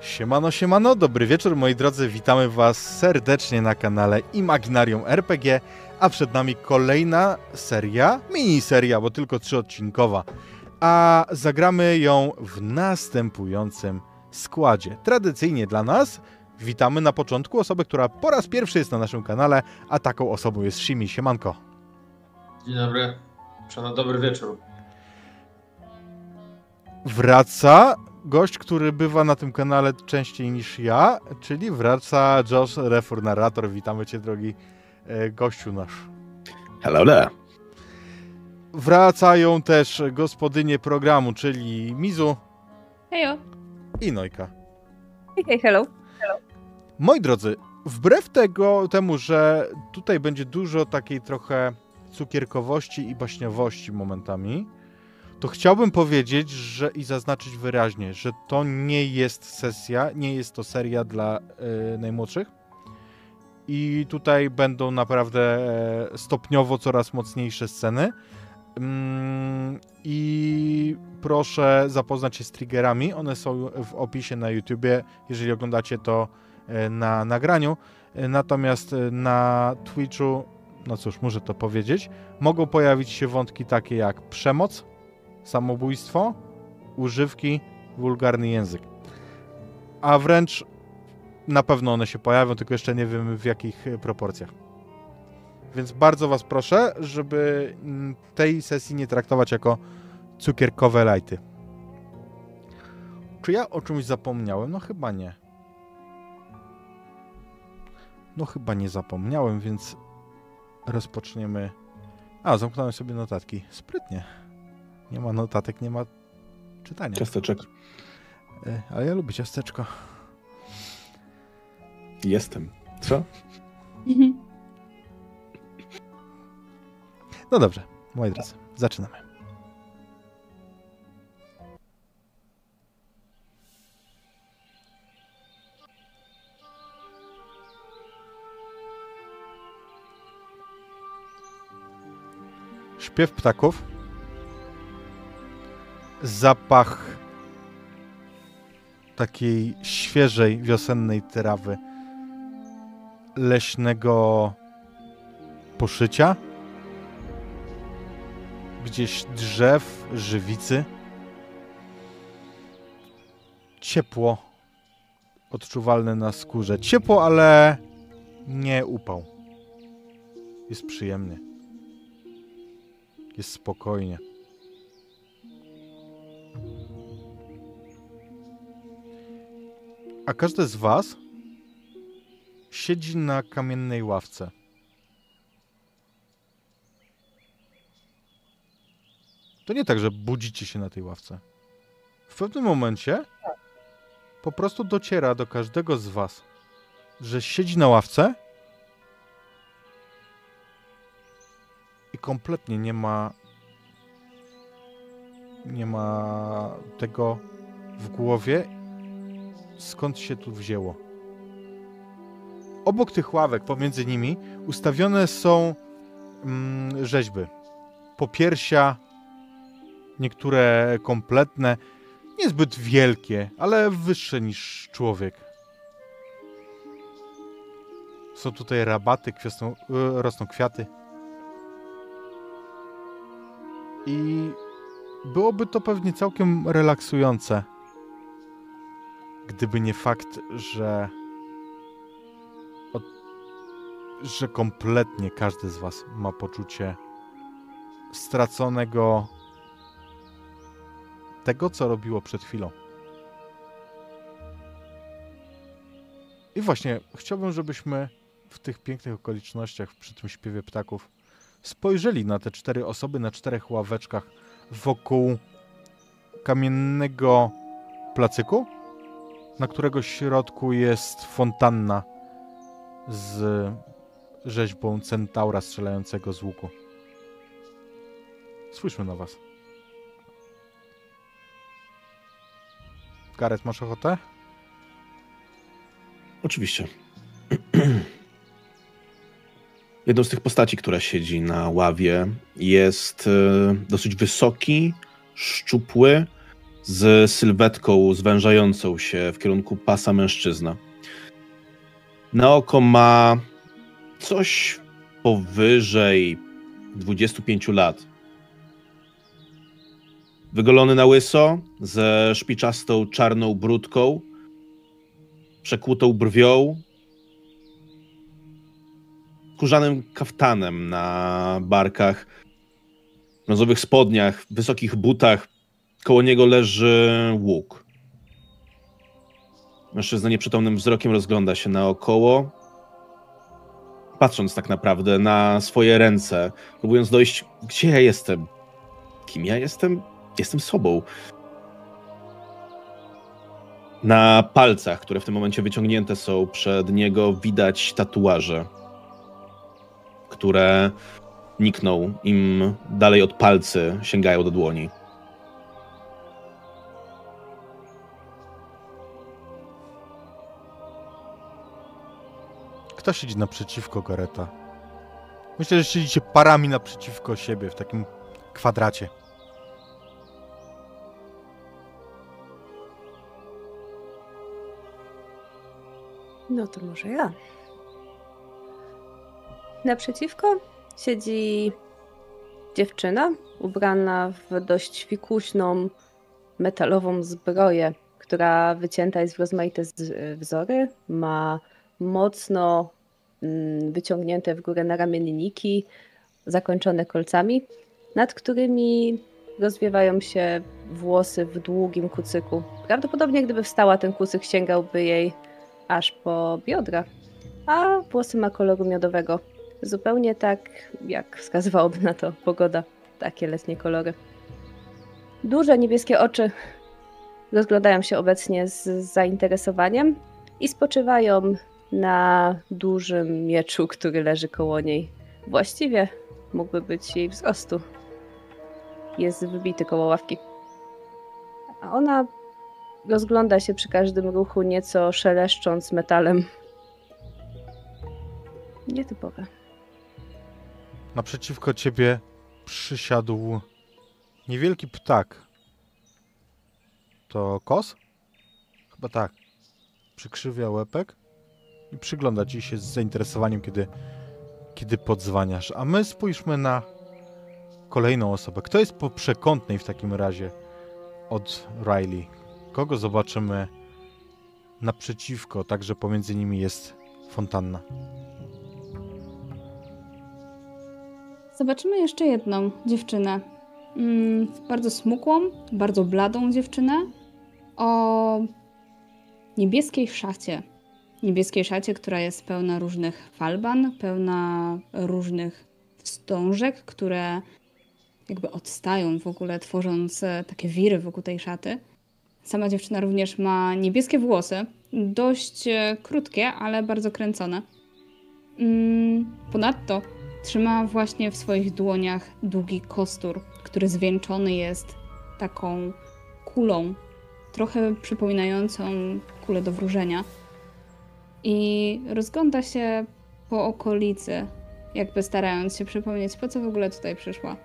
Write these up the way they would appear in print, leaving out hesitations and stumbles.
Siemano, siemano, dobry wieczór moi drodzy, witamy was serdecznie na kanale Imaginarium RPG, a przed nami kolejna seria, miniseria, bo tylko 3-odcinkowa, a zagramy ją w następującym składzie. Tradycyjnie dla nas witamy na początku osobę, która po raz pierwszy jest na naszym kanale, a taką osobą jest Shimi. Siemanko. Dzień dobry, dobry wieczór. Wraca gość, który bywa na tym kanale częściej niż ja, czyli wraca Josh Refur, narrator. Witamy cię, drogi gościu nasz. Hello there. Wracają też gospodynie programu, czyli Mizu. Hejo. I Nojka. Hej, hello. Moi drodzy, wbrew temu, że tutaj będzie dużo takiej trochę cukierkowości i baśniowości momentami, to chciałbym powiedzieć, i zaznaczyć wyraźnie, że to nie jest sesja, nie jest to seria dla najmłodszych. I tutaj będą naprawdę stopniowo coraz mocniejsze sceny. I proszę zapoznać się z triggerami. One są w opisie na YouTubie, jeżeli oglądacie to na nagraniu. Natomiast na Twitchu, no cóż, muszę to powiedzieć, mogą pojawić się wątki takie jak przemoc, samobójstwo, używki, wulgarny język. A wręcz na pewno one się pojawią, tylko jeszcze nie wiem w jakich proporcjach. Więc bardzo was proszę, żeby tej sesji nie traktować jako cukierkowe lajty. Czy ja o czymś zapomniałem? No chyba nie. No chyba nie zapomniałem, więc rozpoczniemy. A, zamknąłem sobie notatki. Sprytnie. Nie ma notatek, nie ma czytania. Ciasteczek. Ale ja lubię ciasteczko. Jestem. Co? No dobrze, moi drodzy, zaczynamy. Śpiew ptaków. Zapach takiej świeżej, wiosennej trawy, leśnego poszycia, gdzieś drzew, żywicy. Ciepło odczuwalne na skórze. Ciepło, ale nie upał. Jest przyjemnie. Jest spokojnie. A każdy z was siedzi na kamiennej ławce. To nie tak, że budzicie się na tej ławce. W pewnym momencie po prostu dociera do każdego z was, że siedzi na ławce i kompletnie nie ma tego w głowie, skąd się tu wzięło. Obok tych ławek, pomiędzy nimi, ustawione są rzeźby. Popiersia, niektóre kompletne, niezbyt wielkie, ale wyższe niż człowiek. Są tutaj rabaty, rosną kwiaty. I byłoby to pewnie całkiem relaksujące, gdyby nie fakt, że kompletnie każdy z was ma poczucie straconego tego, co robiło przed chwilą. I właśnie chciałbym, żebyśmy w tych pięknych okolicznościach, przy tym śpiewie ptaków, spojrzeli na te 4 osoby na 4 ławeczkach wokół kamiennego placyku, na którego środku jest fontanna z rzeźbą centaura strzelającego z łuku. Spójrzmy na was. Gareth, masz ochotę? Oczywiście. Jedną z tych postaci, która siedzi na ławie, jest dosyć wysoki, szczupły z sylwetką zwężającą się w kierunku pasa mężczyzna. Na oko ma coś powyżej 25 lat. Wygolony na łyso, ze szpiczastą czarną bródką, przekłutą brwią, skórzanym kaftanem na barkach, brązowych spodniach, wysokich butach. Koło niego leży łuk. Mężczyzna nieprzytomnym wzrokiem rozgląda się naokoło, patrząc tak naprawdę na swoje ręce, próbując dojść, gdzie ja jestem? Kim ja jestem? Jestem sobą. Na palcach, które w tym momencie wyciągnięte są przed niego, widać tatuaże, które nikną im dalej od palcy, sięgają do dłoni. Kto siedzi naprzeciwko Gareta? Myślę, że siedzicie parami naprzeciwko siebie w takim kwadracie. No to może ja. Naprzeciwko siedzi dziewczyna ubrana w dość fikuśną, metalową zbroję, która wycięta jest w rozmaite wzory. Ma mocno wyciągnięte w górę naramienniki, zakończone kolcami, nad którymi rozwiewają się włosy w długim kucyku. Prawdopodobnie gdyby wstała, ten kucyk sięgałby jej aż po biodra, a włosy ma koloru miodowego. Zupełnie tak, jak wskazywałoby na to pogoda. Takie letnie kolory. Duże niebieskie oczy rozglądają się obecnie z zainteresowaniem i spoczywają na dużym mieczu, który leży koło niej. Właściwie mógłby być jej wzrostu. Jest wybity koło ławki. A ona rozgląda się przy każdym ruchu, nieco szeleszcząc metalem. Nietypowe. Naprzeciwko ciebie przysiadł niewielki ptak. To kos? Chyba tak. Przykrzywia łepek i przygląda ci się z zainteresowaniem, kiedy podzwaniasz. A my spójrzmy na kolejną osobę. Kto jest po przekątnej w takim razie od Riley? Kogo zobaczymy naprzeciwko, tak że pomiędzy nimi jest fontanna? Zobaczymy jeszcze jedną dziewczynę. Bardzo smukłą, bardzo bladą dziewczynę o niebieskiej szacie. Niebieskiej szacie, która jest pełna różnych falban, pełna różnych wstążek, które jakby odstają w ogóle, tworząc takie wiry wokół tej szaty. Sama dziewczyna również ma niebieskie włosy, dość krótkie, ale bardzo kręcone. Ponadto trzyma właśnie w swoich dłoniach długi kostur, który zwieńczony jest taką kulą, trochę przypominającą kulę do wróżenia. I rozgląda się po okolicy, jakby starając się przypomnieć, po co w ogóle tutaj przyszła.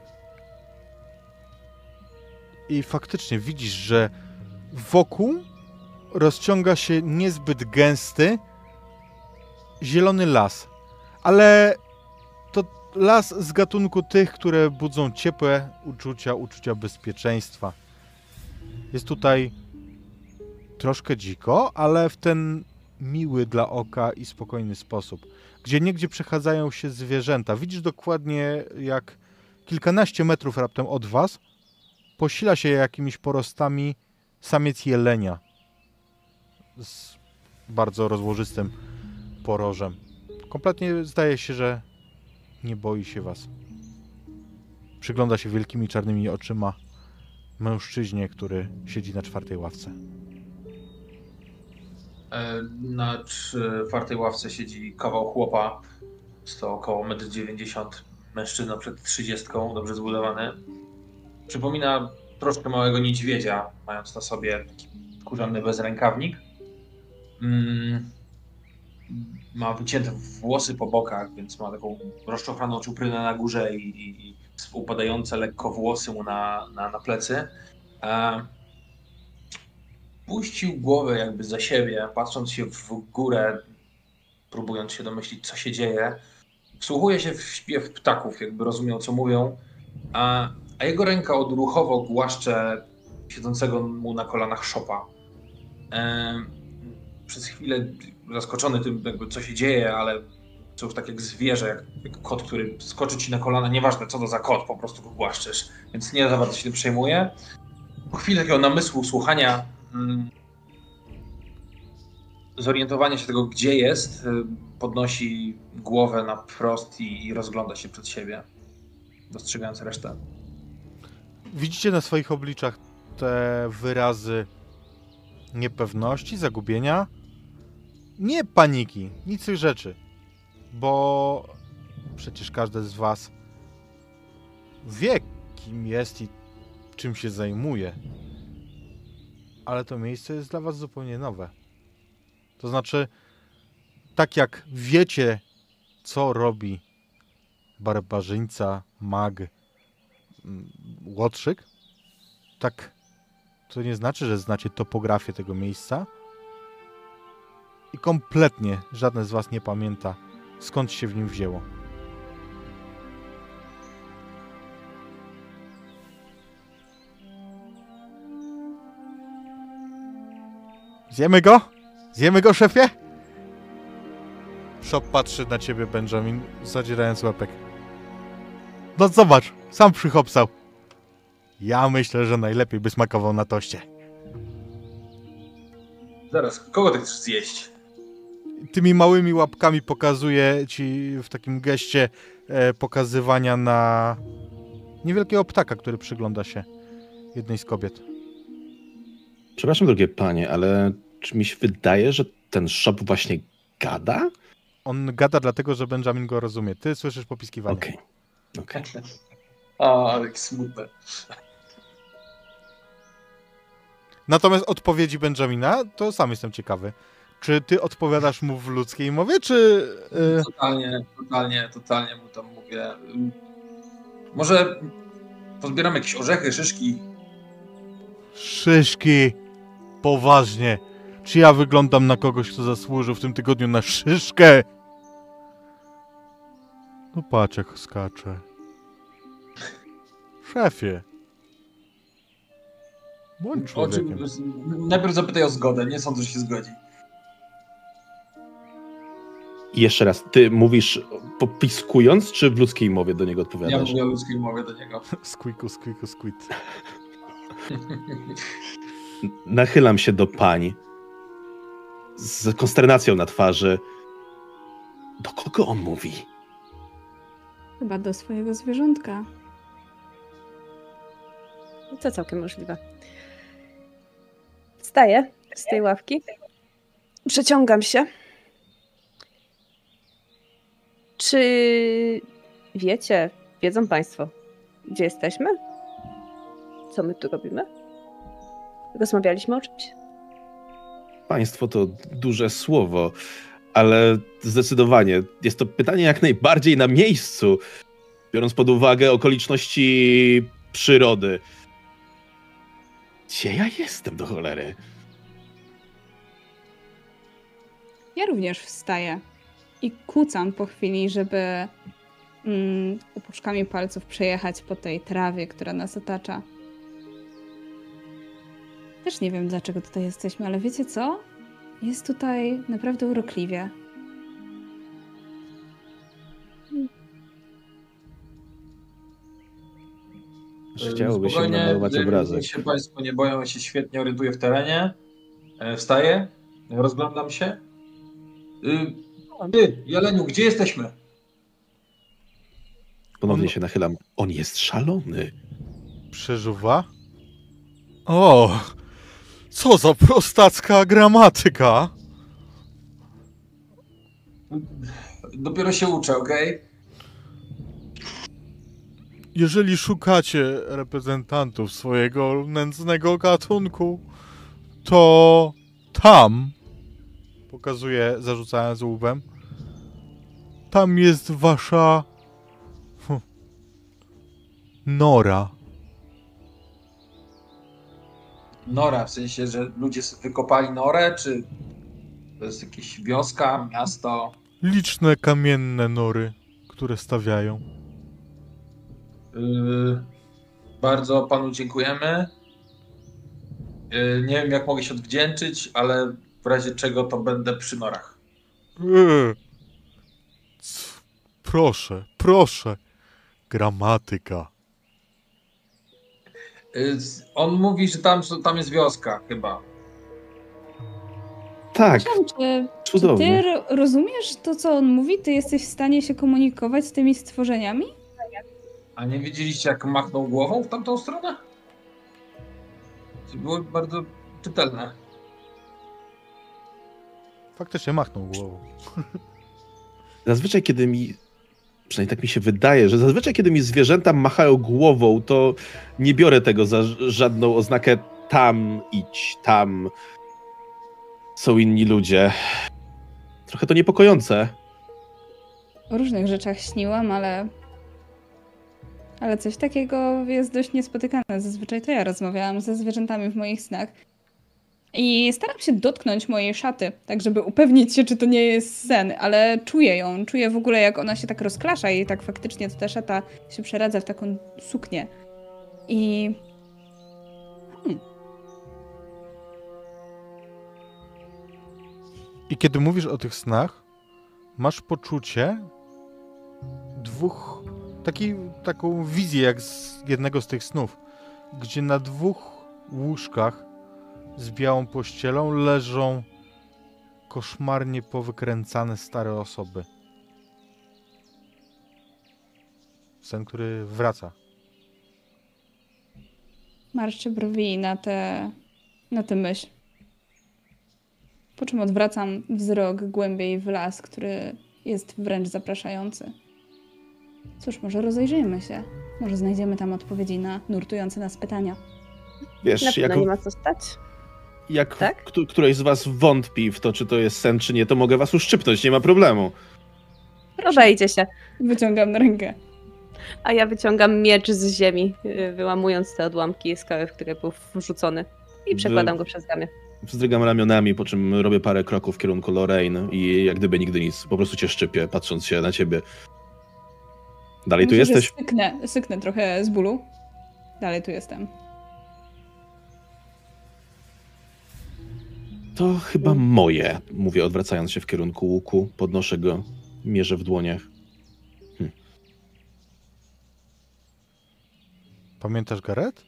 I faktycznie widzisz, że wokół rozciąga się niezbyt gęsty, zielony las. Ale to las z gatunku tych, które budzą ciepłe uczucia bezpieczeństwa. Jest tutaj troszkę dziko, ale w ten miły dla oka i spokojny sposób. Gdzieniegdzie przechadzają się zwierzęta. Widzisz dokładnie, jak kilkanaście metrów raptem od was posila się jakimiś porostami samiec jelenia z bardzo rozłożystym porożem. Kompletnie zdaje się, że nie boi się was. Przygląda się wielkimi czarnymi oczyma mężczyźnie, który siedzi na czwartej ławce. Na czwartej ławce siedzi kawał chłopa. Jest to około 1,90 m. Mężczyzna przed 30, dobrze zbudowany. Przypomina troszkę małego niedźwiedzia, mając na sobie taki skórzany bezrękawnik. Ma wycięte włosy po bokach, więc ma taką rozczochraną czuprynę na górze i upadające lekko włosy mu na plecy. puścił głowę jakby za siebie, patrząc się w górę, próbując się domyślić, co się dzieje. Wsłuchuje się w śpiew ptaków, jakby rozumiał, co mówią, a jego ręka odruchowo głaszcze siedzącego mu na kolanach szopa. Przez chwilę zaskoczony tym, jakby co się dzieje, ale to już tak jak zwierzę, jak kot, który skoczy ci na kolana, nieważne co to za kot, po prostu go głaszczesz, więc nie za bardzo się tym przejmuje. Po chwili takiego namysłu, słuchania, zorientowania się tego, gdzie jest, podnosi głowę na wprost i rozgląda się przed siebie, dostrzegając resztę. Widzicie na swoich obliczach te wyrazy niepewności, zagubienia. Nie paniki, nic z tych rzeczy. Bo przecież każdy z was wie, kim jest i czym się zajmuje. Ale to miejsce jest dla was zupełnie nowe. To znaczy, tak jak wiecie, co robi barbarzyńca, mag, łotrzyk, tak to nie znaczy, że znacie topografię tego miejsca i kompletnie żaden z was nie pamięta, skąd się w nim wzięło. Zjemy go? Zjemy go, szefie? Shop patrzy na ciebie, Benjamin, zadzierając łapek. No zobacz, sam przychopsał. Ja myślę, że najlepiej by smakował na toście. Zaraz, kogo ty chcesz zjeść? Tymi małymi łapkami pokazuję ci w takim geście pokazywania na niewielkiego ptaka, który przygląda się jednej z kobiet. Przepraszam, drogie panie, ale czy mi się wydaje, że ten Shop właśnie gada? On gada dlatego, że Benjamin go rozumie. Ty słyszysz popiskiwanie. Okej. O, ale jak smutne. Natomiast odpowiedzi Benjamina, to sam jestem ciekawy. Czy ty odpowiadasz mu w ludzkiej mowie, czy... Totalnie mu tam mówię. Może pozbieramy jakieś orzechy, szyszki. Szyszki. Poważnie. Czy ja wyglądam na kogoś, kto zasłużył w tym tygodniu na szyszkę? No patrz jak skacze. Szefie. Bądź człowiekiem. Najpierw zapytaj o zgodę, nie sądzę, że się zgodzi. I jeszcze raz, ty mówisz popiskując, czy w ludzkiej mowie do niego Ja odpowiadasz? mówię o ludzkiej mowie do niego. Squeaku, squeaku, squeak. Nachylam się do pań z konsternacją na twarzy. Do kogo on mówi? Chyba do swojego zwierzątka. To całkiem możliwe. Wstaję z tej ławki. Przeciągam się. Czy wiedzą Państwo, gdzie jesteśmy? Co my tu robimy? Rozmawialiśmy o czymś? Państwo to duże słowo, ale zdecydowanie jest to pytanie jak najbardziej na miejscu, biorąc pod uwagę okoliczności przyrody. Gdzie ja jestem do cholery? Ja również wstaję i kucam po chwili, żeby opuszkami palców przejechać po tej trawie, która nas otacza. Też nie wiem, dlaczego tutaj jesteśmy, ale wiecie co? Jest tutaj naprawdę urokliwie. Chciałoby się Spokojnie, namalować obrazek. niech się Państwo nie boją, ja się świetnie orientuję w terenie. Wstaję, rozglądam się. Ty, Jeleniu, gdzie jesteśmy? Ponownie się nachylam. On jest szalony. Przeżuwa? O! Co za prostacka gramatyka! Dopiero się uczę, okej? Jeżeli szukacie reprezentantów swojego nędznego gatunku, to tam, pokazuję zarzucając łbem, tam jest wasza nora. Nora, w sensie, że ludzie wykopali norę, czy to jest jakieś wioska, miasto? Liczne kamienne nory, które stawiają. Bardzo panu dziękujemy. Nie wiem, jak mogę się odwdzięczyć, ale w razie czego to będę przy norach. Proszę, proszę. Gramatyka. On mówi, że tam jest wioska chyba. Tak, Przepraszam, czy ty cudownie. rozumiesz to, co on mówi? Ty jesteś w stanie się komunikować z tymi stworzeniami? A nie widzieliście, jak machnął głową w tamtą stronę? To było bardzo czytelne. Faktycznie machnął głową. Zazwyczaj, przynajmniej tak mi się wydaje, że zazwyczaj, kiedy mi zwierzęta machają głową, to nie biorę tego za żadną oznakę tam idź, tam są inni ludzie. Trochę to niepokojące. O różnych rzeczach śniłam, ale coś takiego jest dość niespotykane. Zazwyczaj to ja rozmawiałam ze zwierzętami w moich snach. I staram się dotknąć mojej szaty, tak żeby upewnić się, czy to nie jest sen, ale czuję ją. Czuję w ogóle, jak ona się tak rozklasza i tak faktycznie ta szata się przeradza w taką suknię. I... I kiedy mówisz o tych snach, masz poczucie taką wizję jak z jednego z tych snów, gdzie na 2 łóżkach z białą pościelą leżą koszmarnie powykręcane stare osoby. Sen, który wraca. marszczę brwi na tę myśl. Po czym odwracam wzrok głębiej w las, który jest wręcz zapraszający. Cóż, może rozejrzyjmy się. Może znajdziemy tam odpowiedzi na nurtujące nas pytania. Wiesz, Na pewno nie ma co stać. jak Tak? któreś z was wątpi w to, czy to jest sen, czy nie, to mogę was uszczypnąć, nie ma problemu. Rozejdzie się. Wyciągam na rękę. A ja wyciągam miecz z ziemi, wyłamując te odłamki skały, w które był wrzucony. I przekładam go przez ramię. Wzdrygam ramionami, po czym robię parę kroków w kierunku Lorraine i jak gdyby nigdy nic. Po prostu cię szczypię, patrząc się na ciebie. Dalej tu Myślę, że jesteś? Syknę trochę z bólu. Dalej tu jestem. To chyba moje, mówię, odwracając się w kierunku łuku. Podnoszę go, mierzę w dłoniach. Pamiętasz, Gareth?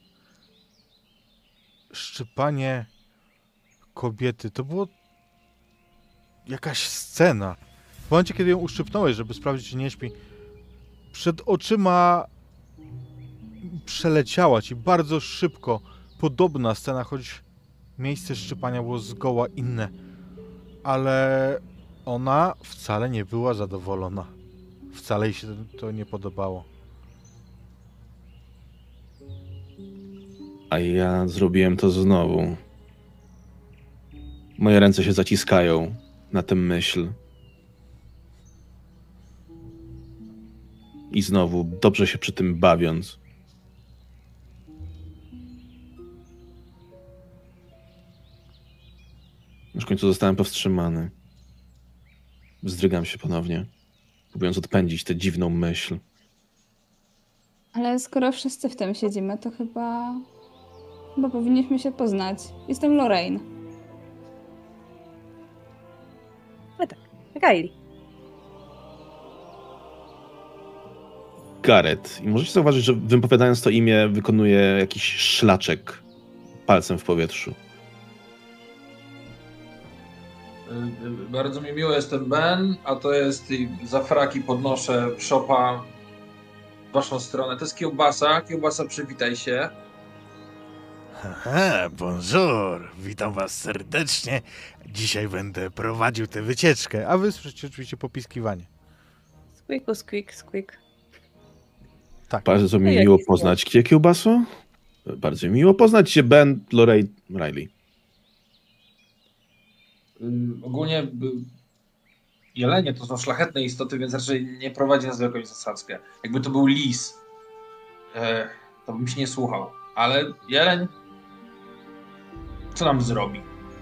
Szczypanie kobiety. To było jakaś scena. W momencie, kiedy ją uszczypnąłeś, żeby sprawdzić, czy nie śpi, przed oczyma przeleciała ci bardzo szybko podobna scena, choć miejsce szczypania było zgoła inne. Ale ona wcale nie była zadowolona. Wcale jej się to nie podobało. A ja zrobiłem to znowu. Moje ręce się zaciskają na tę myśl. I znowu, dobrze się przy tym bawiąc. Już w końcu zostałem powstrzymany. Wzdrygam się ponownie, próbując odpędzić tę dziwną myśl. Ale skoro wszyscy w tym siedzimy, to chyba powinniśmy się poznać. Jestem Lorraine. Riley. Gareth. I możecie zauważyć, że wypowiadając to imię wykonuje jakiś szlaczek palcem w powietrzu. Bardzo mi miło, jestem Ben, a to jest za fraki podnoszę szopa w waszą stronę. To jest kiełbasa. Kiełbasa, przywitaj się. Haha, bonjour, witam was serdecznie. Dzisiaj będę prowadził tę wycieczkę, a wy słyszycie oczywiście popiskiwanie. Squeaku, squeak, squeak. Tak. Bardzo mi No jaki miło słowo? poznać cię, kiełbaso. Bardzo mi miło poznać cię, Ben, Lorraine, Riley. Ogólnie jelenie to są szlachetne istoty, więc raczej nie prowadzi nas w jakąś zasadzkę. Jakby to był lis, to bym się nie słuchał. Ale jeleń Co nam zrobi?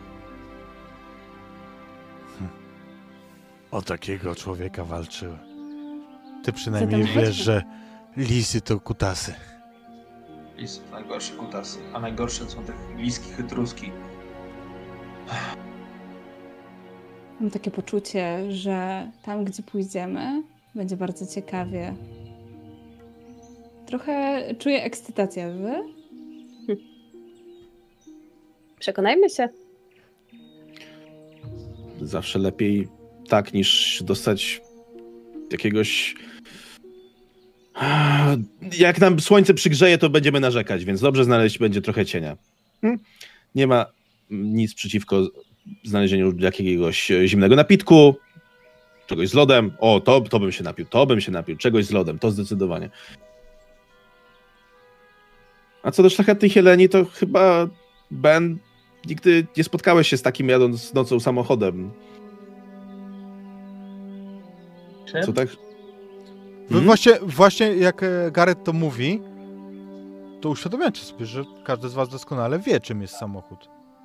O takiego człowieka walczyły. Ty przynajmniej Zatem wiesz, chodźmy. że lisy to kutasy. I są najgorsze kutasy, a najgorsze są te liski chytruski. Mam takie poczucie, że tam, gdzie pójdziemy, będzie bardzo ciekawie. Trochę czuję ekscytację, wy? Przekonajmy się. Zawsze lepiej tak, niż dostać jakiegoś... Jak nam słońce przygrzeje, to będziemy narzekać, więc dobrze znaleźć będzie trochę cienia. Nie ma nic przeciwko znalezieniu jakiegoś zimnego napitku, czegoś z lodem. O, to bym się napił, czegoś z lodem, to zdecydowanie. A co do szlachetnej Heleni, to chyba, Ben, nigdy nie spotkałeś się z takim jadąc nocą samochodem. Czym? Co tak? Wy właśnie jak Gareth to mówi, to uświadamiacie sobie, że każdy z was doskonale wie, czym jest samochód.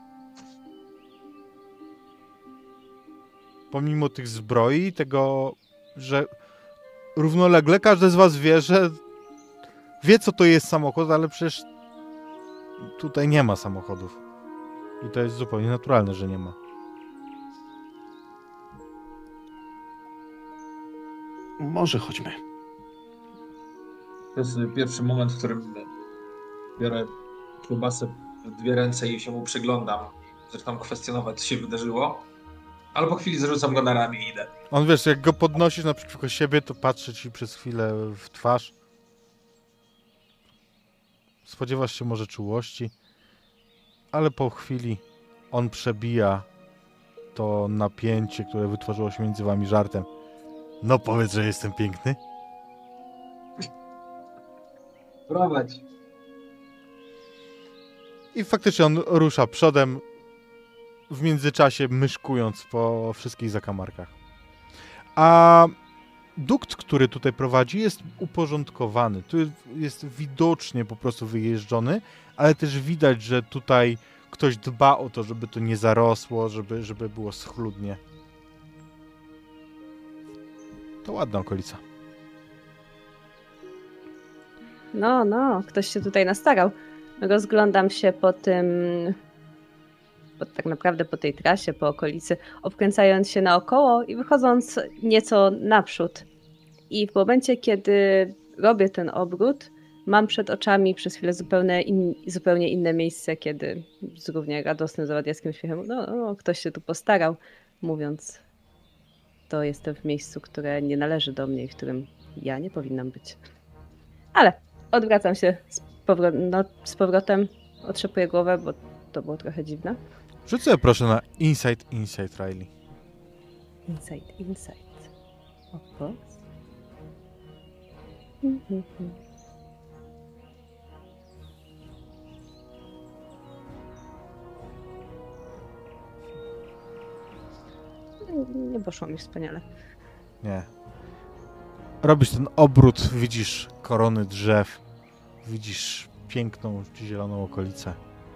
Pomimo tych zbroi, tego, że równolegle każdy z was wie, że wie, co to jest samochód, ale przecież tutaj nie ma samochodów. I to jest zupełnie naturalne, że nie ma. Może chodźmy. To jest pierwszy moment, w którym biorę kiełbasę w dwie ręce i się mu przyglądam. Zresztą kwestionować, co się wydarzyło. Ale po chwili zrzucam go na ramię i idę. On, wiesz, jak go podnosisz naprzeciwko siebie, to patrzy ci przez chwilę w twarz. Spodziewasz się może czułości, ale po chwili on przebija to napięcie, które wytworzyło się między wami żartem. No powiedz, że jestem piękny. Prowadź. I faktycznie on rusza przodem, w międzyczasie myszkując po wszystkich zakamarkach. A dukt, który tutaj prowadzi, jest uporządkowany. Tu jest widocznie po prostu wyjeżdżony, ale też widać, że tutaj ktoś dba o to, żeby to nie zarosło, żeby było schludnie. To ładna okolica. No, ktoś się tutaj nastarał. Rozglądam się tak naprawdę po tej trasie, po okolicy, obkręcając się naokoło i wychodząc nieco naprzód. I w momencie, kiedy robię ten obrót, mam przed oczami przez chwilę zupełnie inne miejsce, kiedy z równie radosnym, zawadniackim śmiechem, no, ktoś się tu postarał, mówiąc, to jestem w miejscu, które nie należy do mnie i w którym ja nie powinnam być. Ale odwracam się z powrotem, otrzepuję głowę, bo to było trochę dziwne. Rzuć sobie proszę na Insight, Riley. Insight. Of course. Nie poszło mi wspaniale. Nie. Robisz ten obrót, widzisz korony drzew, widzisz piękną, zieloną okolicę.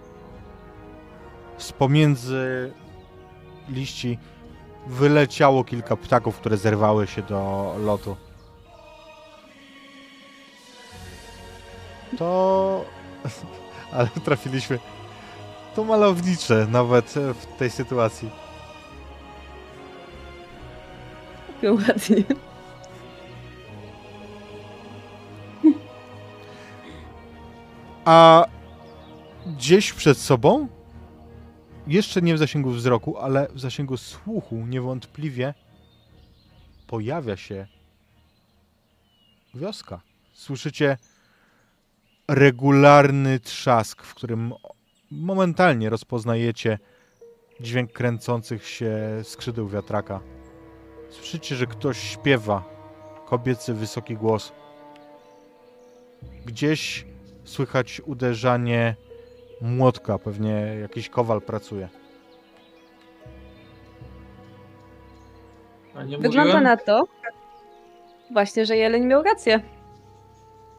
Z pomiędzy liści wyleciało kilka ptaków, które zerwały się do lotu. To... Ale trafiliśmy... To malownicze nawet w tej sytuacji. Ładnie. A gdzieś przed sobą, jeszcze nie w zasięgu wzroku, ale w zasięgu słuchu niewątpliwie pojawia się wioska. Słyszycie regularny trzask, w którym momentalnie rozpoznajecie dźwięk kręcących się skrzydeł wiatraka. Słyszycie, że ktoś śpiewa, kobiecy wysoki głos. Gdzieś słychać uderzanie młotka, pewnie jakiś kowal pracuje. A nie Wygląda mówiłem? na to właśnie, że jeleń miał rację.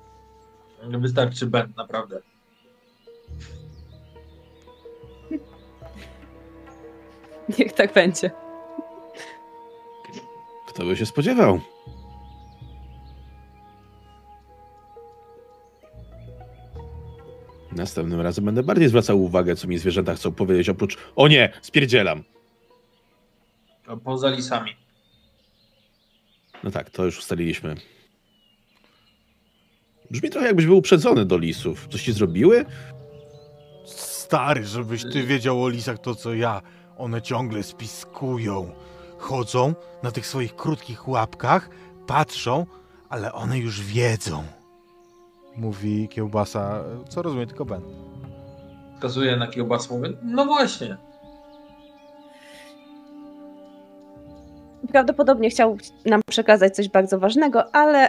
Wystarczy Ben, naprawdę. Niech tak będzie. Kto by się spodziewał? Następnym razem będę bardziej zwracał uwagę, co mi zwierzęta chcą powiedzieć, oprócz o nie, spierdzielam. Poza lisami. No tak, to już ustaliliśmy. Brzmi trochę jakbyś był uprzedzony do lisów. Coś ci zrobiły? Stary, żebyś ty wiedział o lisach to co ja. One ciągle spiskują. Chodzą na tych swoich krótkich łapkach, patrzą, ale one już wiedzą. Mówi kiełbasa, co rozumie tylko Ben. Wskazuje na kiełbasę, mówię, no właśnie. Prawdopodobnie chciał nam przekazać coś bardzo ważnego, ale...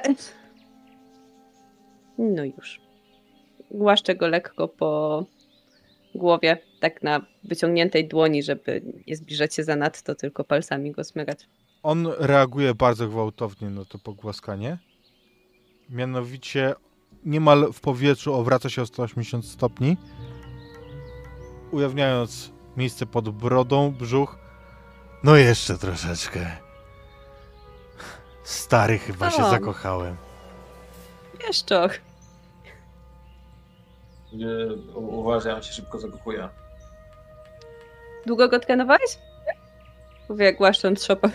No już. Głaszczę go lekko po głowie, tak na wyciągniętej dłoni, żeby nie zbliżać się zanadto, tylko palcami go smyrać. On reaguje bardzo gwałtownie na to pogłaskanie. Mianowicie niemal w powietrzu obraca się o 180 stopni, ujawniając miejsce pod brodą, brzuch. No jeszcze troszeczkę. Stary, chyba się zakochałem. Jeszcze. Uważaj, on się szybko zakochuje. Długo go trenowałeś? Mówię, głaszcząc szopę.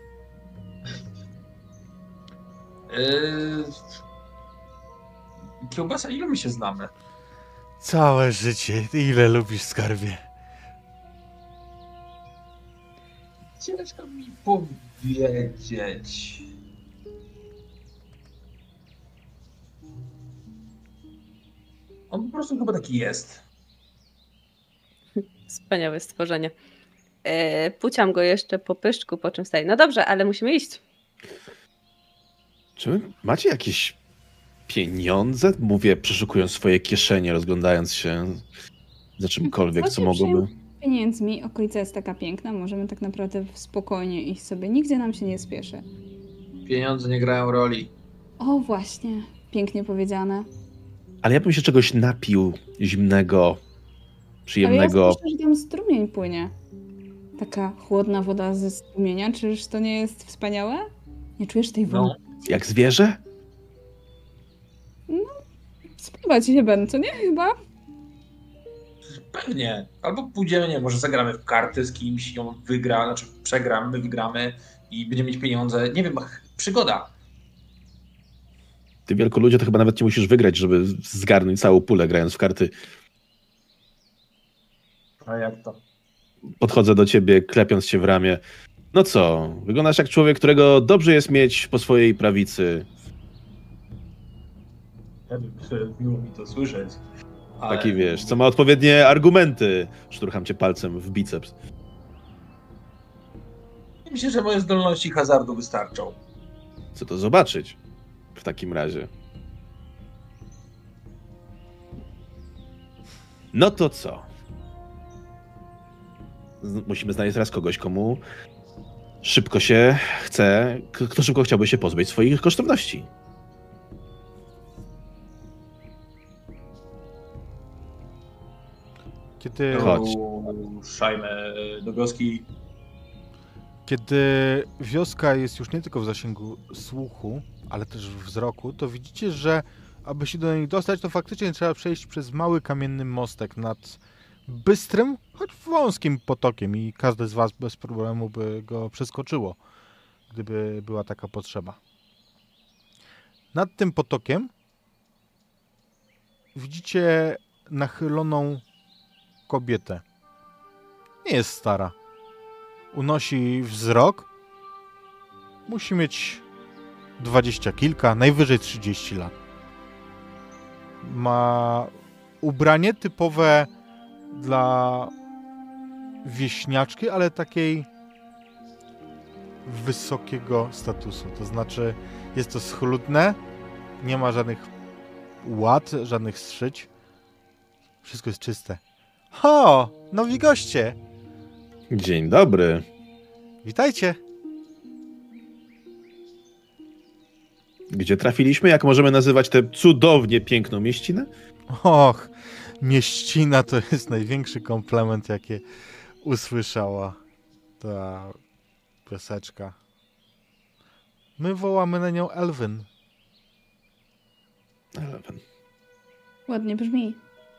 Kiełbasa, ile my się znamy? Całe życie. Ile lubisz, skarbie? Ciężko mi powiedzieć. On po prostu chyba taki jest. Wspaniałe stworzenie. Puciam go jeszcze po pyszczku, po czym staje. No dobrze, ale musimy iść. Czy macie jakieś pieniądze? Mówię, przeszukując swoje kieszenie, rozglądając się za czymkolwiek, co mogłoby... Pieniędzmi, okolica jest taka piękna, możemy tak naprawdę spokojnie iść sobie, nigdzie nam się nie spieszy. Pieniądze nie grają roli. O właśnie, pięknie powiedziane. Ale ja bym się czegoś napił zimnego, przyjemnego. Ale ja słyszę, że tam strumień płynie. Taka chłodna woda ze strumienia, czyż to nie jest wspaniałe? Nie czujesz tej wody? No. Jak zwierzę? Spodoba ci się, Ben, co nie? Chyba? Pewnie. Albo pójdziemy, nie, może zagramy w karty z kimś, ją wygra, znaczy przegramy, my wygramy i będziemy mieć pieniądze. Nie wiem, przygoda. Ty wielkoludzie to chyba nawet nie musisz wygrać, żeby zgarnąć całą pulę grając w karty. A jak to? Podchodzę do ciebie, klepiąc cię w ramię. No co, wyglądasz jak człowiek, którego dobrze jest mieć po swojej prawicy. Miło mi to słyszeć. Ale... Taki wiesz, co ma odpowiednie argumenty. Szturcham cię palcem w biceps. Myślę, że moje zdolności hazardu wystarczą. Chcę to zobaczyć w takim razie. No to co? Musimy znaleźć teraz kogoś, komu szybko się chce, kto szybko chciałby się pozbyć swoich kosztowności. Kiedy, Chodź. Ruszajmy do wioski. kiedy wioska jest już nie tylko w zasięgu słuchu, ale też wzroku, to widzicie, że aby się do niej dostać, to faktycznie trzeba przejść przez mały kamienny mostek nad bystrym, choć wąskim potokiem i każde z was bez problemu by go przeskoczyło, gdyby była taka potrzeba. Nad tym potokiem widzicie nachyloną kobietę. Nie jest stara. Unosi wzrok. Musi mieć 20 kilka, najwyżej 30 lat. Ma ubranie typowe dla wieśniaczki, ale takiej wysokiego statusu. To znaczy jest to schludne, nie ma żadnych łat, żadnych strzyć. Wszystko jest czyste. Ho, nowi goście! Dzień dobry. Witajcie! Gdzie trafiliśmy? Jak możemy nazywać tę cudownie piękną mieścinę? Och, mieścina to jest największy komplement, jakie usłyszała. Ta pioseczka. My wołamy na nią Elwyn. Eleven. Ładnie brzmi.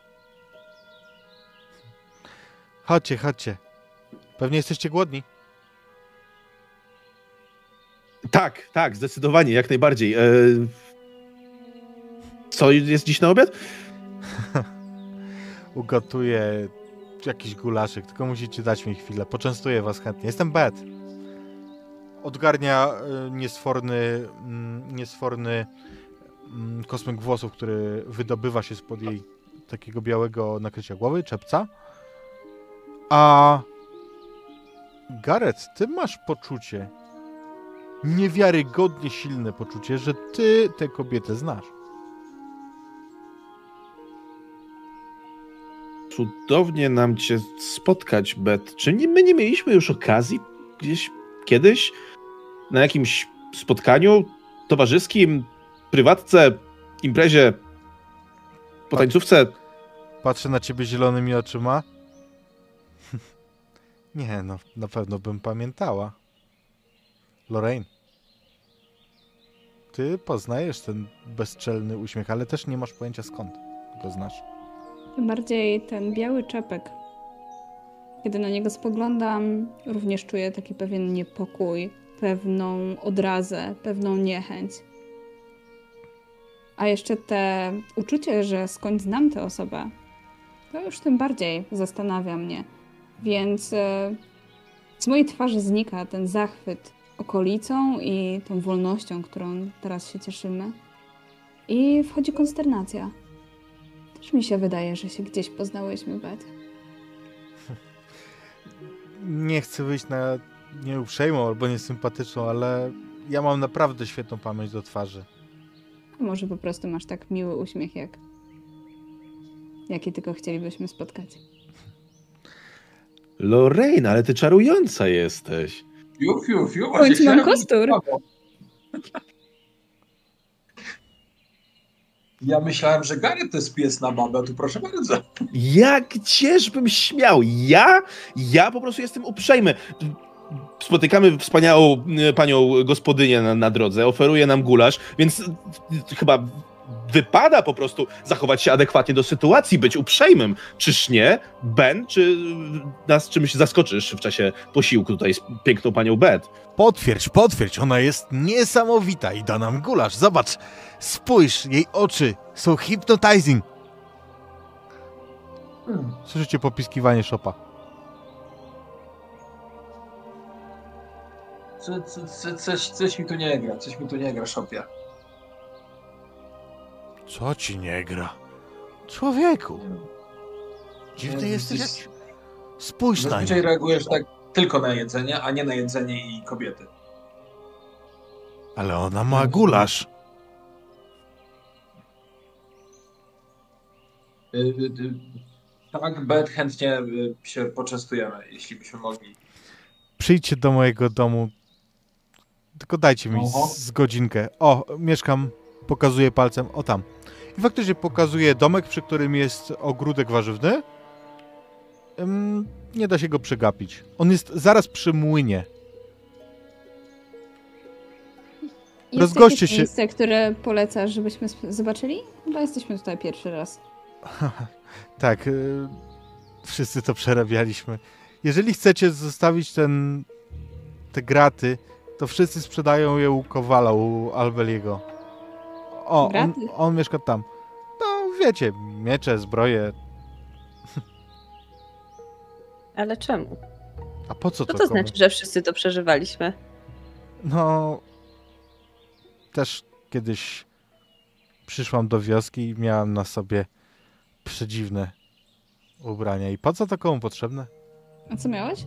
Chodźcie, chodźcie. Pewnie jesteście głodni. Tak, tak, zdecydowanie, jak najbardziej. Co jest dziś na obiad? Ugotuję jakiś gulaszek, tylko musicie dać mi chwilę. Poczęstuję was chętnie. Jestem Beth. Odgarnia niesforny kosmyk włosów, który wydobywa się spod jej takiego białego nakrycia głowy, czepca. A Gareth, ty masz poczucie, niewiarygodnie silne poczucie, że ty tę kobietę znasz. Cudownie nam cię spotkać, Bet. Czy my nie mieliśmy już okazji gdzieś kiedyś na jakimś spotkaniu towarzyskim, prywatce, imprezie, po tańcówce? Patrzę na ciebie zielonymi oczyma. Nie, no na pewno bym pamiętała. Lorraine. Ty poznajesz ten bezczelny uśmiech, ale też nie masz pojęcia skąd go znasz. Tym bardziej ten biały czepek. Kiedy na niego spoglądam, również czuję taki pewien niepokój, pewną odrazę, pewną niechęć. A jeszcze te uczucie, że skąd znam tę osobę, to już tym bardziej zastanawia mnie. Więc z mojej twarzy znika ten zachwyt okolicą i tą wolnością, którą teraz się cieszymy. I wchodzi konsternacja. Też mi się wydaje, że się gdzieś poznałyśmy, Bet. Nie chcę wyjść na nieuprzejmą albo niesympatyczną, ale ja mam naprawdę świetną pamięć do twarzy. A może po prostu masz tak miły uśmiech, jaki tylko chcielibyśmy spotkać. Lorraine, ale ty czarująca jesteś. Fiu. W końcu mam kostur. Ja myślałem, że Gareth to jest pies na babę, tu proszę bardzo. Jak gdzieżbym śmiał? Ja po prostu jestem uprzejmy. Spotykamy wspaniałą panią gospodynię na drodze, oferuje nam gulasz, więc chyba wypada po prostu zachować się adekwatnie do sytuacji, być uprzejmym. Czyż nie? Ben, czy nas czymś zaskoczysz w czasie posiłku tutaj z piękną panią Beth? Potwierdź, ona jest niesamowita i da nam gulasz. Zobacz, spójrz, jej oczy są hypnotizing. Słyszycie popiskiwanie szopa. Coś mi tu nie gra, Szopie. Co ci nie gra? Człowieku, dziwny jesteś jak... Spójrz na Zazwyczaj nią. reagujesz tak tylko na jedzenie, a nie na jedzenie i kobiety. Ale ona ma gulasz. Tak, Bet, chętnie się poczęstujemy, jeśli byśmy mogli. Przyjdźcie do mojego domu. Tylko dajcie mi Oho. z godzinkę. O, mieszkam, pokazuję palcem, o tam. I faktycznie pokazuję domek, przy którym jest ogródek warzywny. Nie da się go przegapić. On jest zaraz przy młynie. Jest Rozgoście jakieś się. miejsce, które polecasz, żebyśmy zobaczyli? Chyba jesteśmy tutaj pierwszy raz. Tak, wszyscy to przerabialiśmy. Jeżeli chcecie zostawić te graty, to wszyscy sprzedają je u Kowala, u Albeliego. O, Graty? on mieszka tam. No, wiecie, miecze, zbroje. Ale czemu? A po co Co to to komu? znaczy, że wszyscy to przeżywaliśmy? No, też kiedyś przyszłam do wioski i miałam na sobie przedziwne ubrania. I po co to komu potrzebne? A co miałeś?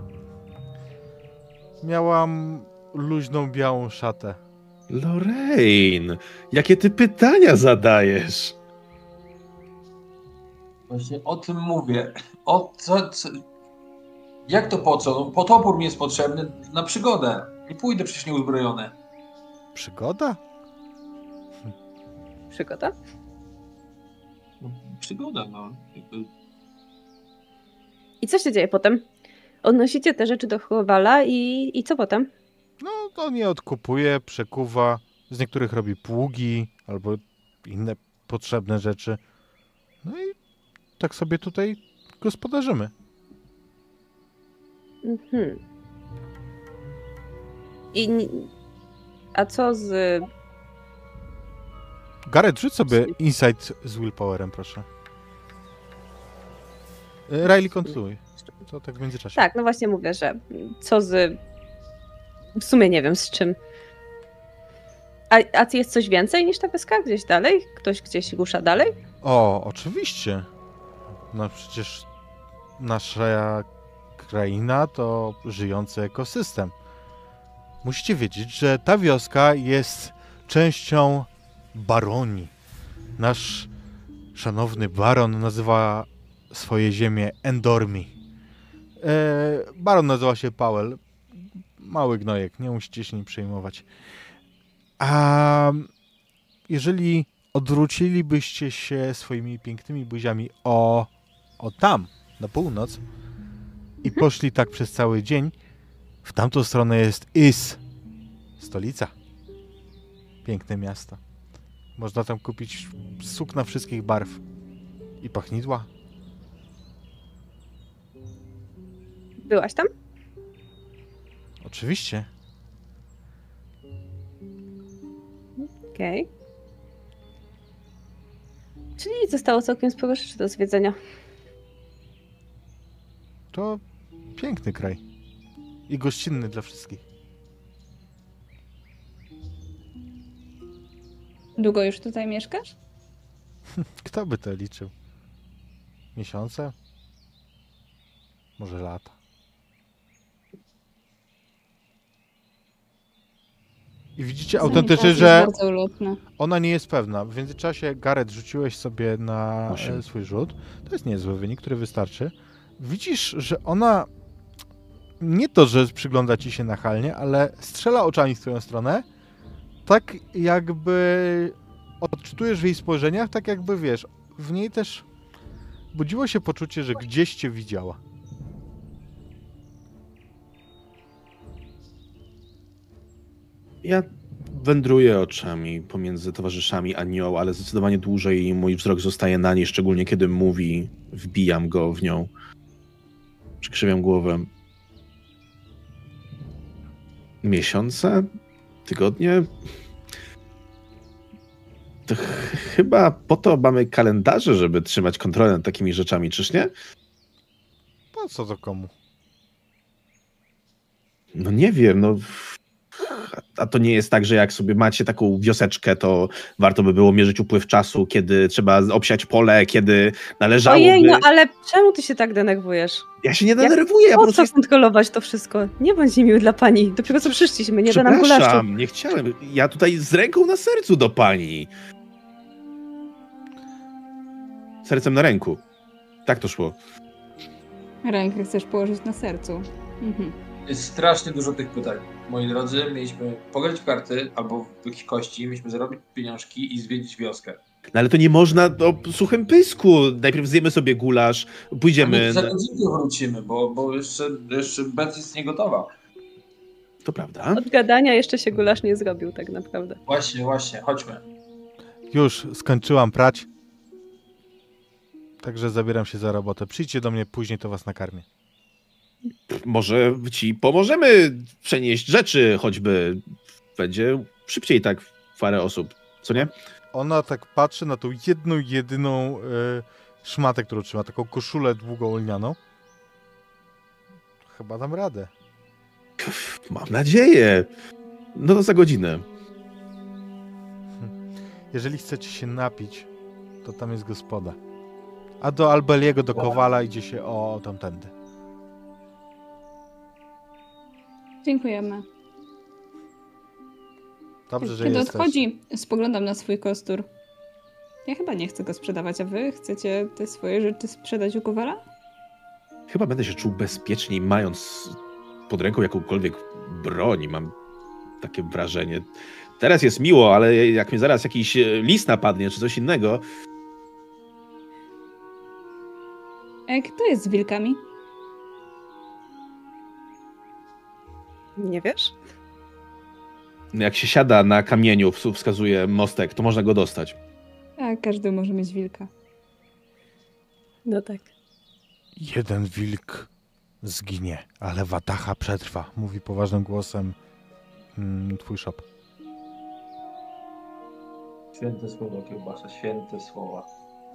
Miałam luźną, białą szatę. Lorraine, jakie ty pytania zadajesz? Właśnie o tym mówię. O co? Jak to po co? No, po topór mi jest potrzebny na przygodę. Nie pójdę przecież nieuzbrojony. Przygoda? Przygoda? No, przygoda, no. I co się dzieje potem? Odnosicie te rzeczy do Chowala i co potem? No, to on je odkupuje, przekuwa, z niektórych robi pługi albo inne potrzebne rzeczy. No i tak sobie tutaj gospodarzymy. Mhm. A co z... Gareth, rzuć sobie insight z willpowerem, proszę. Riley, kontynuuj. To tak w międzyczasie. Tak, no właśnie mówię, że co z... W sumie nie wiem z czym. A jest coś więcej niż ta wioska? Gdzieś dalej? Ktoś gdzieś rusza dalej? O, oczywiście. No przecież nasza kraina to żyjący ekosystem. Musicie wiedzieć, że ta wioska jest częścią baronii. Nasz szanowny baron nazywa swoje ziemię Endormi. Baron nazywa się Powell. Mały gnojek, nie musicie się nim przejmować. A jeżeli odwrócilibyście się swoimi pięknymi buziami o tam, na północ i poszli tak przez cały dzień, w tamtą stronę jest Is, stolica. Piękne miasto. Można tam kupić sukna wszystkich barw i pachnidła. Byłaś tam? Oczywiście. Okej. Czyli zostało całkiem sporo rzeczy do zwiedzenia. To piękny kraj. I gościnny dla wszystkich. Długo już tutaj mieszkasz? Kto by to liczył? Miesiące? Może lata. I widzicie autentycznie, Jest że bardzo ulotne. ona nie jest pewna. W międzyczasie, Gareth, rzuciłeś sobie na 8. swój rzut. To jest niezły wynik, który wystarczy. Widzisz, że ona nie to, że przygląda ci się nachalnie, ale strzela oczami w twoją stronę. Tak jakby odczytujesz w jej spojrzeniach, tak jakby wiesz, w niej też budziło się poczucie, że gdzieś cię widziała. Ja wędruję oczami pomiędzy towarzyszami anioła, ale zdecydowanie dłużej mój wzrok zostaje na niej, szczególnie kiedy mówi, wbijam go w nią. Przykrzywiam głowę. Miesiące? Tygodnie? To chyba po to mamy kalendarze, żeby trzymać kontrolę nad takimi rzeczami, czyż nie? Po co to komu? No nie wiem, no... A to nie jest tak, że jak sobie macie taką wioseczkę, to warto by było mierzyć upływ czasu, kiedy trzeba obsiać pole, kiedy należałoby... Ojej, no ale czemu ty się tak denerwujesz? Ja się nie denerwuję, ja po Po prostu co kontrolować to wszystko? Nie bądź niemiły dla pani. Dopiero co przyszliśmy, nie da nam gulaszu. Przepraszam, nie chciałem. Ja tutaj z ręką na sercu do pani. Sercem na ręku. Tak to szło. Rękę chcesz położyć na sercu. Mhm. Jest strasznie dużo tych pytań. Moi drodzy, mieliśmy pograć w karty albo w jakieś kości, mieliśmy zarobić pieniążki i zwiedzić wioskę. No ale to nie można o suchym pysku. Najpierw zjemy sobie gulasz, A pójdziemy... my za godzinkę wrócimy, bo jeszcze Bet jest nie gotowa. To prawda. Od gadania jeszcze się gulasz nie zrobił tak naprawdę. Właśnie, chodźmy. Już skończyłam prać. Także zabieram się za robotę. Przyjdźcie do mnie później, to was nakarmię. Może ci pomożemy przenieść rzeczy, choćby będzie szybciej tak w parę osób, co nie? Ona tak patrzy na tą jedną, jedyną szmatę, którą trzyma, taką koszulę długą lnianą. Chyba dam radę. Mam nadzieję. No to za godzinę. Jeżeli chcecie się napić, to tam jest gospoda. A do Albeliego, do Kowala idzie się o tamtędy. Dziękujemy. Dobrze, że Kiedy jesteś. odchodzi, spoglądam na swój kostur. Ja chyba nie chcę go sprzedawać, a wy chcecie te swoje rzeczy sprzedać u Kowala? Chyba będę się czuł bezpieczniej, mając pod ręką jakąkolwiek broń. Mam takie wrażenie. Teraz jest miło, ale jak mnie zaraz jakiś lis napadnie, czy coś innego... Kto jest z wilkami? Nie wiesz? Jak się siada na kamieniu, wskazuje mostek, to można go dostać. Tak, każdy może mieć wilka. No tak. Jeden wilk zginie, ale watacha przetrwa, mówi poważnym głosem twój szop. Święte słowa, kiełbasa, święte słowa.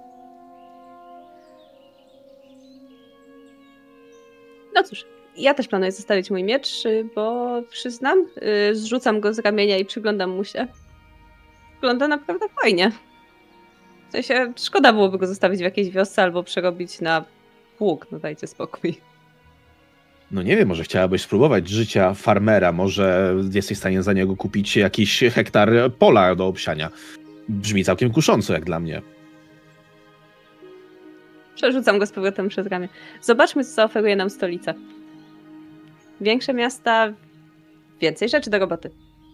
No cóż, ja też planuję zostawić mój miecz, bo przyznam, zrzucam go z ramienia i przyglądam mu się. Wygląda naprawdę fajnie. W sensie, szkoda byłoby go zostawić w jakiejś wiosce albo przerobić na pług, no dajcie spokój. No nie wiem, może chciałabyś spróbować życia farmera, może jesteś w stanie za niego kupić jakiś hektar pola do obsiania. Brzmi całkiem kusząco jak dla mnie. Przerzucam go z powrotem przez ramię. Zobaczmy, co oferuje nam stolica. Większe miasta, więcej rzeczy do roboty.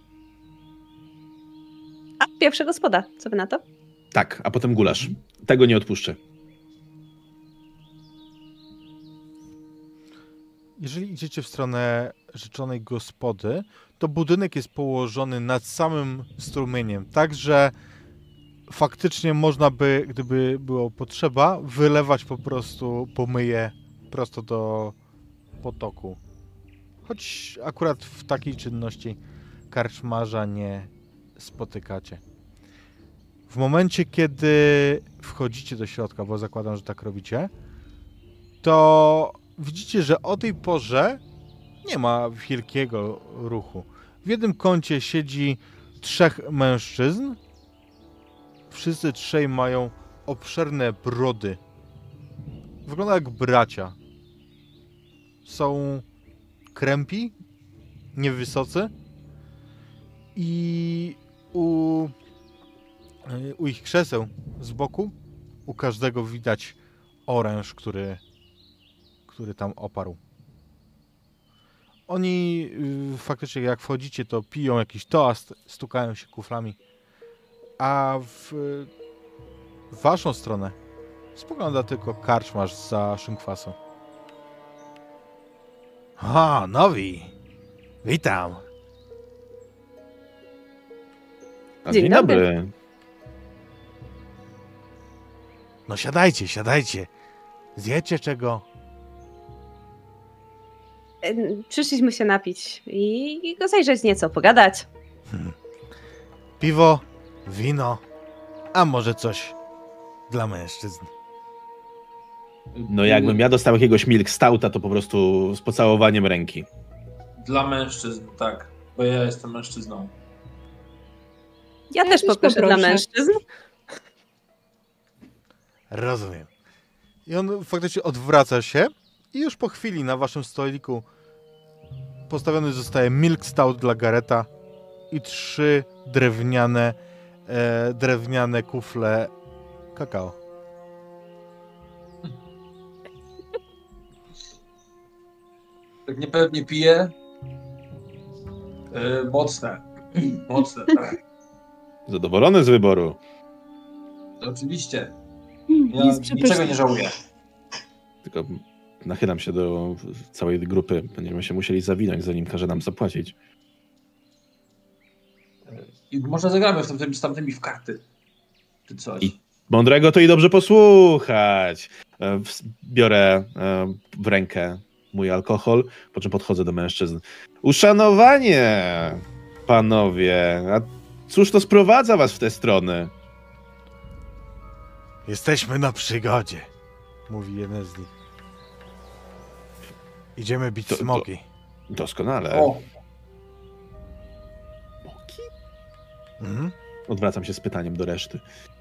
A pierwszy gospoda, co wy na to? Tak, a potem gulasz. Tego nie odpuszczę. Jeżeli idziecie w stronę rzeczonej gospody, to budynek jest położony nad samym strumieniem, tak że faktycznie można by, gdyby było potrzeba, wylewać po prostu pomyje prosto do potoku. Choć akurat w takiej czynności karczmarza nie spotykacie. W momencie, kiedy wchodzicie do środka, bo zakładam, że tak robicie, to widzicie, że o tej porze nie ma wielkiego ruchu. W jednym kącie siedzi 3 mężczyzn. Wszyscy 3 mają obszerne brody. Wygląda jak bracia. Są krępi, niewysocy i u ich krzeseł z boku u każdego widać oręż, który tam oparł. Oni faktycznie jak wchodzicie, to piją jakiś toast, stukają się kuflami, a w waszą stronę spogląda tylko karczmarz za szynkwasą. O, nowi! Witam! A Dzień dzień dobry. dobry. No siadajcie, siadajcie. Zjecie czego? Przyszliśmy się napić i go zajrzeć nieco, pogadać. Piwo, wino, a może coś dla mężczyzn. No jakbym ja dostał jakiegoś milk stouta, to po prostu z pocałowaniem ręki. Dla mężczyzn, tak. Bo ja jestem mężczyzną. Ja też poproszę dla mężczyzn. Rozumiem. I on faktycznie odwraca się i już po chwili na waszym stoliku postawiony zostaje milk stout dla Gareta i 3 drewniane kufle kakao. Tak niepewnie piję. Mocne. Mocne, tak. Zadowolony z wyboru. Oczywiście. Jest Ja przepyszny. niczego nie żałuję. Tylko nachylam się do całej grupy. Będziemy się musieli zawinąć, zanim każe nam zapłacić. I może zagramy z tamtymi w karty. Czy coś. I- Mądrego to i dobrze posłuchać. Biorę w rękę mój alkohol, po czym podchodzę do mężczyzn. Uszanowanie, panowie. A cóż to sprowadza was w te strony? Jesteśmy na przygodzie, mówi jeden z nich. Idziemy bić To- smoki. Doskonale. O, Mhm. Odwracam się z pytaniem do reszty.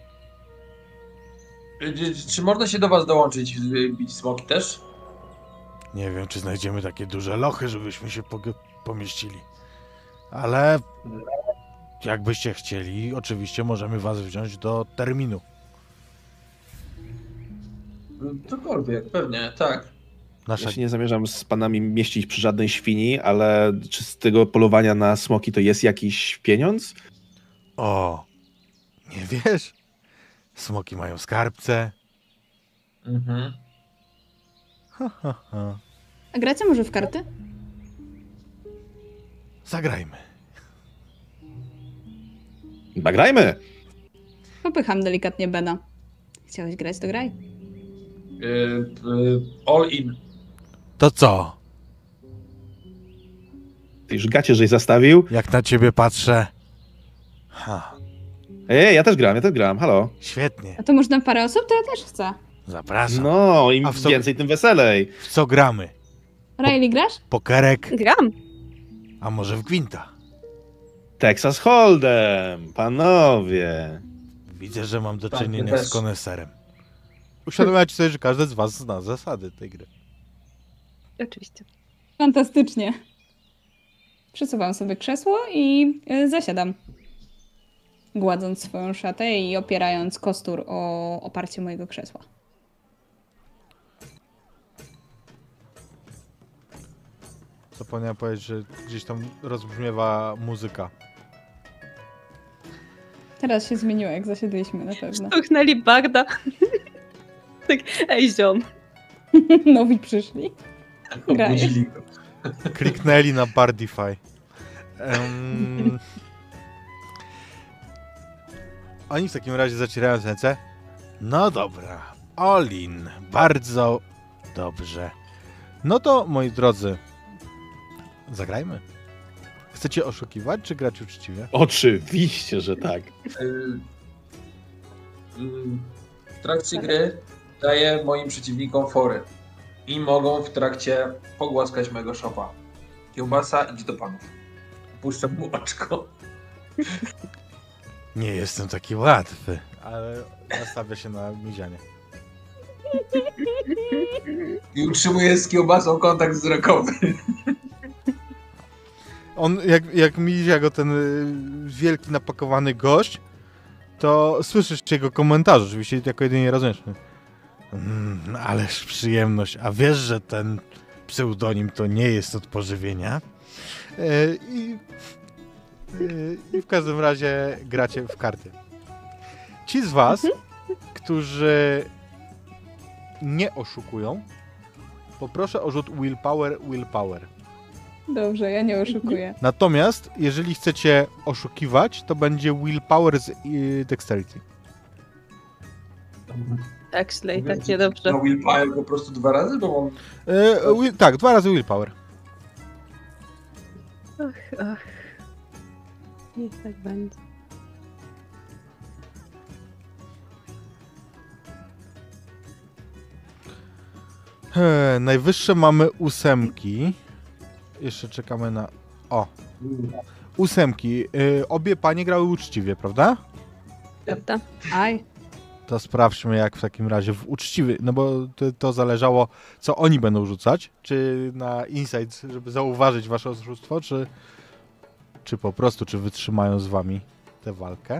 czy można się do was dołączyć, bić smoki też? Nie wiem, czy znajdziemy takie duże lochy, żebyśmy się pomieścili. Ale jakbyście chcieli, oczywiście możemy was wziąć do terminu. Cokolwiek, pewnie, tak. Nasza Ja się nie zamierzam z panami mieścić przy żadnej świni, ale czy z tego polowania na smoki to jest jakiś pieniądz? O, nie wiesz? Smoki mają skarbce. Mhm. Ha, ha, ha. A gracie może w karty? Zagrajmy. Zagrajmy! Popycham delikatnie Bena. Chciałeś grać, to graj. All in. To co? Ty już gacie, żeś zastawił? Jak na ciebie patrzę... Ha, Ej, ja też gram, halo. świetnie. A to można parę osób? To ja też chcę. Zapraszam. No, im A w co- więcej, tym weselej. W co gramy? Riley, grasz? Pokerek, Gram. a może w gwinta? Texas Hold'em, panowie. Widzę, że mam do Tak, czynienia ja też. z koneserem. Uświadamiacie sobie, że każdy z was zna zasady tej gry. Oczywiście. Fantastycznie. Przesuwam sobie krzesło i zasiadam. Gładząc swoją szatę i opierając kostur o oparcie mojego krzesła. Zapomniałem powiedzieć, że gdzieś tam rozbrzmiewa muzyka. Teraz się zmieniło, jak zasiedliśmy na pewno. Stuchnęli Barda. Tak, ej ziom. Nowi przyszli. Graj. Obudzili go. Kliknęli na Bardify. Oni w takim razie zacierają ręce. No dobra, all in. Bardzo dobrze. No to, moi drodzy, zagrajmy. Chcecie oszukiwać, czy grać uczciwie? Oczywiście, że tak. W trakcie gry daję moim przeciwnikom fory. I mogą w trakcie pogłaskać mojego szopa. Kiełbasa idzie do panów. Puszczam mu oczko. Nie jestem taki łatwy, ale nastawia się na mizianie. I utrzymuję z kiełbasą kontakt wzrokowy. On, jak mizia go ten wielki, napakowany gość, to słyszysz jego komentarze, oczywiście jako jedynie rozumiesz. Ależ przyjemność, a wiesz, że ten pseudonim to nie jest od pożywienia? I w każdym razie gracie w karty. Ci z was, którzy nie oszukują, poproszę o rzut willpower. Dobrze, ja nie oszukuję. Natomiast, jeżeli chcecie oszukiwać, to będzie willpower z dexterity. Tak, źle i tak niedobrze. No willpower po prostu 2 razy, bo mam... Tak, 2 razy willpower. Ach. Niech tak będzie. Najwyższe mamy 8. Jeszcze czekamy na... O! 8. Obie panie grały uczciwie, prawda? Prawda? Aj. To sprawdźmy, jak w takim razie w uczciwy, no bo to zależało, co oni będą rzucać, czy na insight, żeby zauważyć wasze oszustwo, czy po prostu, czy wytrzymają z wami tę walkę.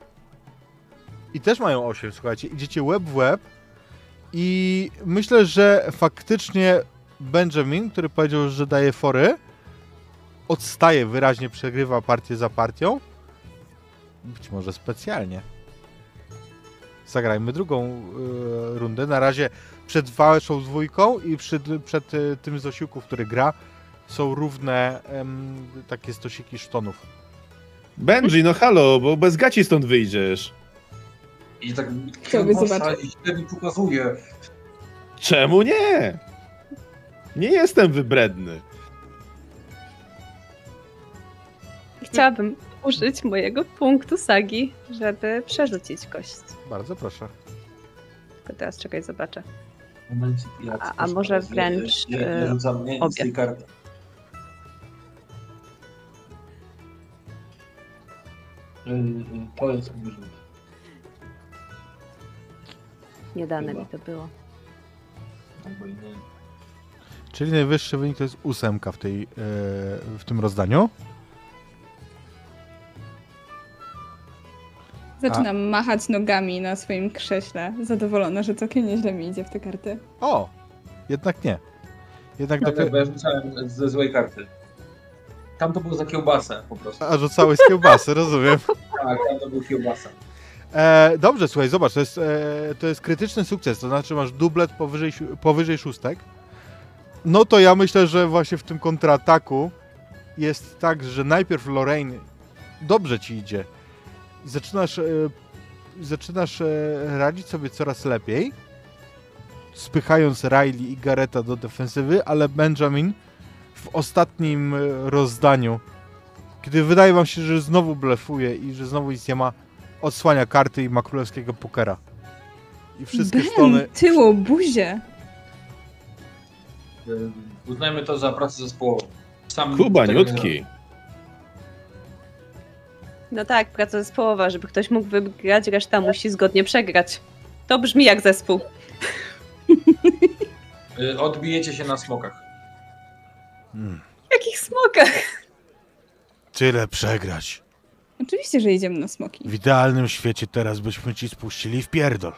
I też mają 8, słuchajcie, idziecie łeb w łeb i myślę, że faktycznie Benjamin, który powiedział, że daje fory, odstaje wyraźnie, przegrywa partię za partią. Być może specjalnie. Zagrajmy drugą rundę. Na razie przed waszą dwójką i przed tym z osiłków, który gra, są równe takie stosiki sztonów. Benji, no halo, bo bez gaci stąd wyjdziesz. I tak Chciałby kiełbasa zobaczyć. i źle mi pokazuje. Czemu nie? Nie jestem wybredny. Chciałabym użyć mojego punktu sagi, żeby przerzucić kość. Bardzo proszę. Tylko teraz czekaj, zobaczę. Momencik, ja A może wręcz, ja rzucam mniej z obie. tej karty. To jest mój rzut. Nie dane mi to było. Albo i nie. Czyli najwyższy wynik to jest 8 w tym rozdaniu. Zaczynam machać nogami na swoim krześle, zadowolona, że całkiem nieźle mi idzie w te karty. O! Jednak nie. Jednak Tak, dopiero... bo ja rzucałem ze złej karty. Tam to było za kiełbasę po prostu. A rzucałeś z kiełbasy, rozumiem. Tak, tam to był kiełbasa. Dobrze, słuchaj, zobacz, to jest krytyczny sukces, to znaczy masz dublet powyżej 6. No to ja myślę, że właśnie w tym kontrataku jest tak, że najpierw Lorraine dobrze ci idzie. Zaczynasz radzić sobie coraz lepiej, spychając Riley i Gareta do defensywy, ale Benjamin w ostatnim rozdaniu, kiedy wydaje wam się, że znowu blefuje i że znowu nic nie ma, odsłania karty i ma królewskiego pokera. I wszystkie strony... Tyło, buzie! Uznajmy to za pracę zespołową. Sam Kubaniutki. No tak, praca zespołowa, żeby ktoś mógł wygrać, reszta musi zgodnie przegrać. To brzmi jak zespół. Odbijecie się na smokach. W jakich smokach? Tyle przegrać. Oczywiście, że idziemy na smoki. W idealnym świecie teraz byśmy ci spuścili w pierdol.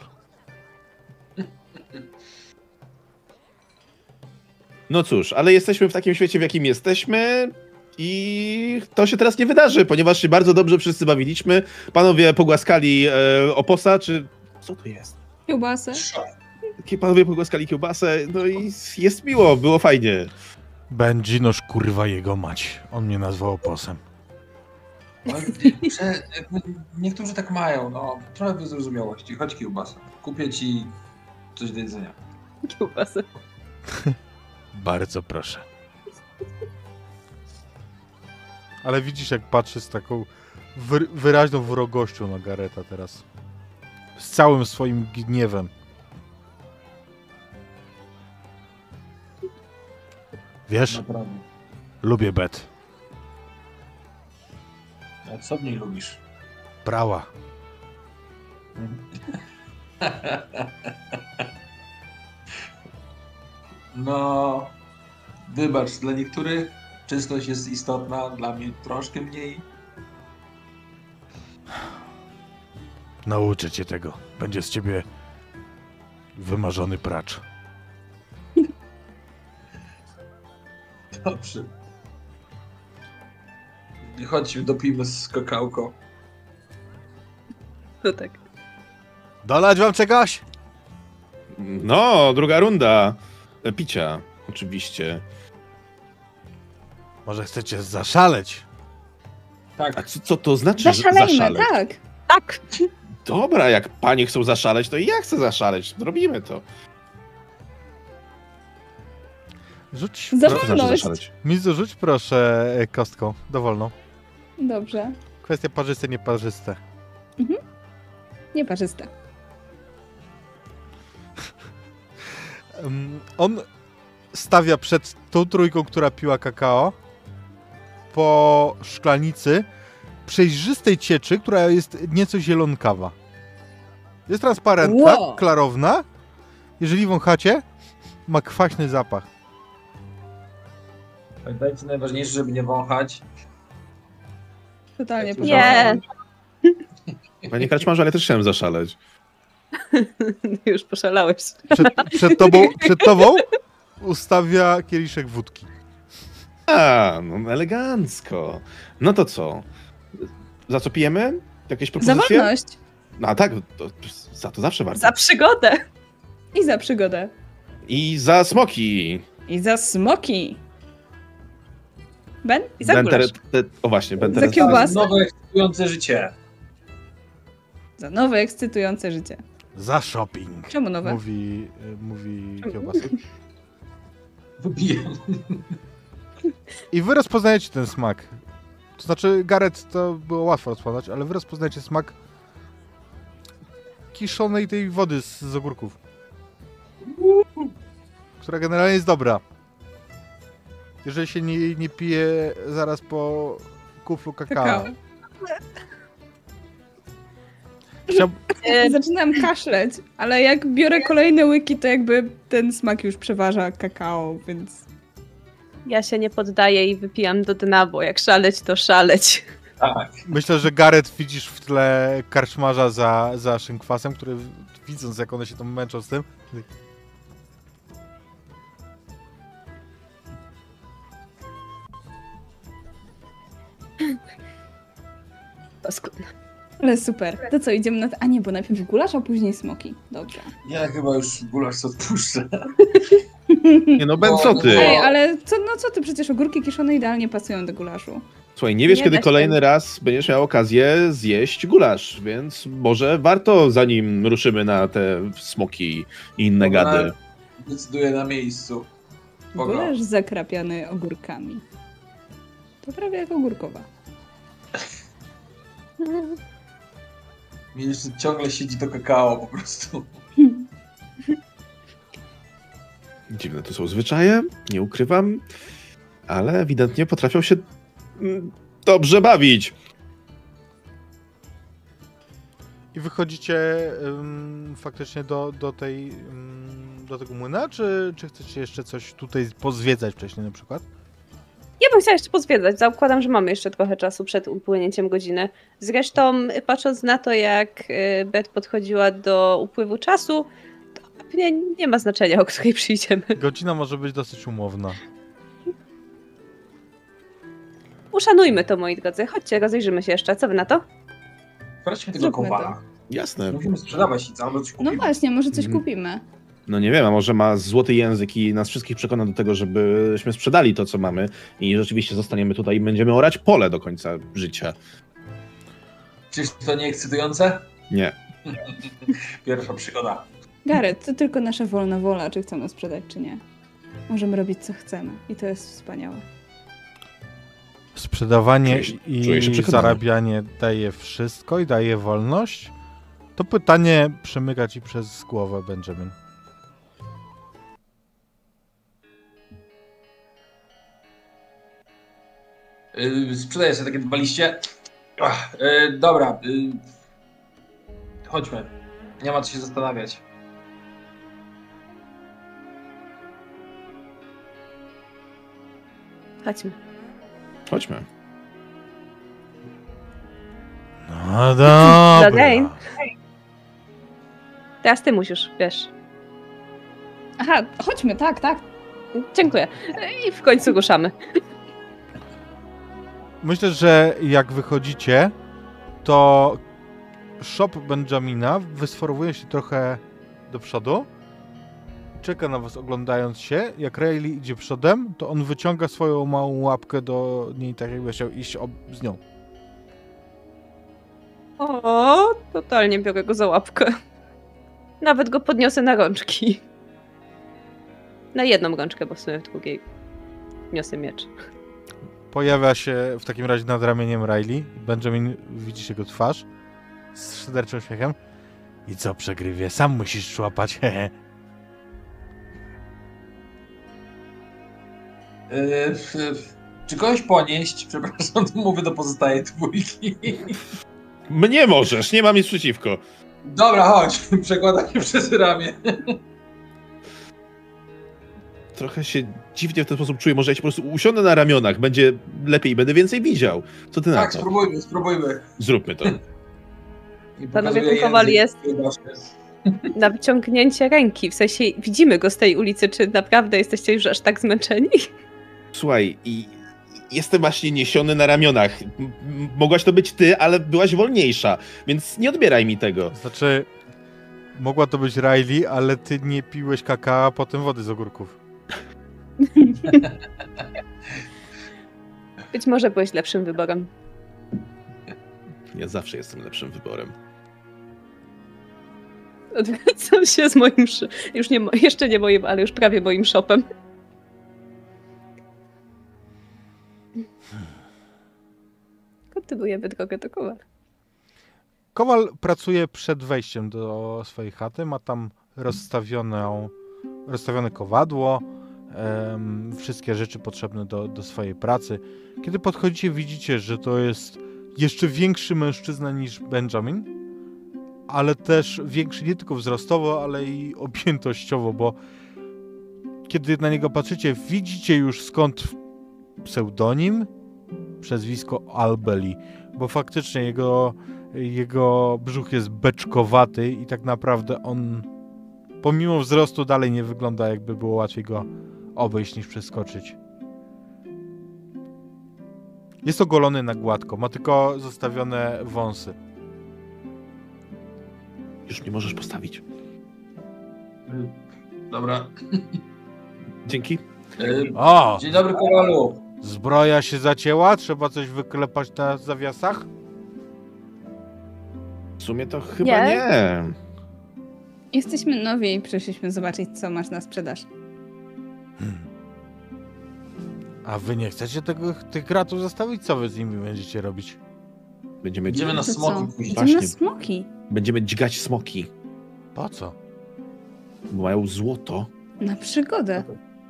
No cóż, ale jesteśmy w takim świecie, w jakim jesteśmy i to się teraz nie wydarzy, ponieważ się bardzo dobrze wszyscy bawiliśmy. Panowie pogłaskali oposa, czy... Co to jest? Kiełbasę. Panowie pogłaskali kiełbasę, no i jest miło, było fajnie. Będzinoż kurwa jego mać. On mnie nazwał oposem. Niektórzy tak mają, no. Trochę wyzrozumiałości. Chodź kiełbasa. Kupię ci coś do jedzenia. Kiełbasy. Bardzo proszę. Ale widzisz, jak patrzy z taką wyraźną wrogością na Gareta teraz. Z całym swoim gniewem. Wiesz, Naprawdę. lubię Bet. A co w niej lubisz? Prała. No, wybacz, dla niektórych czystość jest istotna, dla mnie troszkę mniej. Nauczę cię tego. Będzie z ciebie wymarzony pracz. Dobrze. Chodź, dopijmy z kakałko. No tak. Dolać wam czegoś? No, druga runda picia, oczywiście. Może chcecie zaszaleć? Tak, A co to znaczy, że Zaszalejmy, zaszaleć? tak. Tak! Dobra, jak panie chcą zaszaleć, to i ja chcę zaszaleć. Zrobimy to. Rzuć. Za Co to znaczy wolność. zaszaleć? Mizu, rzuć proszę kostką. Dowolną. Dobrze. Kwestia parzyste, nieparzyste. Nieparzyste. On stawia przed tą trójką, która piła kakao, po szklanicy przejrzystej cieczy, która jest nieco zielonkawa. Jest transparentna, Wow. klarowna. Jeżeli wąchacie, ma kwaśny zapach. pamiętajcie, najważniejsze, żeby nie wąchać. Totalnie Nie. Panie Karczmarzu, ale ja też chciałem zaszaleć. Już poszalałeś. Przed tobą ustawia kieliszek wódki. A, no elegancko. No to co? Za co pijemy? Jakieś Za propozycje? wolność No tak, za to zawsze warto. Za przygodę! i za przygodę. I za smoki. I za smoki. Ben? I za Ben gulasz. o właśnie, Ben Za teraz... kiełbasę? Nowe, ekscytujące życie. Za nowe, ekscytujące życie. Za shopping. Czemu nowe? Mówi kiełbasy. Wybiję. I wy rozpoznajecie ten smak. To znaczy, Gareth to było łatwo rozpoznać, ale wy rozpoznajecie smak kiszonej tej wody z ogórków. Która generalnie jest dobra. Jeżeli się nie pije zaraz po kuflu kakao. Kakao. Zaczynam kaszleć, ale jak biorę kolejne łyki, to jakby ten smak już przeważa kakao, więc... Ja się nie poddaję i wypijam do dna, bo jak szaleć, to szaleć. Tak. Myślę, że Gareth widzisz w tle karczmarza za szynkwasem, który widząc, jak one się tam męczą z tym. Paskudne. Ale super. To co, idziemy na... A nie, bo najpierw gulasz, a później smoki. Dobrze. Ja chyba już gulasz odpuszczę. Nie no, Ben, co ty? Ej, ale co ty, przecież ogórki kiszone idealnie pasują do gulaszu. Słuchaj, nie wiesz, Nie kiedy da się. kolejny raz będziesz miał okazję zjeść gulasz, więc może warto, zanim ruszymy na te smoki i inne Dobra. gady. Decyduję na miejscu. Spoko. Gulasz zakrapiany ogórkami. To prawie jak ogórkowa. Mi jeszcze ciągle siedzi to kakao po prostu. Dziwne to są zwyczaje, nie ukrywam, ale ewidentnie potrafią się dobrze bawić. I wychodzicie faktycznie do tego młyna, czy chcecie jeszcze coś tutaj pozwiedzać wcześniej na przykład? Ja bym chciała jeszcze pozwiedzać. Zakładam, że mamy jeszcze trochę czasu przed upłynięciem godziny. Zresztą, patrząc na to, jak Bet podchodziła do upływu czasu, to pewnie nie ma znaczenia, o której przyjdziemy. Godzina może być dosyć umowna. Uszanujmy to, moi drodzy. Chodźcie, rozejrzymy się jeszcze. Co wy na to? Wróćmy tego Zróbmy kowala. Jasne. Musimy sprzedawać nic, albo coś No kupimy. właśnie, może coś Mhm. kupimy. No nie wiem, a może ma złoty język i nas wszystkich przekona do tego, żebyśmy sprzedali to, co mamy i rzeczywiście zostaniemy tutaj i będziemy orać pole do końca życia. Czyż to nie ekscytujące? Nie. Pierwsza przygoda. Gareth, to tylko nasza wolna wola, czy chcemy sprzedać, czy nie. Możemy robić, co chcemy. I to jest wspaniałe. Sprzedawanie Czuję się i przekonany. zarabianie daje wszystko i daje wolność? To pytanie przemyka ci przez głowę, Benjamin. Sprzedaję sobie takie 2 liście. Dobra. Chodźmy. Nie ma co się zastanawiać. Chodźmy. Chodźmy. No dobra. Okej. Teraz ty musisz, wiesz. Aha, chodźmy, tak. Dziękuję. I w końcu ruszamy. Myślę, że jak wychodzicie, to shop Benjamina wysforowuje się trochę do przodu. Czeka na was, oglądając się. Jak Rayleigh idzie przodem, to on wyciąga swoją małą łapkę do niej, tak jakby chciał iść z nią. O, totalnie biorę go za łapkę. Nawet go podniosę na rączki. Na jedną rączkę, bo w sumie w drugiej niosę miecz. Pojawia się w takim razie nad ramieniem Rayleigh. Benjamin, widzisz jego twarz z szyderczym uśmiechem. I co, przegrywie? Sam musisz szłapać. Czy kogoś ponieść? Przepraszam, to mówię do pozostałej dwójki. Mnie możesz, nie mam nic przeciwko. Dobra, chodź. Przekładam się przez ramię. Trochę się dziwnie w ten sposób czuję. Może ja się po prostu usiądę na ramionach, będzie lepiej, będę więcej widział. Co ty na Tak, to? spróbujmy. Zróbmy to. I Panowie, pokazuję ten kowal język. Na wyciągnięcie ręki. W sensie widzimy go z tej ulicy. Czy naprawdę jesteście już aż tak zmęczeni? Słuchaj, i jestem właśnie niesiony na ramionach. Mogłaś to być ty, ale byłaś wolniejsza, więc nie odbieraj mi tego. Znaczy, mogła to być Rayleigh, ale ty nie piłeś kakao, a potem wody z ogórków. Być może byłeś lepszym wyborem. Ja zawsze jestem lepszym wyborem. Odwracam się z moim, już nie, jeszcze nie moim, ale już prawie moim shopem. Kontynuujemy drogę do kowala. Kowal pracuje przed wejściem do swojej chaty, ma tam rozstawione kowadło, wszystkie rzeczy potrzebne do swojej pracy. Kiedy podchodzicie, widzicie, że to jest jeszcze większy mężczyzna niż Benjamin, ale też większy nie tylko wzrostowo, ale i objętościowo, bo kiedy na niego patrzycie, widzicie już skąd pseudonim, przezwisko Albeli, bo faktycznie jego brzuch jest beczkowaty i tak naprawdę on pomimo wzrostu dalej nie wygląda, jakby było łatwiej go obejść niż przeskoczyć. Jest ogolony na gładko, ma tylko zostawione wąsy. Już nie możesz postawić. Dobra. Dzięki. O! Dzień dobry, Kowalu. Zbroja się zacięła? Trzeba coś wyklepać na zawiasach? W sumie to chyba nie. Jesteśmy nowi i przyszliśmy zobaczyć, co masz na sprzedaż. A wy nie chcecie tych gratów zostawić? Co wy z nimi będziecie robić? Idziemy na To smoki co? później. Idziemy na Właśnie. smoki. Będziemy dźgać smoki, Po co? bo mają złoto. Na przygodę.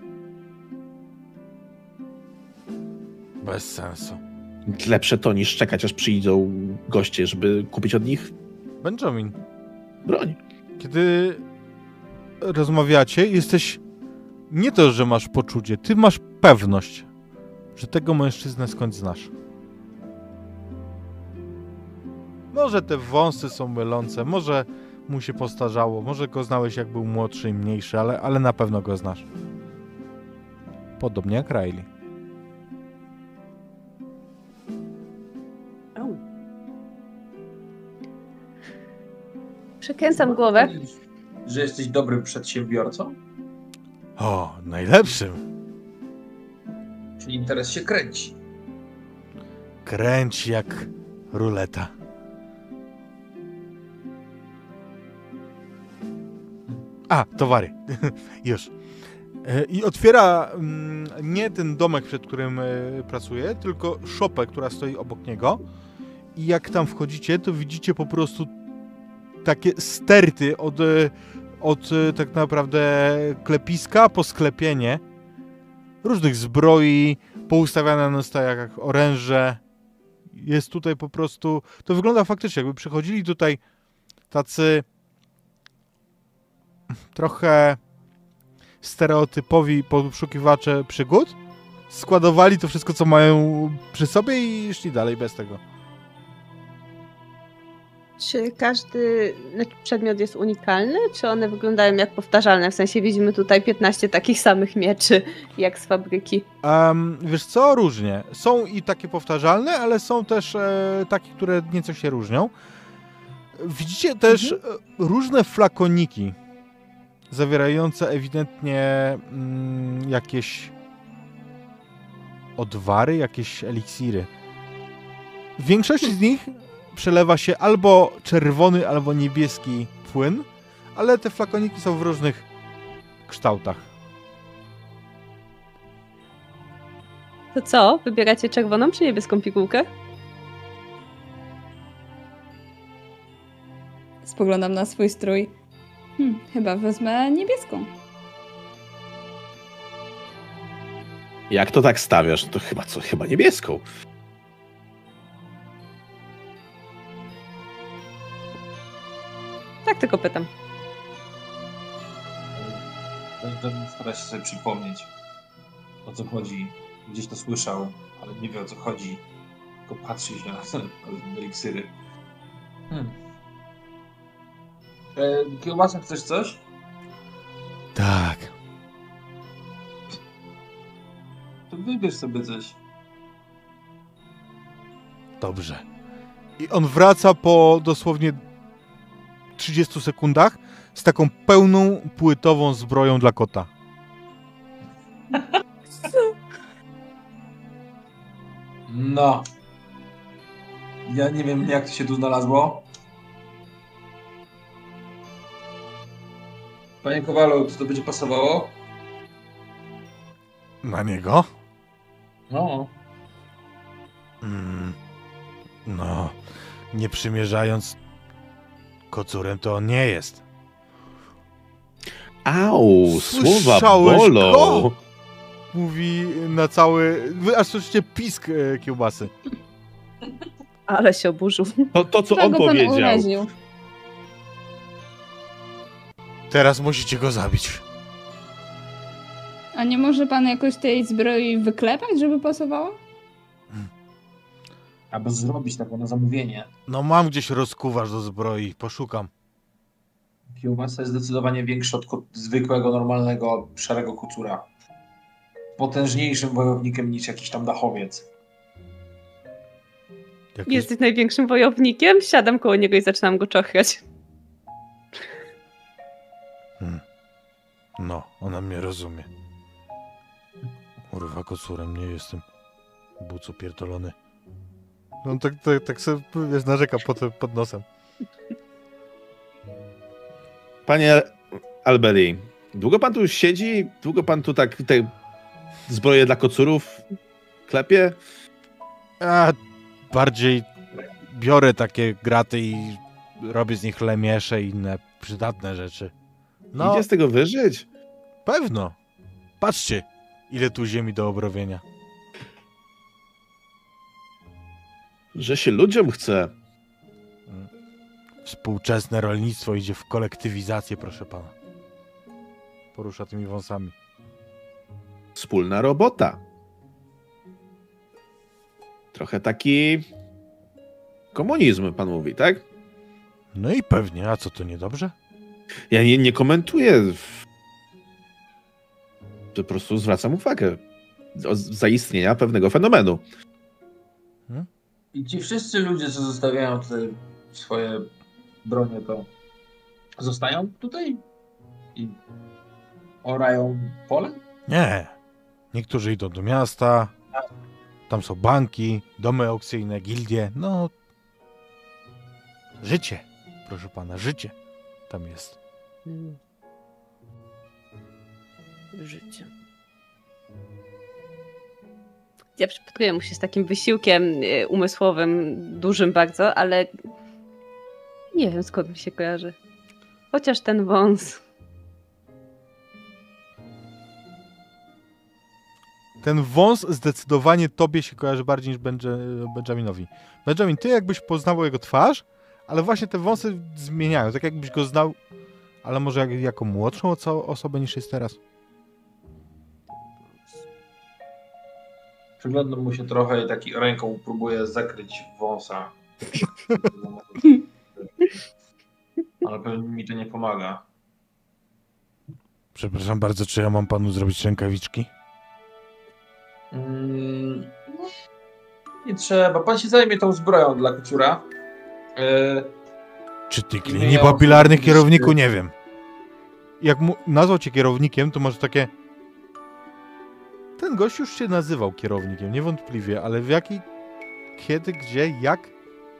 Bez sensu. Lepsze to niż czekać, aż przyjdą goście, żeby kupić od nich Benjamin, broń. kiedy rozmawiacie, jesteś... Nie to, że masz poczucie, ty masz pewność, że tego mężczyznę skądś znasz. Może te wąsy są mylące, może mu się postarzało, może go znałeś jak był młodszy i mniejszy, ale na pewno go znasz. Podobnie jak Riley. Przekręcam głowę. Że jesteś dobrym przedsiębiorcą? O, najlepszym. Czyli interes się kręci. Kręci jak ruleta. A, towary. Już. I otwiera nie ten domek, przed którym pracuje, tylko szopę, która stoi obok niego. I jak tam wchodzicie, to widzicie po prostu takie sterty od tak naprawdę klepiska po sklepienie. Różnych zbroi, poustawiane na stojach jak oręże. Jest tutaj po prostu... To wygląda faktycznie, jakby przychodzili tutaj tacy trochę stereotypowi poszukiwacze przygód, składowali to wszystko, co mają przy sobie i szli dalej bez tego. Czy każdy przedmiot jest unikalny, czy one wyglądają jak powtarzalne? W sensie widzimy tutaj 15 takich samych mieczy, jak z fabryki. Wiesz co? Różnie. Są i takie powtarzalne, ale są też takie, które nieco się różnią. Widzicie też różne flakoniki, zawierające ewidentnie jakieś odwary, jakieś eliksiry. W większości z nich przelewa się albo czerwony, albo niebieski płyn, ale te flakoniki są w różnych kształtach. To co? Wybieracie czerwoną czy niebieską pigułkę? Spoglądam na swój strój. Chyba wezmę niebieską. Jak to tak stawiasz? To chyba niebieską. Tak tylko pytam. Stara się sobie przypomnieć, o co chodzi. Gdzieś to słyszał, ale nie wie, o co chodzi. Tylko patrzy się na te eliksiry. Kiełbasa, chcesz coś? Tak. To wybierz sobie coś. Dobrze. I on wraca po dosłownie 30 sekundach z taką pełną płytową zbroją dla kota. No. Ja nie wiem, jak to się tu znalazło. Panie Kowalu, czy to będzie pasowało? Na niego? No. No, nie przymierzając kocurem, to on nie jest. Au, słowa Słyszałeś bolą. go? Mówi na cały... Wy aż słyszycie pisk kiełbasy. Ale się oburzył. To co Chyba on go pan powiedział. uraził. Teraz musicie go zabić. A nie może pan jakoś tej zbroi wyklepać, żeby pasowała? Albo zrobić taką na zamówienie. No mam gdzieś rozkuwasz do zbroi, poszukam. Kiełbasa jest zdecydowanie większa od zwykłego, normalnego, szarego kocura. Potężniejszym wojownikiem niż jakiś tam dachowiec. Jakieś... Jesteś największym wojownikiem? Siadam koło niego i zaczynam go czochrać. No, ona mnie rozumie. Kurwa, kocurem nie jestem. Bucu pierdolony. No tak sobie, wiesz, narzeka pod nosem. Panie Alberi, długo pan tu siedzi? Długo pan tu tak te zbroje dla kocurów klepie? A bardziej biorę takie graty i robię z nich lemiesze i inne przydatne rzeczy. No, Idzie z tego wyżyć? pewno. Patrzcie, ile tu ziemi do obrobienia. Że się ludziom chce. Współczesne rolnictwo idzie w kolektywizację, proszę pana. Porusza tymi wąsami. Wspólna robota. Trochę taki komunizm, pan mówi, tak? No i pewnie, a co to niedobrze? Ja nie komentuję. Po prostu zwracam uwagę do zaistnienia pewnego fenomenu. I ci wszyscy ludzie, co zostawiają tutaj swoje bronie, to zostają tutaj i orają pole? Nie. Niektórzy idą do miasta, tam są banki, domy aukcyjne, gildie, no... Życie, proszę pana, życie tam jest. Życie. Ja przypatruję mu się z takim wysiłkiem umysłowym, dużym bardzo, ale nie wiem, skąd mi się kojarzy. Chociaż ten wąs. Ten wąs zdecydowanie tobie się kojarzy bardziej niż Benjaminowi. Benjamin, ty jakbyś poznawał jego twarz, ale właśnie te wąsy zmieniają, tak jakbyś go znał, ale może jako młodszą osobę niż jest teraz. Przyglądam mu się trochę i taki ręką próbuję zakryć wąsa. Ale pewnie mi to nie pomaga. Przepraszam bardzo, czy ja mam panu zrobić rękawiczki? Nie trzeba. Pan się zajmie tą zbroją dla kociura. Czy ty Nie klini miał papilarny zrobić- kierowniku? Nie wiem. Jak mu nazwał cię kierownikiem, to może takie... Ten gość już się nazywał kierownikiem, niewątpliwie, ale w jaki... Kiedy, gdzie, jak?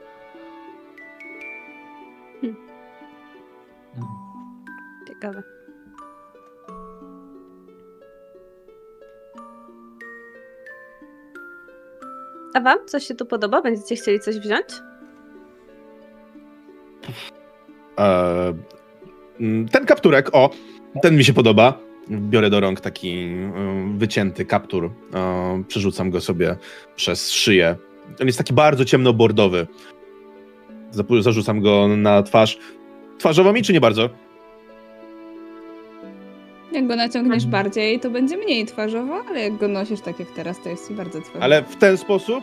Ciekawe. A wam coś się tu podoba? Będziecie chcieli coś wziąć? Ten kapturek, ten mi się podoba. Biorę do rąk taki wycięty kaptur. Przerzucam go sobie przez szyję. On jest taki bardzo ciemnobordowy. Zarzucam go na twarz. Twarzowo mi, czy nie bardzo? Jak go naciągniesz bardziej, to będzie mniej twarzowo, ale jak go nosisz tak jak teraz, to jest ci bardzo twarzowo. Ale w ten sposób?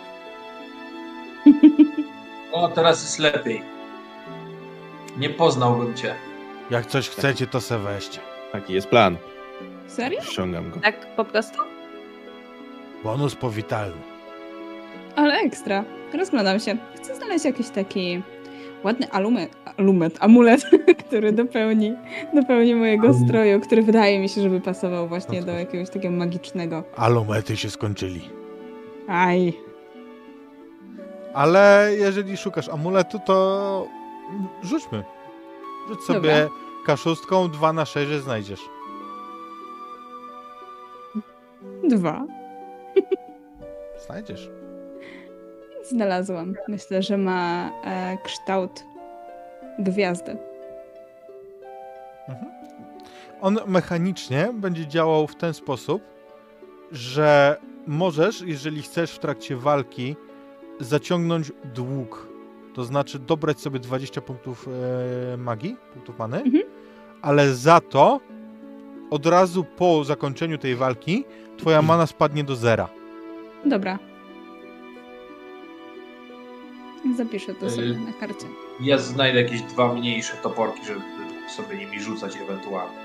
O, teraz jest lepiej. Nie poznałbym cię. Jak coś chcecie, to se weźcie. Taki jest plan. Serio? Ściągam go. Tak po prostu? Bonus powitalny. Ale ekstra. Rozglądam się. Chcę znaleźć jakiś taki ładny amulet, który dopełni mojego stroju, który wydaje mi się, żeby pasował właśnie do jakiegoś takiego magicznego. Alumety się skończyli. Aj. Ale jeżeli szukasz amuletu, to rzućmy. Rzuć sobie K6, 2 na 6, że znajdziesz. 2. Znajdziesz. Znalazłam. Myślę, że ma kształt gwiazdy. On mechanicznie będzie działał w ten sposób, że możesz, jeżeli chcesz w trakcie walki, zaciągnąć dług. To znaczy dobrać sobie 20 punktów magii, punktów many, ale za to od razu po zakończeniu tej walki twoja mana spadnie do zera. Dobra. Zapiszę to sobie na karcie. Ja znajdę jakieś 2 mniejsze toporki, żeby sobie nimi rzucać ewentualnie.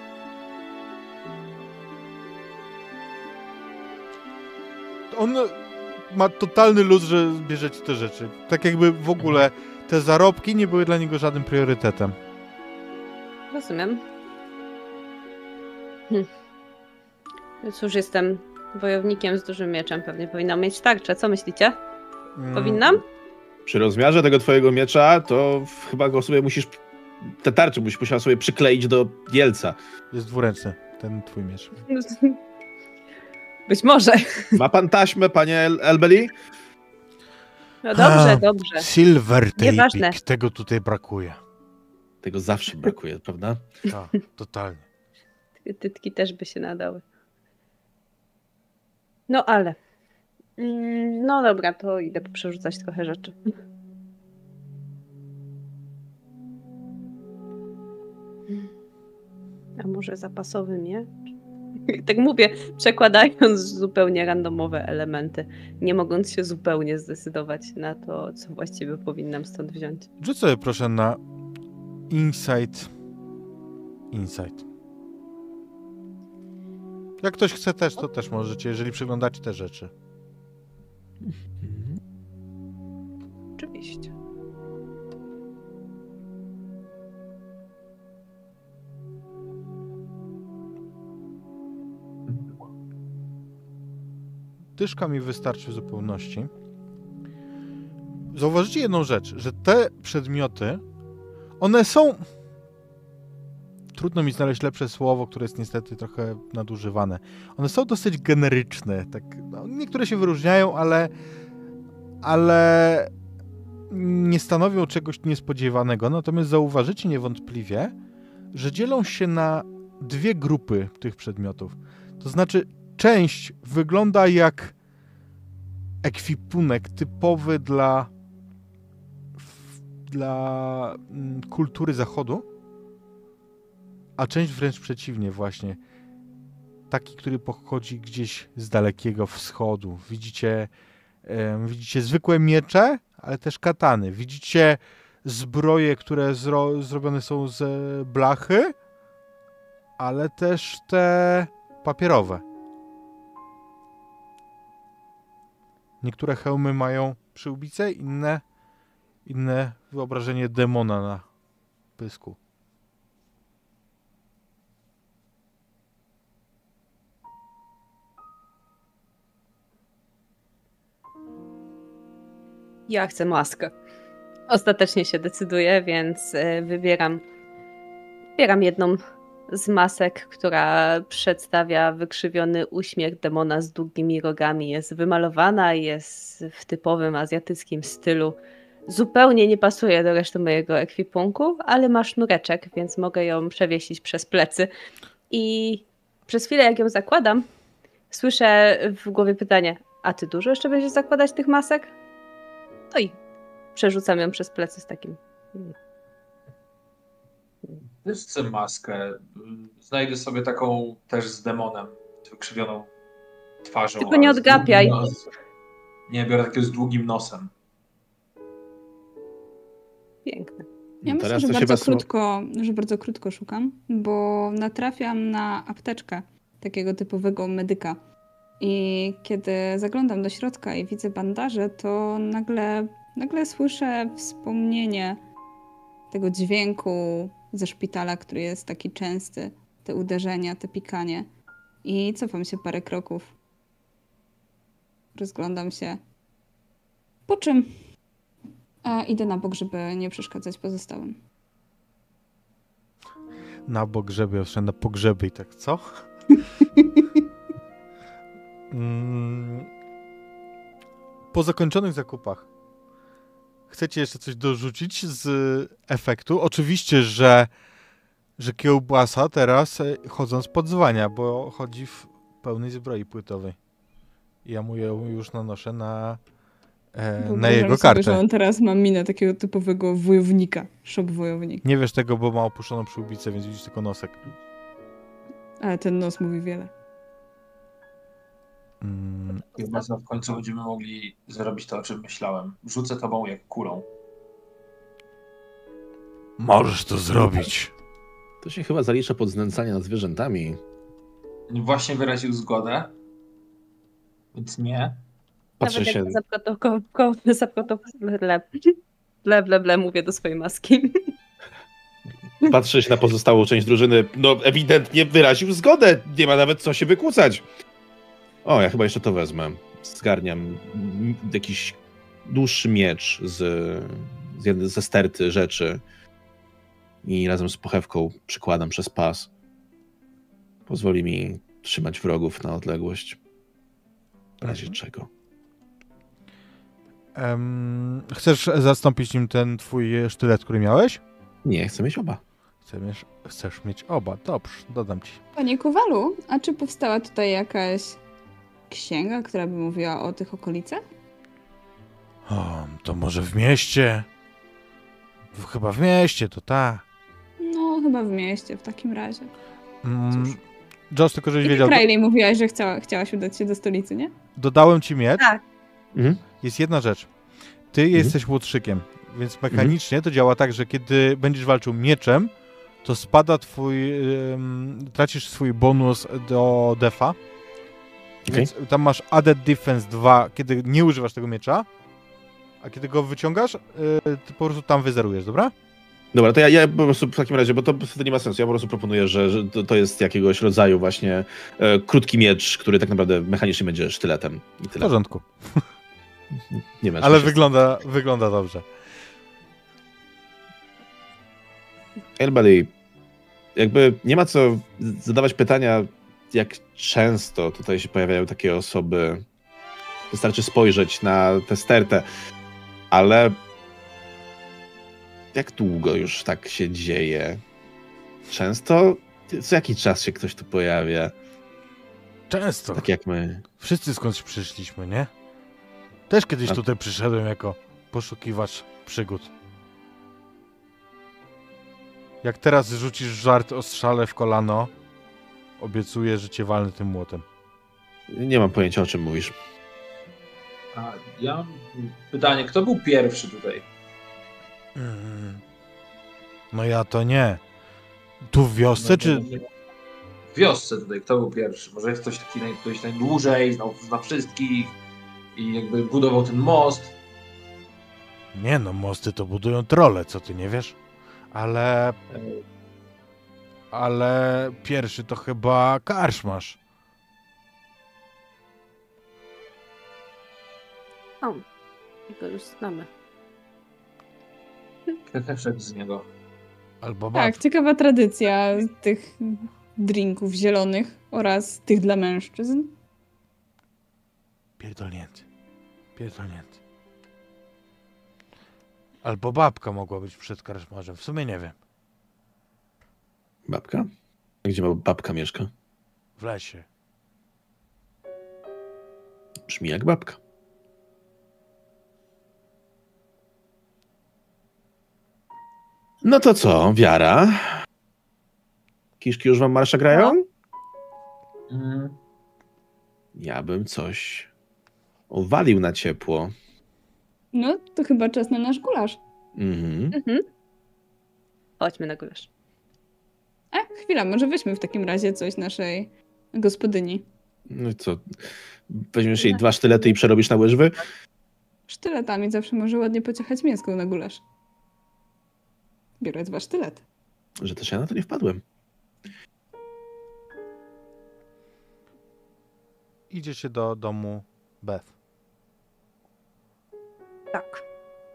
On ma totalny luz, że bierzecie te rzeczy. Tak jakby w ogóle te zarobki nie były dla niego żadnym priorytetem. Rozumiem. Cóż, jestem wojownikiem z dużym mieczem. Pewnie powinnam mieć tarczę. Co myślicie? Powinnam? Przy rozmiarze tego twojego miecza, to chyba go sobie musisz... Tę tarczę musisz musiała sobie przykleić do Jelca. Jest dwuręczny, ten twój miecz. Być może. Ma pan taśmę, panie Elbeli? No dobrze, dobrze. Silver Nieważne. taping, tego tutaj brakuje. Tego zawsze brakuje, prawda? Tak, totalnie. Tytki też by się nadały. No ale. No dobra, to idę przerzucać trochę rzeczy. A może zapasowy miecz? Tak mówię, przekładając zupełnie randomowe elementy, nie mogąc się zupełnie zdecydować na to, co właściwie powinnam stąd wziąć. Rzuć sobie proszę na Insight. Jak ktoś chce też, to też możecie, jeżeli przeglądacie te rzeczy. Oczywiście. Dyszka mi wystarczy w zupełności. Zauważycie jedną rzecz, że te przedmioty, one są... Trudno mi znaleźć lepsze słowo, które jest niestety trochę nadużywane. One są dosyć generyczne. Tak, no, niektóre się wyróżniają, ale nie stanowią czegoś niespodziewanego. Natomiast zauważycie niewątpliwie, że dzielą się na dwie grupy tych przedmiotów. To znaczy, część wygląda jak ekwipunek typowy dla kultury Zachodu, a część wręcz przeciwnie właśnie. Taki, który pochodzi gdzieś z Dalekiego Wschodu. Widzicie zwykłe miecze, ale też katany. Widzicie zbroje, które zrobione są z blachy, ale też te papierowe. Niektóre hełmy mają przyłbice, inne wyobrażenie demona na pysku. Ja chcę maskę. Ostatecznie się decyduję, więc wybieram jedną z masek, która przedstawia wykrzywiony uśmiech demona z długimi rogami. Jest wymalowana, jest w typowym azjatyckim stylu. Zupełnie nie pasuje do reszty mojego ekwipunku, ale ma sznureczek, więc mogę ją przewiesić przez plecy. I przez chwilę, jak ją zakładam, słyszę w głowie pytanie: a ty dużo jeszcze będziesz zakładać tych masek? No i przerzucam ją przez plecy z takim... Też chcę maskę. Znajdę sobie taką też z demonem, z wykrzywioną twarzą. Tylko nie ale z odgapiaj. długim Nie, biorę takiego z długim nosem. Piękne. Ja myślę, Teraz że to się bardzo krótko szukam, bo natrafiam na apteczkę takiego typowego medyka. I kiedy zaglądam do środka i widzę bandaże, to nagle słyszę wspomnienie tego dźwięku ze szpitala, który jest taki częsty. Te uderzenia, te pikanie. I cofam się parę kroków. Rozglądam się. Po czym idę na bok, żeby nie przeszkadzać pozostałym. Na pogrzebie, owszem, na pogrzebie i tak, co? Po zakończonych zakupach chcecie jeszcze coś dorzucić z efektu? Oczywiście, że kiełbasa teraz chodząc podzwania, bo chodzi w pełnej zbroi płytowej. Ja mu ją już nanoszę na jego kartę. Sobie, że on teraz ma minę takiego typowego wojownika, shop wojownik. Nie wiesz tego, bo ma opuszczoną przyłbicę, więc widzisz tylko nosek. Ale ten nos mówi wiele. Chyba w końcu będziemy mogli zrobić to, o czym myślałem. Rzucę tobą jak kulą. Możesz to zrobić. To się chyba zalicza pod znęcanie nad zwierzętami. Właśnie wyraził zgodę, więc nie. Patrzę Nawet się... ble, mówię do swojej maski. Patrzę się na pozostałą część drużyny. No ewidentnie wyraził zgodę. Nie ma nawet co się wykłócać. O, ja chyba jeszcze to wezmę. Zgarniam jakiś dłuższy miecz ze sterty rzeczy i razem z pochewką przykładam przez pas. Pozwoli mi trzymać wrogów na odległość. W razie czego. Chcesz zastąpić nim ten twój sztylet, który miałeś? Nie, chcę mieć oba. Chcesz mieć oba. Dobrze, dodam ci. Panie Kowalu, a czy powstała tutaj jakaś księga, która by mówiła o tych okolicach? O, to może w mieście? Chyba w mieście, to tak. No, chyba w mieście w takim razie. Josh, tylko żebyś I wiedział, Riley mówiłaś, że chciałaś udać się do stolicy, nie? dodałem ci miecz. Tak. Mhm. Jest jedna rzecz. Ty jesteś łotrzykiem, więc mechanicznie to działa tak, że kiedy będziesz walczył mieczem, to spada tracisz swój bonus do defa. Więc tam masz added defense 2, kiedy nie używasz tego miecza, a kiedy go wyciągasz, ty po prostu tam wyzerujesz, dobra? Dobra, to ja po prostu w takim razie, bo to nie ma sensu, ja po prostu proponuję, że to jest jakiegoś rodzaju właśnie krótki miecz, który tak naprawdę mechanicznie będzie sztyletem. I W tyle. porządku. Nie ma Ale się wygląda dobrze. Elbali, jakby nie ma co zadawać pytania, jak często tutaj się pojawiają takie osoby. Wystarczy spojrzeć na tę stertę, ale jak długo już tak się dzieje? Często? Co jakiś czas się ktoś tu pojawia, Często. tak jak my. Wszyscy skądś przyszliśmy, nie? Też kiedyś A- tutaj przyszedłem jako poszukiwacz przygód. Jak teraz rzucisz żart o strzale w kolano, obiecuję, że cię walnę tym młotem. Nie mam pojęcia, o czym mówisz. A ja mam pytanie, kto był pierwszy tutaj? No ja to nie. Tu w wiosce, czy... W wiosce tutaj, kto był pierwszy? Może jest ktoś taki ktoś najdłużej, zna wszystkich i jakby budował ten most. Nie no, mosty to budują trolle, co ty nie wiesz? Ale pierwszy to chyba karczmarz. O, go już znamy. Kefeszek z niego. Albo Tak, ciekawa tradycja tych drinków zielonych oraz tych dla mężczyzn. Pierdolnięty. Albo babka mogła być przed karczmarzem. W sumie nie wiem. Babka? Gdzie ma babka mieszka? W lesie. Brzmi jak babka. No to co, wiara? Kiszki już wam marsza grają? Ja bym coś owalił na ciepło. No, to chyba czas na nasz gulasz. Chodźmy na gulasz. A, chwila, może weźmy w takim razie coś naszej gospodyni. No i co? Weźmiesz jej 2 sztylety i przerobisz na łyżwy? Sztyletami zawsze może ładnie pociechać mięską na gulasz. Biorę 2 sztylety. Że też ja na to nie wpadłem. Idziecie do domu Beth. Tak.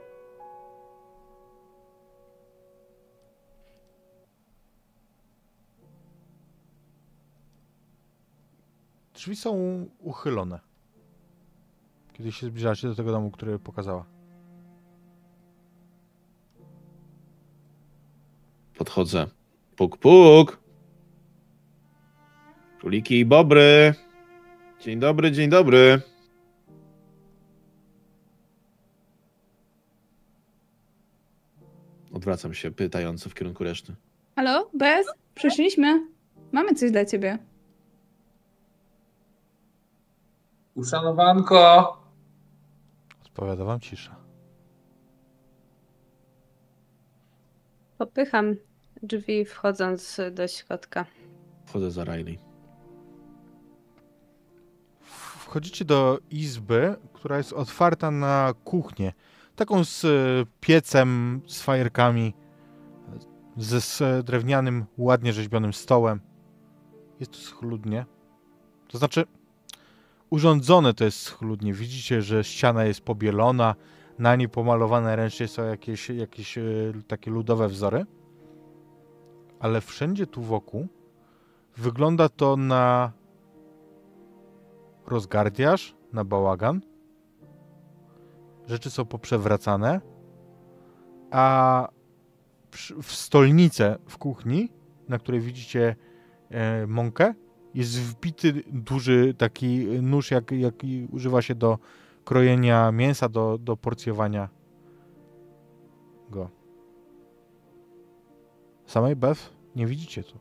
Drzwi są uchylone. Kiedy się zbliżacie do tego domu, który pokazała. Podchodzę. Puk, puk. Króliki i bobry. Dzień dobry, dzień dobry. Odwracam się pytająco w kierunku reszty. Halo, Bez? Przyszliśmy. Mamy coś dla ciebie. Uszanowanko! Odpowiada wam cisza. Popycham drzwi, wchodząc do środka. Wchodzę za Riley. Wchodzicie do izby, która jest otwarta na kuchnię. Taką z piecem, z fajerkami, z drewnianym, ładnie rzeźbionym stołem. Jest tu schludnie. To znaczy, urządzone to jest schludnie. Widzicie, że ściana jest pobielona, na niej pomalowane ręcznie są jakieś takie ludowe wzory. Ale wszędzie tu wokół wygląda to na rozgardiaż, na bałagan. Rzeczy są poprzewracane, a w stolnicę w kuchni, na której widzicie mąkę, jest wbity duży taki nóż, jaki używa się do krojenia mięsa, do porcjowania go. Samej Beth nie widzicie tu.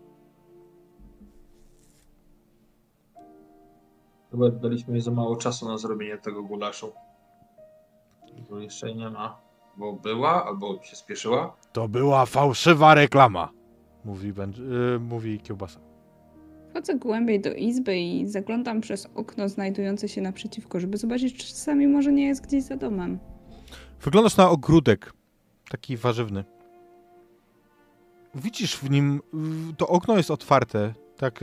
Chyba daliśmy jej za mało czasu na zrobienie tego gulaszu. Bo jeszcze jej nie ma. Bo była, albo się spieszyła. To była fałszywa reklama, mówi Kiełbasa. Wchodzę głębiej do izby i zaglądam przez okno znajdujące się naprzeciwko, żeby zobaczyć, czy czasami może nie jest gdzieś za domem. Wyglądasz na ogródek, taki warzywny. Widzisz w nim, to okno jest otwarte, tak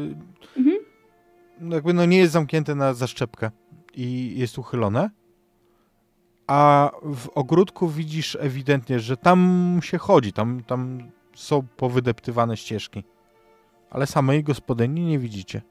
jakby no nie jest zamknięte na zaszczepkę i jest uchylone. A w ogródku widzisz ewidentnie, że tam się chodzi, tam są powydeptywane ścieżki. Ale samej gospodyni nie widzicie.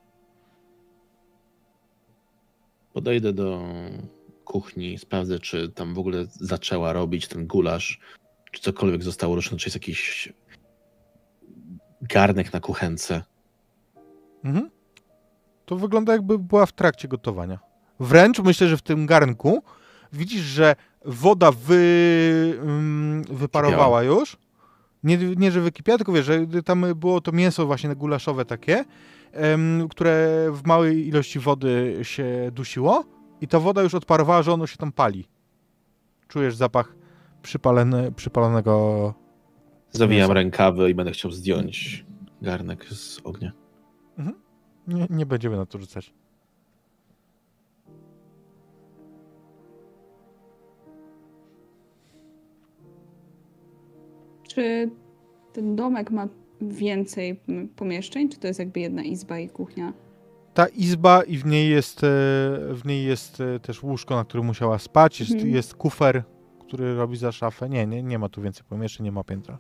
Podejdę do kuchni, sprawdzę, czy tam w ogóle zaczęła robić ten gulasz, czy cokolwiek zostało ruszone, czy jest jakiś garnek na kuchence. Mhm. To wygląda, jakby była w trakcie gotowania. Wręcz myślę, że w tym garnku widzisz, że woda wyparowała już. Nie, że wykipiała, tylko wiesz, że tam było to mięso właśnie gulaszowe takie, które w małej ilości wody się dusiło i ta woda już odparowała, że ono się tam pali. Czujesz zapach przypalonego Zawijam mięsa. rękawy i będę chciał zdjąć garnek z ognia. Mhm. Nie będziemy na to rzucać. Czy ten domek ma więcej pomieszczeń, czy to jest jakby jedna izba i kuchnia? Ta izba i w niej jest też łóżko, na którym musiała spać, jest kufer, który robi za szafę. Nie ma tu więcej pomieszczeń, nie ma piętra.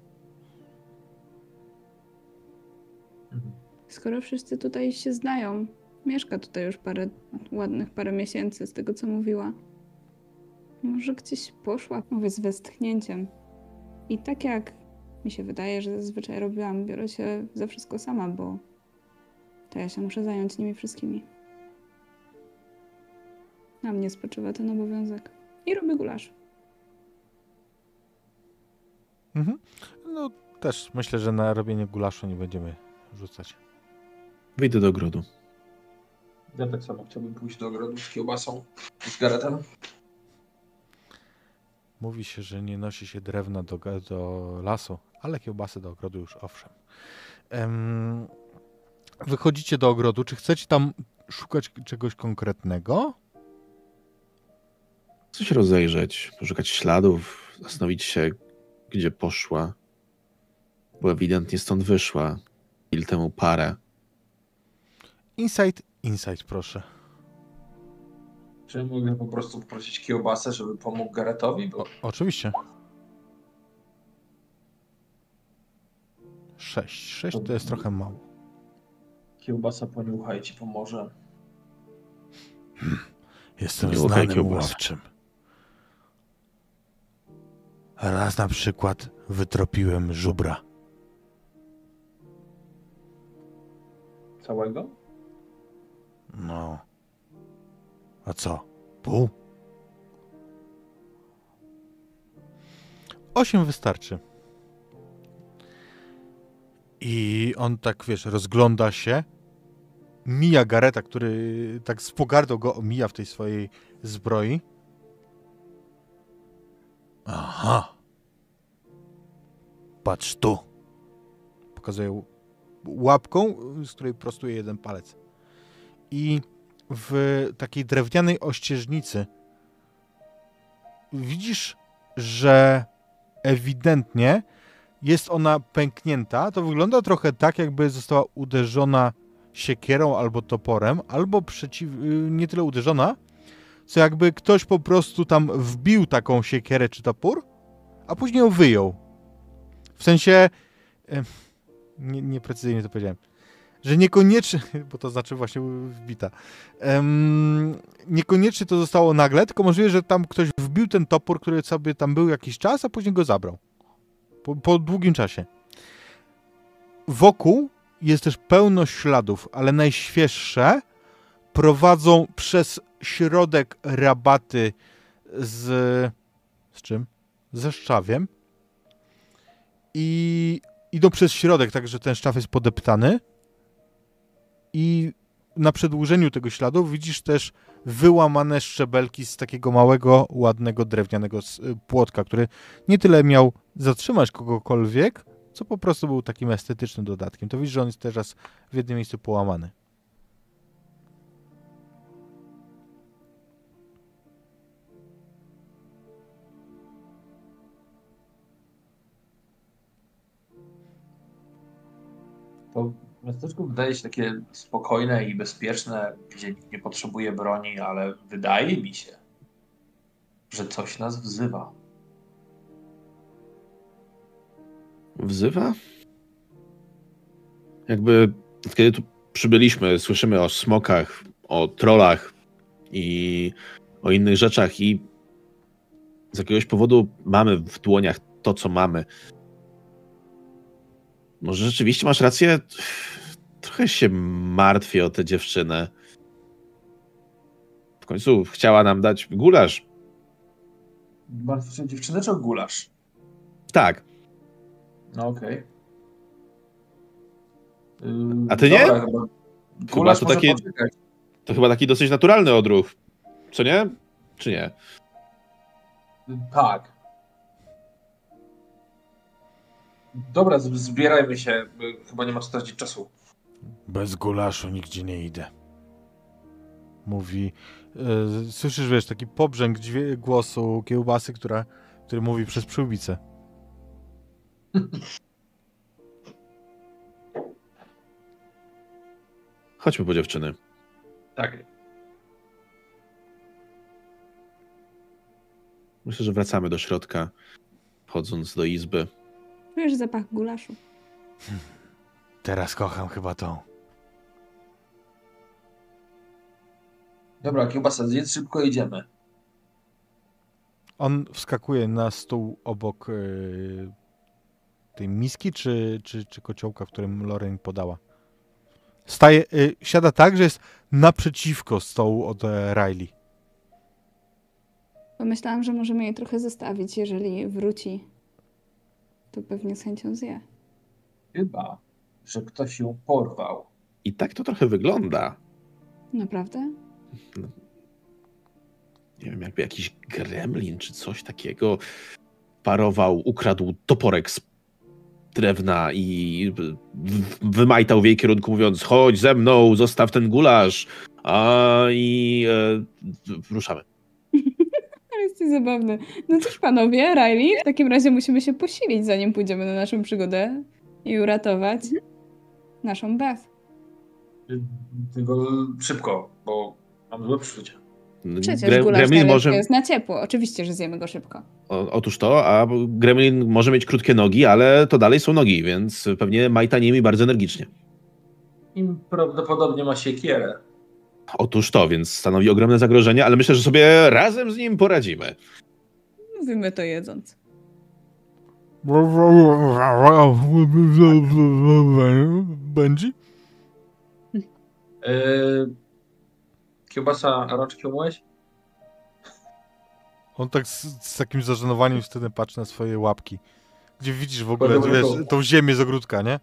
Skoro wszyscy tutaj się znają, mieszka tutaj już parę miesięcy z tego, co mówiła. Może gdzieś poszła, mówię z westchnięciem. I tak jak mi się wydaje, że zazwyczaj robiłam, biorę się za wszystko sama, bo to ja się muszę zająć nimi wszystkimi. Na mnie spoczywa ten obowiązek. I robię gulasz. Mhm. No też myślę, że na robienie gulaszu nie będziemy rzucać. Wyjdę do ogrodu. Ja tak samo chciałbym pójść do ogrodu z kiełbasą i z garetem. Mówi się, że nie nosi się drewna do lasu, ale kiełbasy do ogrodu już owszem. Wychodzicie do ogrodu. Czy chcecie tam szukać czegoś konkretnego? Chcę się rozejrzeć, poszukać śladów, zastanowić się, gdzie poszła. Bo ewidentnie stąd wyszła. Chwil temu parę. Insight proszę. Czy mogę po prostu poprosić kiełbasę, żeby pomógł Garetowi? Bo Oczywiście. 6 to jest trochę mało. kiełbasa poniucha i ci pomoże. Jestem Nie łapaj znanym kiełbasy. łowczym. Raz na przykład wytropiłem żubra. Całego? No. A co? Pół? 8 wystarczy. I on tak, wiesz, rozgląda się. Mija Gareta, który tak z pogardą go omija w tej swojej zbroi. Aha. Patrz tu. Pokazuje łapką, z której prostuje jeden palec. I w takiej drewnianej ościeżnicy widzisz, że ewidentnie jest ona pęknięta. To wygląda trochę tak, jakby została uderzona siekierą albo toporem, albo nie tyle uderzona, co jakby ktoś po prostu tam wbił taką siekierę czy topór, a później ją wyjął. W sensie, nieprecyzyjnie to powiedziałem, że niekoniecznie, bo to znaczy właśnie wbita, niekoniecznie to zostało nagle, tylko możliwe, że tam ktoś wbił ten topór, który sobie tam był jakiś czas, a później go zabrał. Po długim czasie. Wokół jest też pełno śladów, ale najświeższe prowadzą przez środek rabaty z czym? Ze szczawiem. I idą przez środek, tak że ten szczaw jest podeptany. I na przedłużeniu tego śladu widzisz też wyłamane szczebelki z takiego małego, ładnego, drewnianego płotka, który nie tyle miał zatrzymać kogokolwiek, co po prostu był takim estetycznym dodatkiem. To widzisz, że on jest teraz w jednym miejscu połamany. To miasteczko wydaje się takie spokojne i bezpieczne, gdzie nikt nie potrzebuje broni, ale wydaje mi się, że coś nas wzywa. Wzywa? Jakby kiedy tu przybyliśmy, słyszymy o smokach, o trollach i o innych rzeczach i z jakiegoś powodu mamy w dłoniach to, co mamy. Może rzeczywiście masz rację? Trochę się martwię o tę dziewczynę. W końcu chciała nam dać gulasz. Martwisz się o dziewczynę czy o gulasz? Tak. No okej. A ty nie? Dobra, chyba gulasz to może takie- poczekać. To chyba taki dosyć naturalny odruch. Co nie? Czy nie? Tak. Dobra, zbierajmy się. Chyba nie ma co tracić czasu. Bez gulaszu nigdzie nie idę. Mówi. Słyszysz, wiesz, taki pobrzęk głosu kiełbasy, który mówi przez przyłbicę. Chodźmy po dziewczyny. Tak. Myślę, że wracamy do środka, wchodząc do izby. Czujesz zapach gulaszu. Teraz kocham chyba tą. Dobra, kiełbasa, zjedz szybko, idziemy. On wskakuje na stół obok tej miski, czy kociołka, w którym Lorraine podała. Siada tak, że jest naprzeciwko stołu od Riley. Pomyślałam, że możemy je trochę zostawić. Jeżeli wróci, to pewnie z chęcią zje. Chyba, że ktoś ją porwał. I tak to trochę wygląda. Naprawdę? Nie wiem, jakby jakiś gremlin czy coś takiego parował, ukradł toporek z drewna i wymajtał w jej kierunku, mówiąc: chodź ze mną, zostaw ten gulasz. Ruszamy. Ale jesteś zabawny. No cóż, panowie, Riley, w takim razie musimy się posilić, zanim pójdziemy na naszą przygodę i uratować naszą Beth. Tylko szybko, bo mam złe przeczucie. Przecież gulasz Gremlin najlepszy jest na ciepło. Oczywiście, że zjemy go szybko. Otóż to, a gremlin może mieć krótkie nogi, ale to dalej są nogi, więc pewnie majta nimi bardzo energicznie. I prawdopodobnie ma siekierę. Otóż to, więc stanowi ogromne zagrożenie, ale myślę, że sobie razem z nim poradzimy. Mówimy to jedząc. Benji? Kiełbasa, rączki umyłeś? On tak z takim zażenowaniem wtedy patrzy na swoje łapki. Gdzie widzisz w ogóle, Dobra, wiesz, to- tą ziemię z ogródka, nie?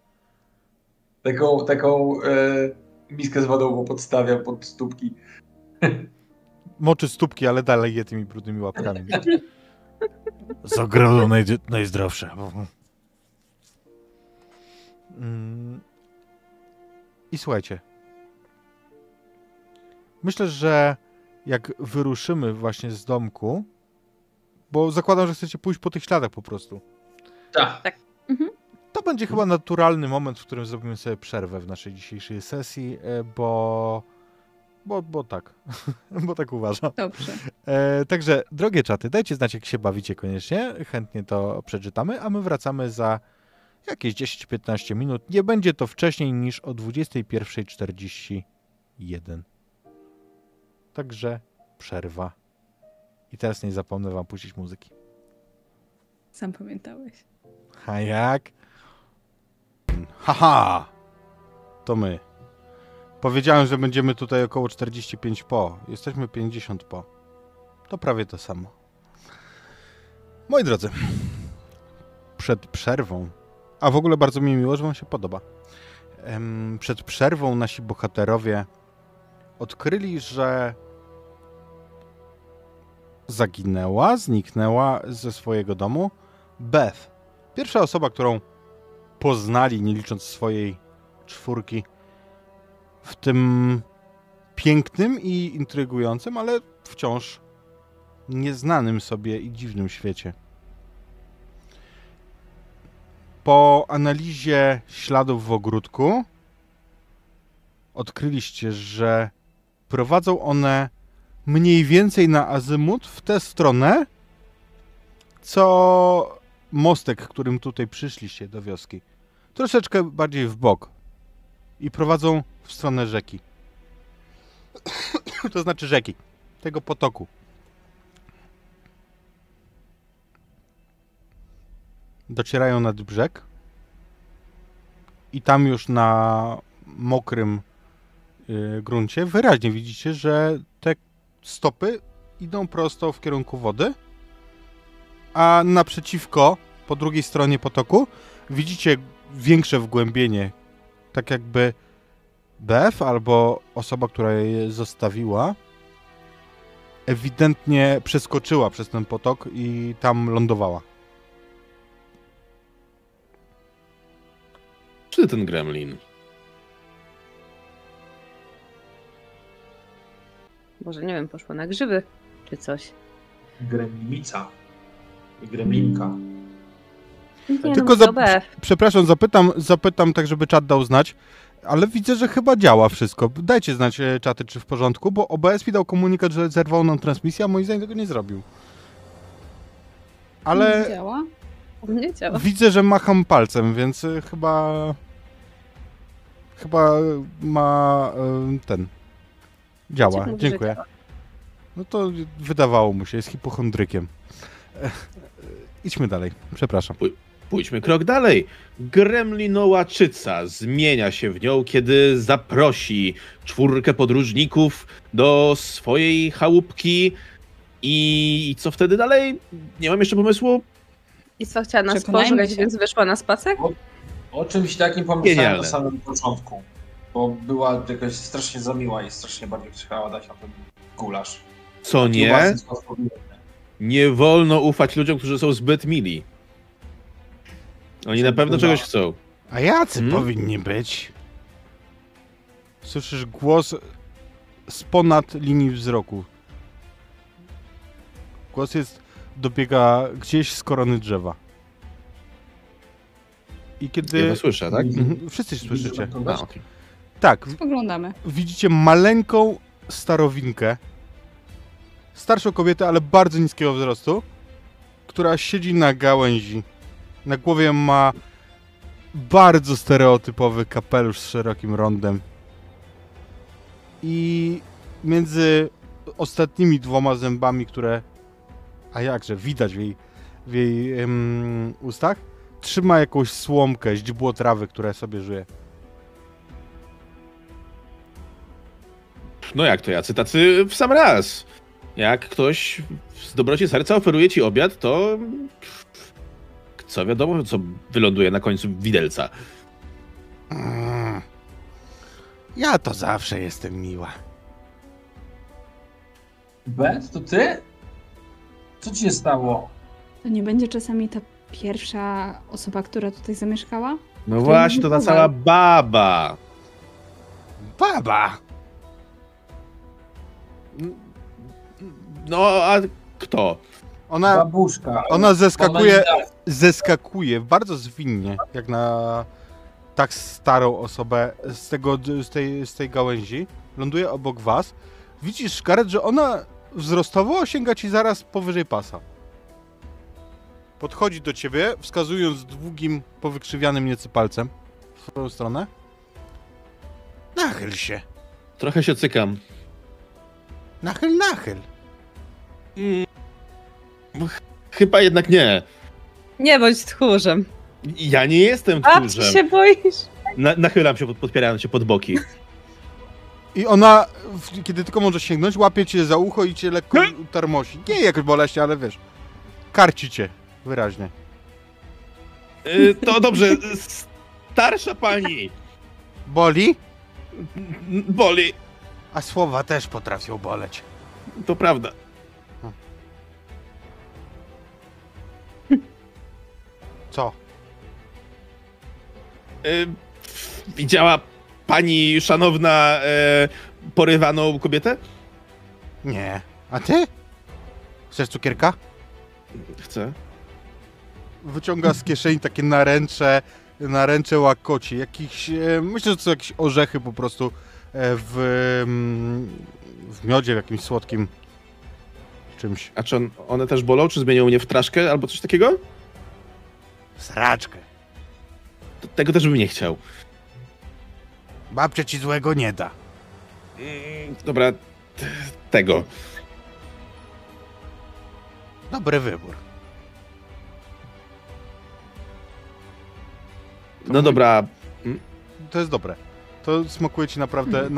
Taką miskę z wodą mu podstawia pod stópki. Moczy stópki, ale dalej je tymi brudnymi łapkami. Z ogrodu najzdrowsze. I słuchajcie. Myślę, że jak wyruszymy właśnie z domku, bo zakładam, że chcecie pójść po tych śladach po prostu, Tak. Mhm. to będzie chyba naturalny moment, w którym zrobimy sobie przerwę w naszej dzisiejszej sesji, bo tak. Bo tak uważam. Dobrze. Także, drogie czaty, dajcie znać, jak się bawicie koniecznie. Chętnie to przeczytamy, a my wracamy za jakieś 10-15 minut. Nie będzie to wcześniej niż o 21:41. Także przerwa. I teraz nie zapomnę wam puścić muzyki. Sam pamiętałeś. A jak? Haha! To my. Powiedziałem, że będziemy tutaj około 45 po. Jesteśmy 50 po. To prawie to samo. Moi drodzy, przed przerwą, a w ogóle bardzo mi miło, że wam się podoba. Przed przerwą nasi bohaterowie odkryli, że zniknęła ze swojego domu Beth. Pierwsza osoba, którą poznali, nie licząc swojej czwórki, w tym pięknym i intrygującym, ale wciąż nieznanym sobie i dziwnym świecie. Po analizie śladów w ogródku odkryliście, że prowadzą one mniej więcej na azymut w tę stronę, co mostek, którym tutaj przyszliście do wioski. Troszeczkę bardziej w bok. I prowadzą w stronę rzeki. To znaczy rzeki. Tego potoku. Docierają nad brzeg. I tam już na mokrym gruncie wyraźnie widzicie, że te stopy idą prosto w kierunku wody. A naprzeciwko, po drugiej stronie potoku, widzicie większe wgłębienie. Tak jakby Beth albo osoba, która je zostawiła, ewidentnie przeskoczyła przez ten potok i tam lądowała. Czy ten gremlin? Może, nie wiem, poszło na grzyby czy coś. Gremlinica. Gremlinka. Nie, Tylko no, Beth. przepraszam, zapytam tak, żeby czat dał znać, ale widzę, że chyba działa wszystko. Dajcie znać, czaty, czy w porządku, bo OBS mi dał komunikat, że zerwał nam transmisję, a moim zdaniem tego nie zrobił. Ale Nie działa? Nie działa. widzę, że macham palcem, więc chyba ma ten. Działa, Mówi, że dziękuję. działa. No to wydawało mu się, jest hipochondrykiem. Idźmy dalej, przepraszam. Pójdźmy krok dalej. Gremlinołaczyca zmienia się w nią, kiedy zaprosi 4 podróżników do swojej chałupki. I co wtedy dalej? Nie mam jeszcze pomysłu. Istwa chciała nas Przekonajmy pożreć, się. więc wyszła na spacer? O czymś takim pomyślałem Genialne. na samym początku. Bo była jakaś strasznie za miła i strasznie bardziej chciała dać na ten gulasz. Co nie? Kiełbasy słodkowienne. Nie wolno ufać ludziom, którzy są zbyt mili. Oni na pewno czegoś chcą. A jacy powinni być? Słyszysz głos z ponad linii wzroku. Głos dobiega gdzieś z korony drzewa. I kiedy... Ja to słyszę, tak? Wszyscy słyszycie. A, okej. Tak, Spoglądamy. widzicie maleńką starowinkę, starszą kobietę, ale bardzo niskiego wzrostu, która siedzi na gałęzi. Na głowie ma bardzo stereotypowy kapelusz z szerokim rondem. I między ostatnimi 2 zębami, które, a jakże, widać w jej ustach, trzyma jakąś słomkę, źdźbło trawy, które sobie żuje. No jak to jacy? Tacy w sam raz. Jak ktoś z dobroci serca oferuje ci obiad, to co wiadomo, co wyląduje na końcu widelca. Ja to zawsze jestem miła. Bet, to ty? Co ci się stało? To nie będzie czasami ta pierwsza osoba, która tutaj zamieszkała? No właśnie, to ta cała baba. Baba! No, a kto? Babuszka. Ona Ona zeskakuje bardzo zwinnie, jak na tak starą osobę z tej gałęzi. Ląduje obok was. Widzisz, Szkaret, że ona wzrostowo sięga ci zaraz powyżej pasa. Podchodzi do ciebie, wskazując długim, powykrzywianym nieco palcem w swoją stronę. Nachyl się. Trochę się cykam. Nachyl. Chyba jednak nie. Nie bądź tchórzem. Ja nie jestem A ty tchórzem. się boisz? Nachylam się, podpierając się pod boki. I ona, kiedy tylko może sięgnąć, łapie cię za ucho i cię lekko tarmosi. Nie jakoś boleśnie, ale wiesz, karci cię wyraźnie. To dobrze, starsza pani. Boli? Boli. A słowa też potrafią boleć. To prawda. Co? Widziała pani szanowna porywaną kobietę? Nie. A ty? Chcesz cukierka? Chcę. Wyciąga z kieszeni takie naręcze łakoci. Jakiś, myślę, że to są jakieś orzechy po prostu w miodzie, w jakimś słodkim czymś. A czy one też bolą? Czy zmienią mnie w traszkę albo coś takiego? Sraczkę. Tego też bym nie chciał. Babcia ci złego nie da. Dobra, tego. Dobry wybór. No dobra. To jest dobre. To smakuje ci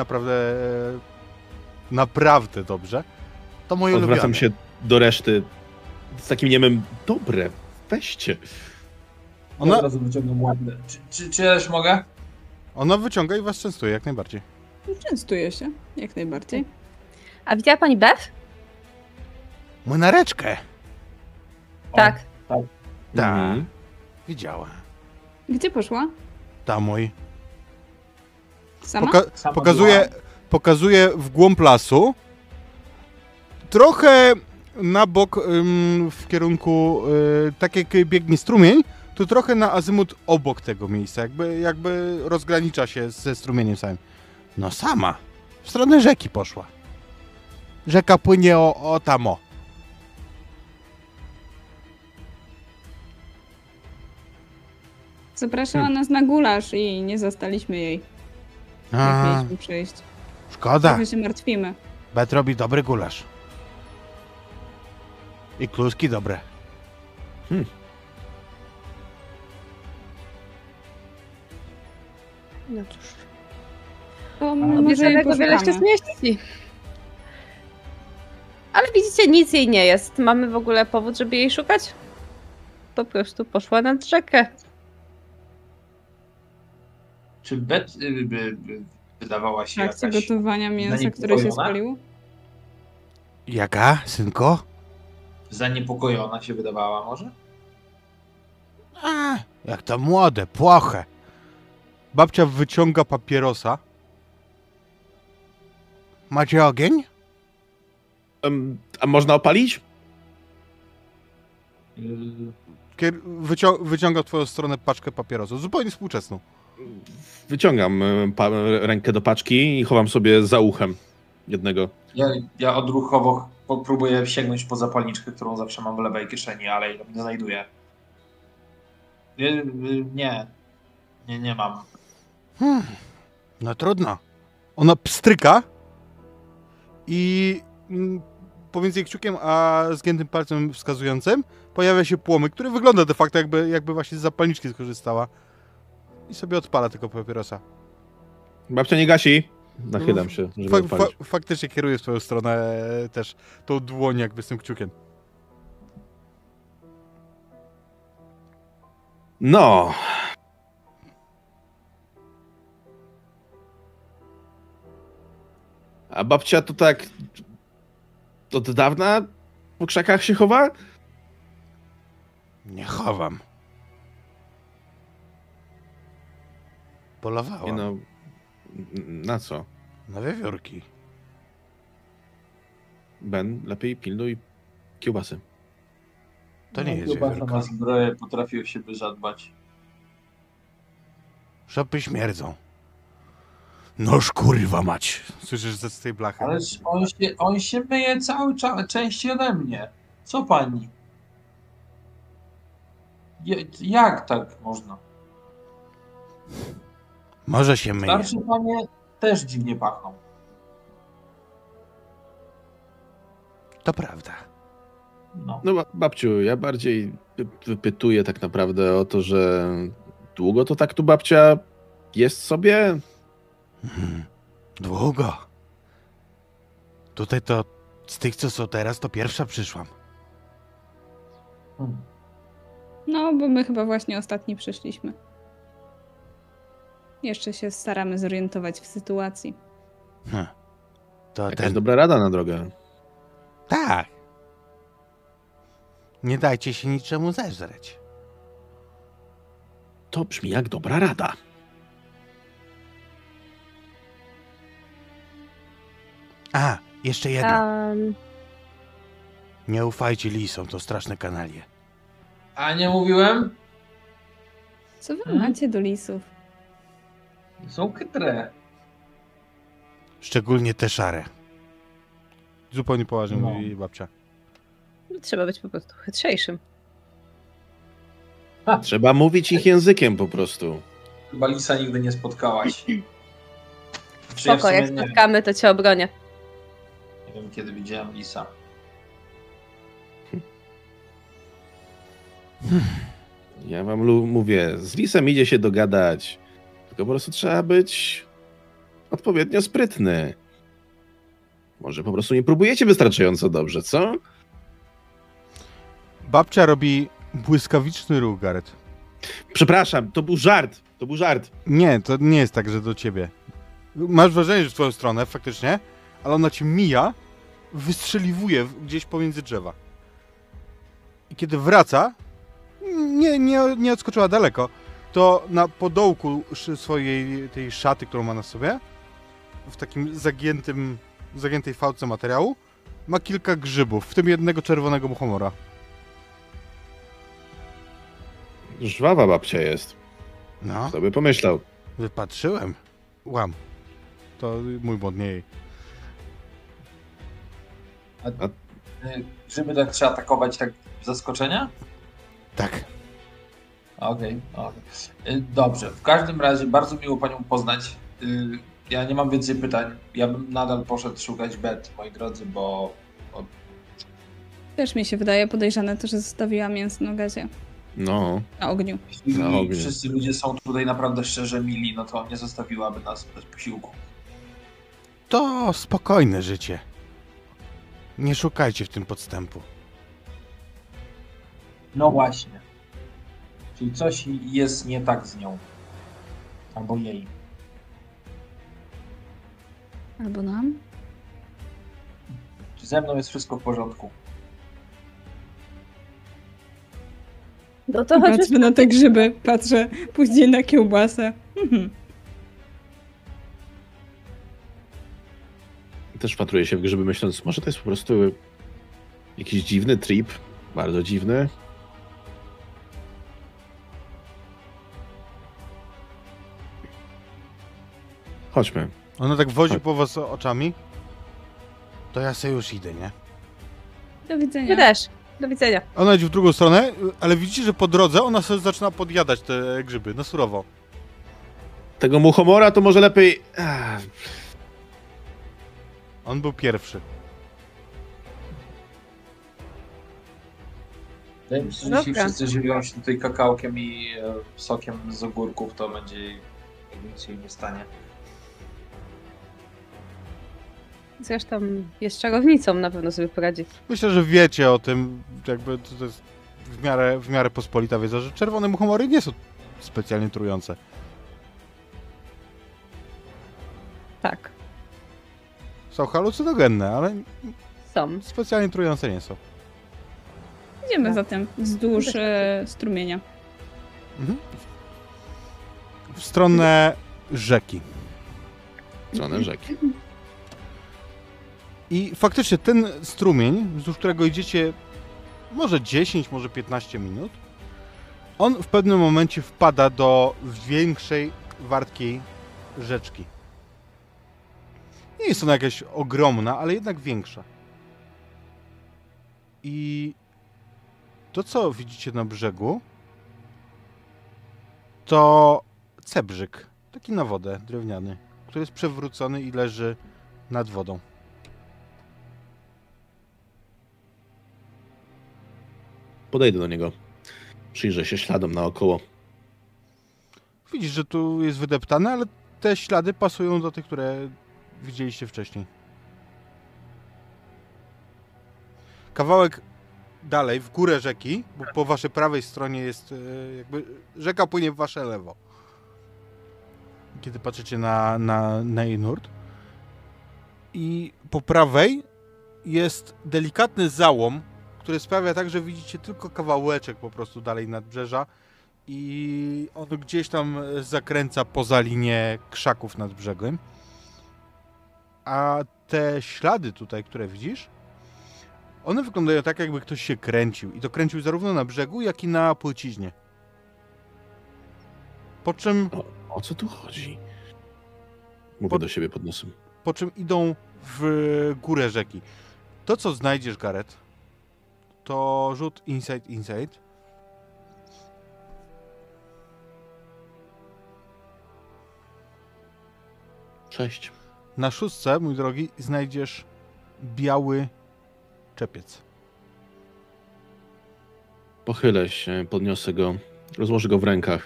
naprawdę dobrze. To moje ulubione. Odwracam się do reszty z takim niemym. Dobre, weźcie. Ona... Od razu wyciągam ładne. Czy ja też mogę? Ona wyciąga i was częstuje, jak najbardziej. Częstuje się, jak najbardziej. A widziała pani Beth? Młynareczkę. Tak. Tak. Widziała. Gdzie poszła? Ta mój. Sama? Sama Pokazuje w głąb lasu. Trochę na bok w kierunku, tak jak biegnie strumień, to trochę na azymut obok tego miejsca, jakby rozgranicza się ze strumieniem samym. No sama, w stronę rzeki poszła. Rzeka płynie o tamo. Zapraszała nas na gulasz i nie zastaliśmy jej, jak mieliśmy przyjść. Szkoda, Trochę się martwimy. Bet robi dobry gulasz. I kluski dobre. No cóż. To może jej Obiecanego wiele się poszukamy. zmieści. Ale widzicie, nic jej nie jest. Mamy w ogóle powód, żeby jej szukać? Po prostu poszła nad rzekę. Czy Bet wydawała się W trakcie jakaś... gotowania mięsa, które się zaniepokojona? spaliło? Jaka, synko? Zaniepokojona się wydawała może? A, jak to młode, płoche. Babcia wyciąga papierosa. Macie ogień? A można opalić? Wyciąga w twoją stronę paczkę papierosów. Zupełnie współczesną. Wyciągam rękę do paczki i chowam sobie za uchem jednego. Ja odruchowo próbuję sięgnąć po zapalniczkę, którą zawsze mam w lewej kieszeni, ale jej nie znajduję. Nie mam. No trudno. Ona pstryka i pomiędzy jej kciukiem a zgiętym palcem wskazującym pojawia się płomyk, który wygląda de facto jakby właśnie z zapalniczki skorzystała. I sobie odpala tego papierosa. Babcia nie gasi. Nachylam się, żeby odpalić. Faktycznie kieruje w twoją stronę też tą dłoń jakby z tym kciukiem. No. A babcia to tak od dawna po krzakach się chowa? Nie chowam. Nie Polowałam. no, na co? Na wiewiórki. Ben, lepiej pilnuj kiełbasy. To nie jest Kiełbasa wiewiórka. na zbroję potrafi o siebie zadbać. Szopy śmierdzą. Noż kurwa mać. Słyszysz z tej blachy? Ale on się myje cały czas, częściej ode mnie. Co pani? Jak tak można? Może się myje. Starsze panie też dziwnie pachną. To prawda. No. No babciu, ja bardziej wypytuję tak naprawdę o to, że długo to tak tu babcia jest sobie? Długo. Tutaj to z tych, co są teraz, to pierwsza przyszłam. Hmm. No, bo my chyba właśnie ostatni przyszliśmy. Jeszcze się staramy zorientować w sytuacji. To Jakaś ten... dobra rada na drogę. Tak. Nie dajcie się niczemu zeżreć. To brzmi jak dobra rada. A, jeszcze jedno. Um, Nie ufajcie lisom, to straszne kanalie. A nie mówiłem? Co wy macie do lisów? Są chytre. Szczególnie te szare. Zupełnie poważnie No. mówi babcia. trzeba być po prostu chytrzejszym. Trzeba mówić ich językiem po prostu. Chyba lisa nigdy nie spotkałaś. Czy ja w Spoko, sumie jak nie wiem. spotkamy, to cię obronię. Nie wiem, kiedy widziałem lisa. Ja wam mówię, z lisem idzie się dogadać. Tylko po prostu trzeba być odpowiednio sprytny. Może po prostu nie próbujecie wystarczająco dobrze, co? Babcia robi błyskawiczny ruch, Gareth. Przepraszam, to był żart. To był żart. Nie, to nie jest tak, że do ciebie. Masz wrażenie, że w twoją stronę, faktycznie, ale ona ci mija, wystrzeliwuje gdzieś pomiędzy drzewa. I kiedy wraca, nie odskoczyła daleko, to na podołku swojej tej szaty, którą ma na sobie, w takim zagiętej fałce materiału, ma kilka grzybów, w tym jednego czerwonego muchomora. Żwawa babcia jest. No, Kto by pomyślał? wypatrzyłem. Łam. To mój błąd, nie jej. Grzyby tak trzeba atakować tak z zaskoczenia? Tak. Okej. Dobrze, w każdym razie bardzo miło panią poznać. Ja nie mam więcej pytań. Ja bym nadal poszedł szukać Bet, moi drodzy, bo Też mi się wydaje podejrzane to, że zostawiła mięsną gazie No, na ogniu. jeśli Na ogniu. wszyscy ludzie są tutaj naprawdę szczerze mili, no to nie zostawiłaby nas bez posiłku. To spokojne życie. Nie szukajcie w tym podstępu. No właśnie. Czyli coś jest nie tak z nią. Albo jej. Albo nam? Czy ze mną jest wszystko w porządku? No to chodźmy. Patrzę na te grzyby, patrzę później na kiełbasę. też wpatruję się w grzyby, myśląc, może to jest po prostu jakiś dziwny trip, bardzo dziwny. Chodźmy. Ona tak wozi po was oczami. To ja sobie już idę, nie? Do widzenia. Ty też. Do widzenia. Ona idzie w drugą stronę, ale widzicie, że po drodze ona sobie zaczyna podjadać te grzyby, na surowo. Tego muchomora to może lepiej... On był pierwszy. Wydaje mi się, że jeśli Dobra. wszyscy żywią się tutaj kakałkiem i sokiem z ogórków, to będzie nic się nie stanie. Zresztą jest czarownicą, na pewno sobie poradzi. Myślę, że wiecie o tym, jakby to jest w miarę pospolita wiedza, że czerwone muchomory nie są specjalnie trujące. Tak, Są halucynogenne, ale są. specjalnie trujące nie są. Idziemy zatem wzdłuż strumienia. Mhm. W stronę rzeki. Stronę rzeki. I faktycznie ten strumień, wzdłuż którego idziecie może 10, może 15 minut, on w pewnym momencie wpada do większej, wartkiej rzeczki. Nie jest ona jakaś ogromna, ale jednak większa. I to, co widzicie na brzegu, to cebrzyk, taki na wodę, drewniany, który jest przewrócony i leży nad wodą. Podejdę do niego. Przyjrzę się śladom naokoło. Widzisz, że tu jest wydeptane, ale te ślady pasują do tych, które widzieliście wcześniej. Kawałek dalej, w górę rzeki, bo po waszej prawej stronie jest jakby rzeka płynie w wasze lewo. Kiedy patrzycie na jej nurt. I po prawej jest delikatny załom, który sprawia tak, że widzicie tylko kawałeczek po prostu dalej nadbrzeża i on gdzieś tam zakręca poza linię krzaków nad brzegiem. A te ślady tutaj, które widzisz, one wyglądają tak, jakby ktoś się kręcił. I to kręcił zarówno na brzegu, jak i na płyciźnie. Po czym... O co tu chodzi? Mówię do siebie pod nosem. Po czym idą w górę rzeki. To, co znajdziesz, Gareth, to rzut Insight. Cześć. Na 6, mój drogi, znajdziesz biały czepiec. Pochylę się, podniosę go, rozłożę go w rękach.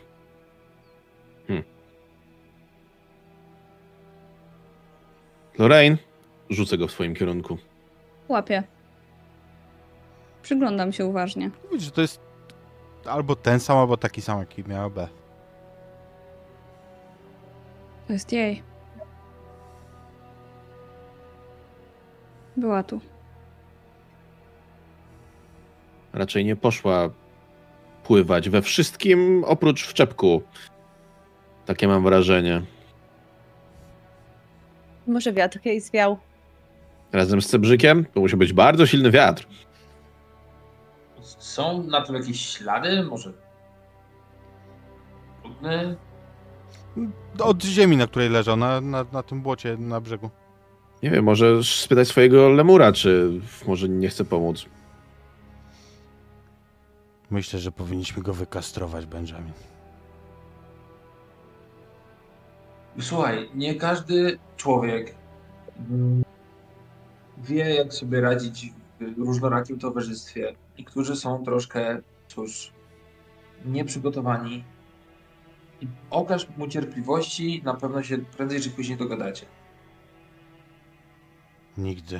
Lorraine, rzucę go w twoim kierunku. Łapię. Przyglądam się uważnie. Widzisz, że to jest albo ten sam, albo taki sam, jaki miała B. To jest jej. Była tu. Raczej nie poszła pływać we wszystkim, oprócz w czepku. Takie mam wrażenie. Może wiatr jej zwiał. Razem z cebrzykiem to musi być bardzo silny wiatr. Są na tym jakieś ślady? Może brudne? Od ziemi, na której leżał, na tym błocie na brzegu. Nie wiem, możesz spytać swojego lemura, czy może nie chce pomóc. Myślę, że powinniśmy go wykastrować, Benjamin. Słuchaj, nie każdy człowiek wie, jak sobie radzić w różnorakim towarzystwie. Niektórzy są troszkę, cóż, nieprzygotowani. I okaż mu cierpliwości, na pewno się prędzej czy później dogadacie. Nigdy.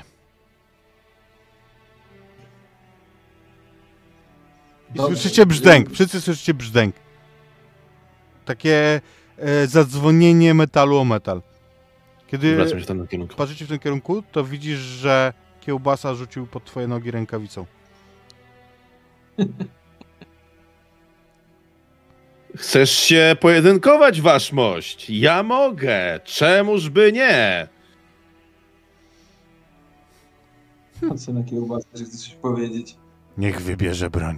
I Dobrze. słyszycie brzdęk, wszyscy słyszycie brzdęk. Takie zadzwonienie metalu o metal. Kiedy Wracam się w tym kierunku. patrzycie w tym kierunku, to widzisz, że kiełbasa rzucił pod twoje nogi rękawicą. Chcesz się pojedynkować, waszmość? Ja mogę. Czemuż by nie? Co na kiełbasę, że chcesz coś powiedzieć? Niech wybierze broń.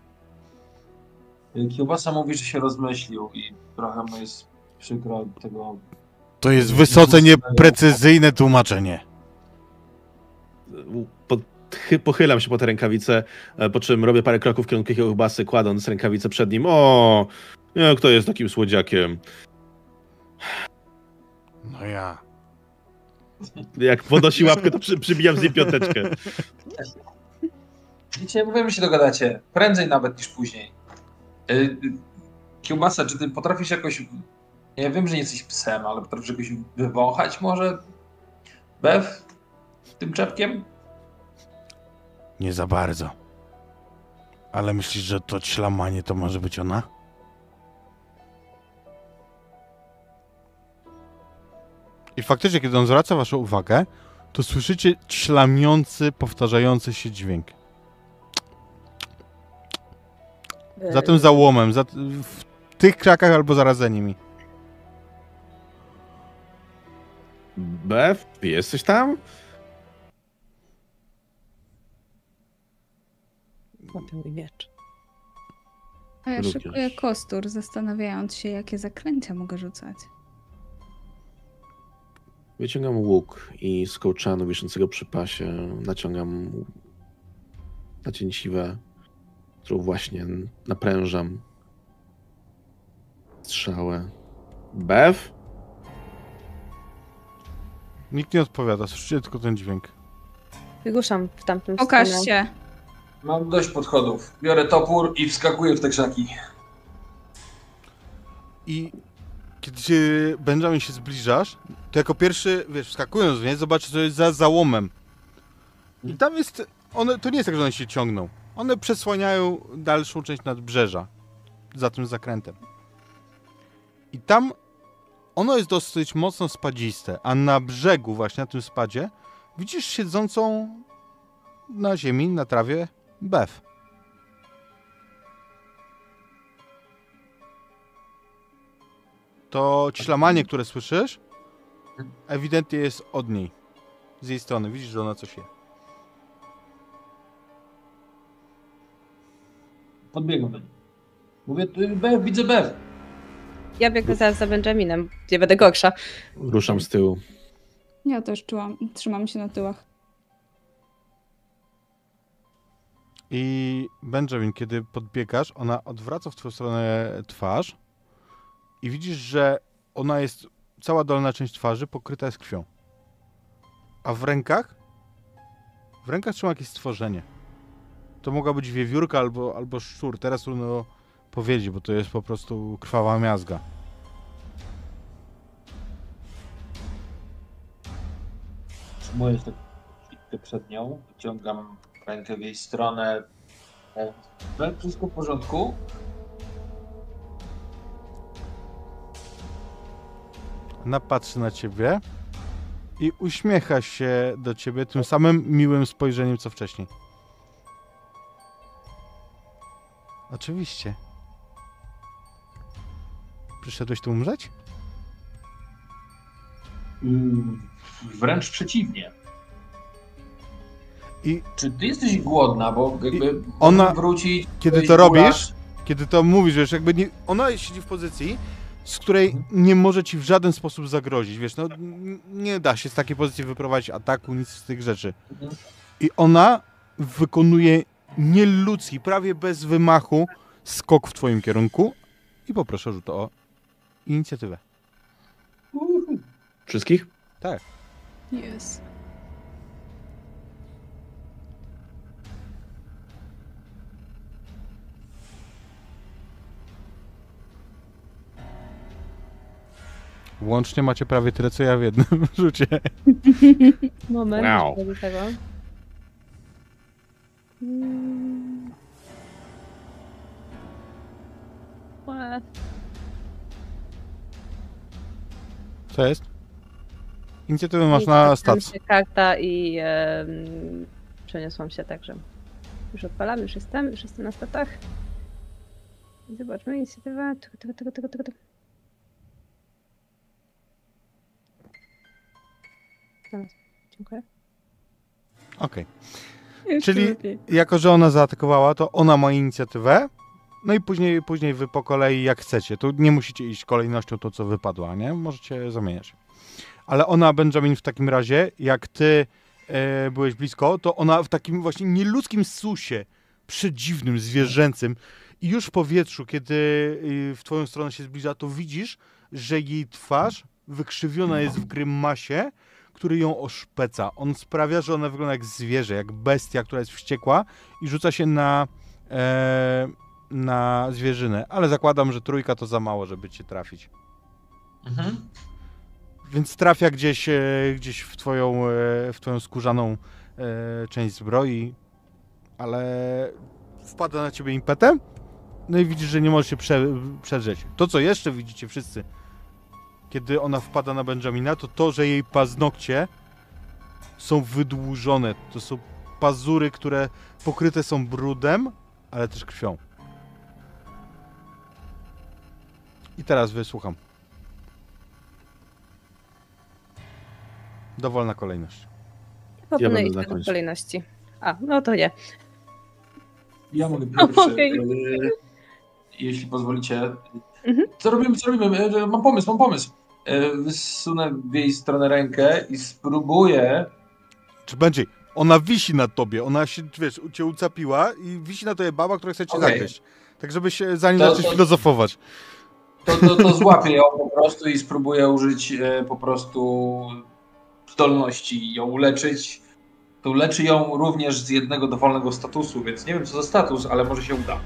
Kiełbasa mówi, że się rozmyślił i trochę mu jest przykro tego. To jest wysoce nieprecyzyjne tłumaczenie. Pochylam się po te rękawice, po czym robię parę kroków w kierunku kiełbasy, kładąc rękawicę przed nim. O, kto jest takim słodziakiem? No ja. Jak podnosi łapkę, to przybijam z niej piąteczkę. Wiecie, mówimy, się dogadacie. Prędzej nawet niż później. Kiełbasa, czy ty potrafisz jakoś... Ja wiem, że nie jesteś psem, ale potrafisz jakoś wywąchać może? Bew? Tym czepkiem? Nie za bardzo. Ale myślisz, że to ślamanie to może być ona? I faktycznie, kiedy on zwraca waszą uwagę, to słyszycie ślamiący, powtarzający się dźwięk. Za tym załomem, w tych krzakach albo zaraz za nimi. Bev, jesteś tam? Złoty mój miecz. A ja Również. szykuję kostur, zastanawiając się, jakie zaklęcia mogę rzucać. Wyciągam łuk i z kołczanu wiszącego przy pasie naciągam nacięciwę, którą właśnie naprężam. Strzałę. Bev? Nikt nie odpowiada, słyszycie tylko ten dźwięk. Ruszam w tamtym Pokaż stronę. się. Mam dość podchodów. Biorę topór i wskakuję w te krzaki. I kiedy Benjamin się zbliżasz, to jako pierwszy, wiesz, wskakując w nie, zobaczysz, co jest za załomem. I tam jest, to nie jest tak, że one się ciągną. One przesłaniają dalszą część nadbrzeża, za tym zakrętem. I tam ono jest dosyć mocno spadziste, a na brzegu właśnie, na tym spadzie, widzisz siedzącą na ziemi, na trawie, Bev. To ćlamanie, które słyszysz, ewidentnie jest od niej. Z jej strony. Widzisz, że ona coś je. Podbiegam do niej. Mówię, Bev, widzę Bev. Ja biegnę zaraz za Benjaminem, gdzie będę gorsza. Ruszam z tyłu. Ja też trzymam się na tyłach. I Benjamin, kiedy podbiegasz, ona odwraca w twoją stronę twarz i widzisz, że ona jest, cała dolna część twarzy pokryta jest krwią. A w rękach trzyma jakieś stworzenie. To mogła być wiewiórka albo szczur. Teraz trudno powiedzieć, bo to jest po prostu krwawa miazga. Trzymuję się tak przed nią, wyciągam rękę w jej stronę. Bev, wszystko w porządku? Ona patrzy na ciebie i uśmiecha się do ciebie tym samym miłym spojrzeniem, co wcześniej. Oczywiście. Przyszedłeś tu umrzeć? Wręcz przeciwnie. I Czy ty jesteś głodna, bo jakby ona- możemy wrócić... kiedy zjeść to robisz, gulasz? kiedy to mówisz, wiesz, jakby nie, ona siedzi w pozycji, z której nie może ci w żaden sposób zagrozić, wiesz, no nie da się z takiej pozycji wyprowadzić ataku, nic z tych rzeczy. Mhm. I ona wykonuje nieludzki, prawie bez wymachu skok w twoim kierunku i poproszę o rzut o inicjatywę. Wszystkich? Tak. Jest. Łącznie macie prawie tyle, co ja w jednym rzucie. Moment, Wow. do tego. Łe. Co jest? Inicjatywę masz I na tam stac. się karta i przeniosłam się, także już odpalam, już jestem na statach. I zobaczmy, inicjatywa. Tego. Zaraz, dziękuję. Okej. Jeszcze Czyli lepiej. jako, że ona zaatakowała, to ona ma inicjatywę. No i później wy po kolei jak chcecie. Tu nie musicie iść kolejnością to, co wypadła, nie? Możecie zamieniać. Ale ona, Benjamin, w takim razie, jak ty byłeś blisko, to ona w takim właśnie nieludzkim susie, przedziwnym, zwierzęcym i już w powietrzu, kiedy w twoją stronę się zbliża, to widzisz, że jej twarz wykrzywiona jest w grymasie, który ją oszpeca. On sprawia, że ona wygląda jak zwierzę, jak bestia, która jest wściekła i rzuca się na zwierzynę. Ale zakładam, że trójka to za mało, żeby cię trafić. Mhm. Więc trafia gdzieś w twoją skórzaną część zbroi, ale wpada na ciebie impetem, no i widzisz, że nie możesz się przedrzeć. To, co jeszcze widzicie wszyscy, kiedy ona wpada na Benjamina, to, że jej paznokcie są wydłużone. To są pazury, które pokryte są brudem, ale też krwią. I teraz wysłucham. Dowolna kolejność. Proponuję będę iść na według końcu. kolejności. A, no to nie. Ja mogę pierwszy, Okej. jeśli pozwolicie. Mhm. Co robimy? Mam pomysł. Wysunę w jej stronę rękę i spróbuję... Czy będzie? Ona wisi nad tobie, ona się, wiesz, cię ucapiła i wisi na tobie baba, która chce cię Okej. zagryźć. Tak żebyś zanim To- zaczniesz to- filozofować. To złapię ją po prostu i spróbuję użyć po prostu zdolności ją uleczyć. To leczy ją również z jednego dowolnego statusu, więc nie wiem co za status, ale może się uda.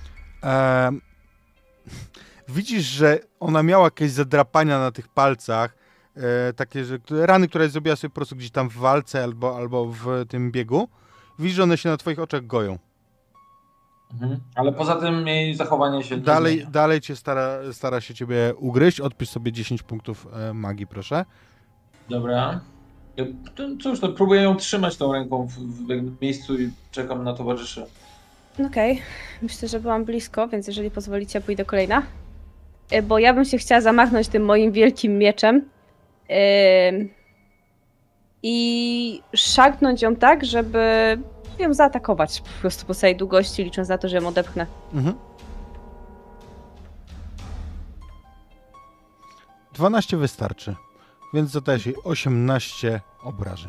Widzisz, że ona miała jakieś zadrapania na tych palcach, takie, że rany, które zrobiła sobie po prostu gdzieś tam w walce albo w tym biegu. Widzisz, że one się na twoich oczach goją. Ale poza tym jej zachowanie się nie zmienia. Dalej cię stara się ciebie ugryźć. Odpisz sobie 10 punktów magii, proszę. Dobra. Cóż, to próbuję ją trzymać tą ręką w miejscu i czekam na towarzyszy. Okej, myślę, że byłam blisko, więc jeżeli pozwolicie, pójdę kolejna. Bo ja bym się chciała zamachnąć tym moim wielkim mieczem i szarpnąć ją tak, żeby ją zaatakować po prostu po całej długości, licząc na to, że ją odepchnę. 12 wystarczy, więc zadajesz jej 18 obrażeń.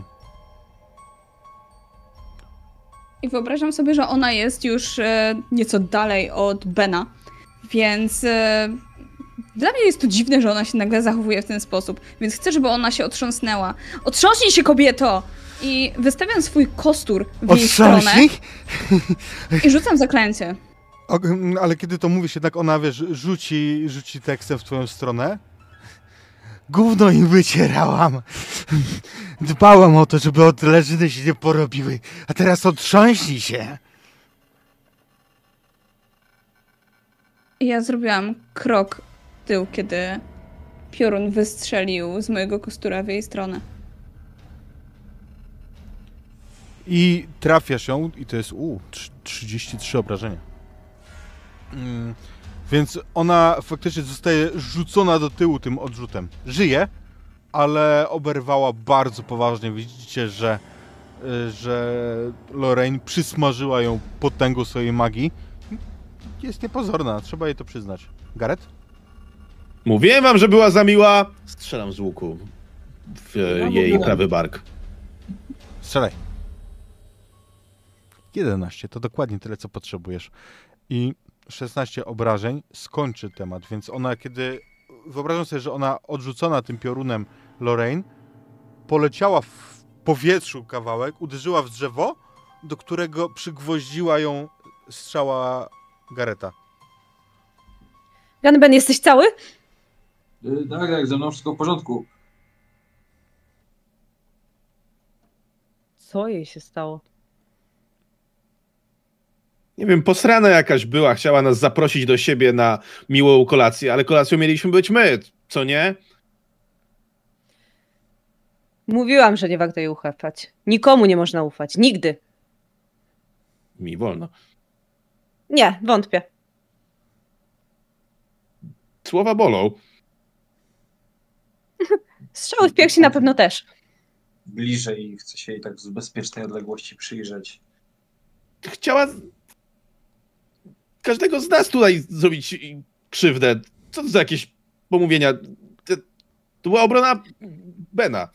I wyobrażam sobie, że ona jest już nieco dalej od Bena, więc dla mnie jest to dziwne, że ona się nagle zachowuje w ten sposób, więc chcę, żeby ona się otrząsnęła. Otrząśnij się, kobieto! I wystawiam swój kostur w jej stronę Otrząśnij? i rzucam zaklęcie. Ale kiedy to mówisz, jednak ona, wiesz, rzuci tekstem w twoją stronę. Gówno im wycierałam. Dbałam o to, żeby odleżyny się nie porobiły. A teraz otrząśnij się. I ja zrobiłam krok w tył, kiedy piorun wystrzelił z mojego kostura w jej stronę. I trafiasz ją i to jest 33 obrażenia. Więc ona faktycznie zostaje rzucona do tyłu tym odrzutem. Żyje, ale oberwała bardzo poważnie. Widzicie, że Lorraine przysmażyła ją potęgą swojej magii. Jest niepozorna, trzeba jej to przyznać. Gareth? Mówiłem wam, że była za miła. Strzelam z łuku w jej mówiłem. prawy bark. Strzelaj. 11, to dokładnie tyle, co potrzebujesz. I 16 obrażeń skończy temat, więc ona kiedy... Wyobrażam sobie, że ona odrzucona tym piorunem Lorraine poleciała w powietrzu kawałek, uderzyła w drzewo, do którego przygwoździła ją strzała Garetha. Gunben, jesteś cały? Tak, ze mną wszystko w porządku. Co jej się stało? Nie wiem, posrana jakaś była, chciała nas zaprosić do siebie na miłą kolację, ale kolacją mieliśmy być my, co nie? Mówiłam, że nie warto jej ufać. Nikomu nie można ufać. Nigdy. Mi wolno. Nie, wątpię. Słowa bolą. Strzały w piersi na pewno też. Bliżej i chcę się jej tak z bezpiecznej odległości przyjrzeć. Chciała każdego z nas tutaj zrobić krzywdę. Co to za jakieś pomówienia? To była obrona Bena.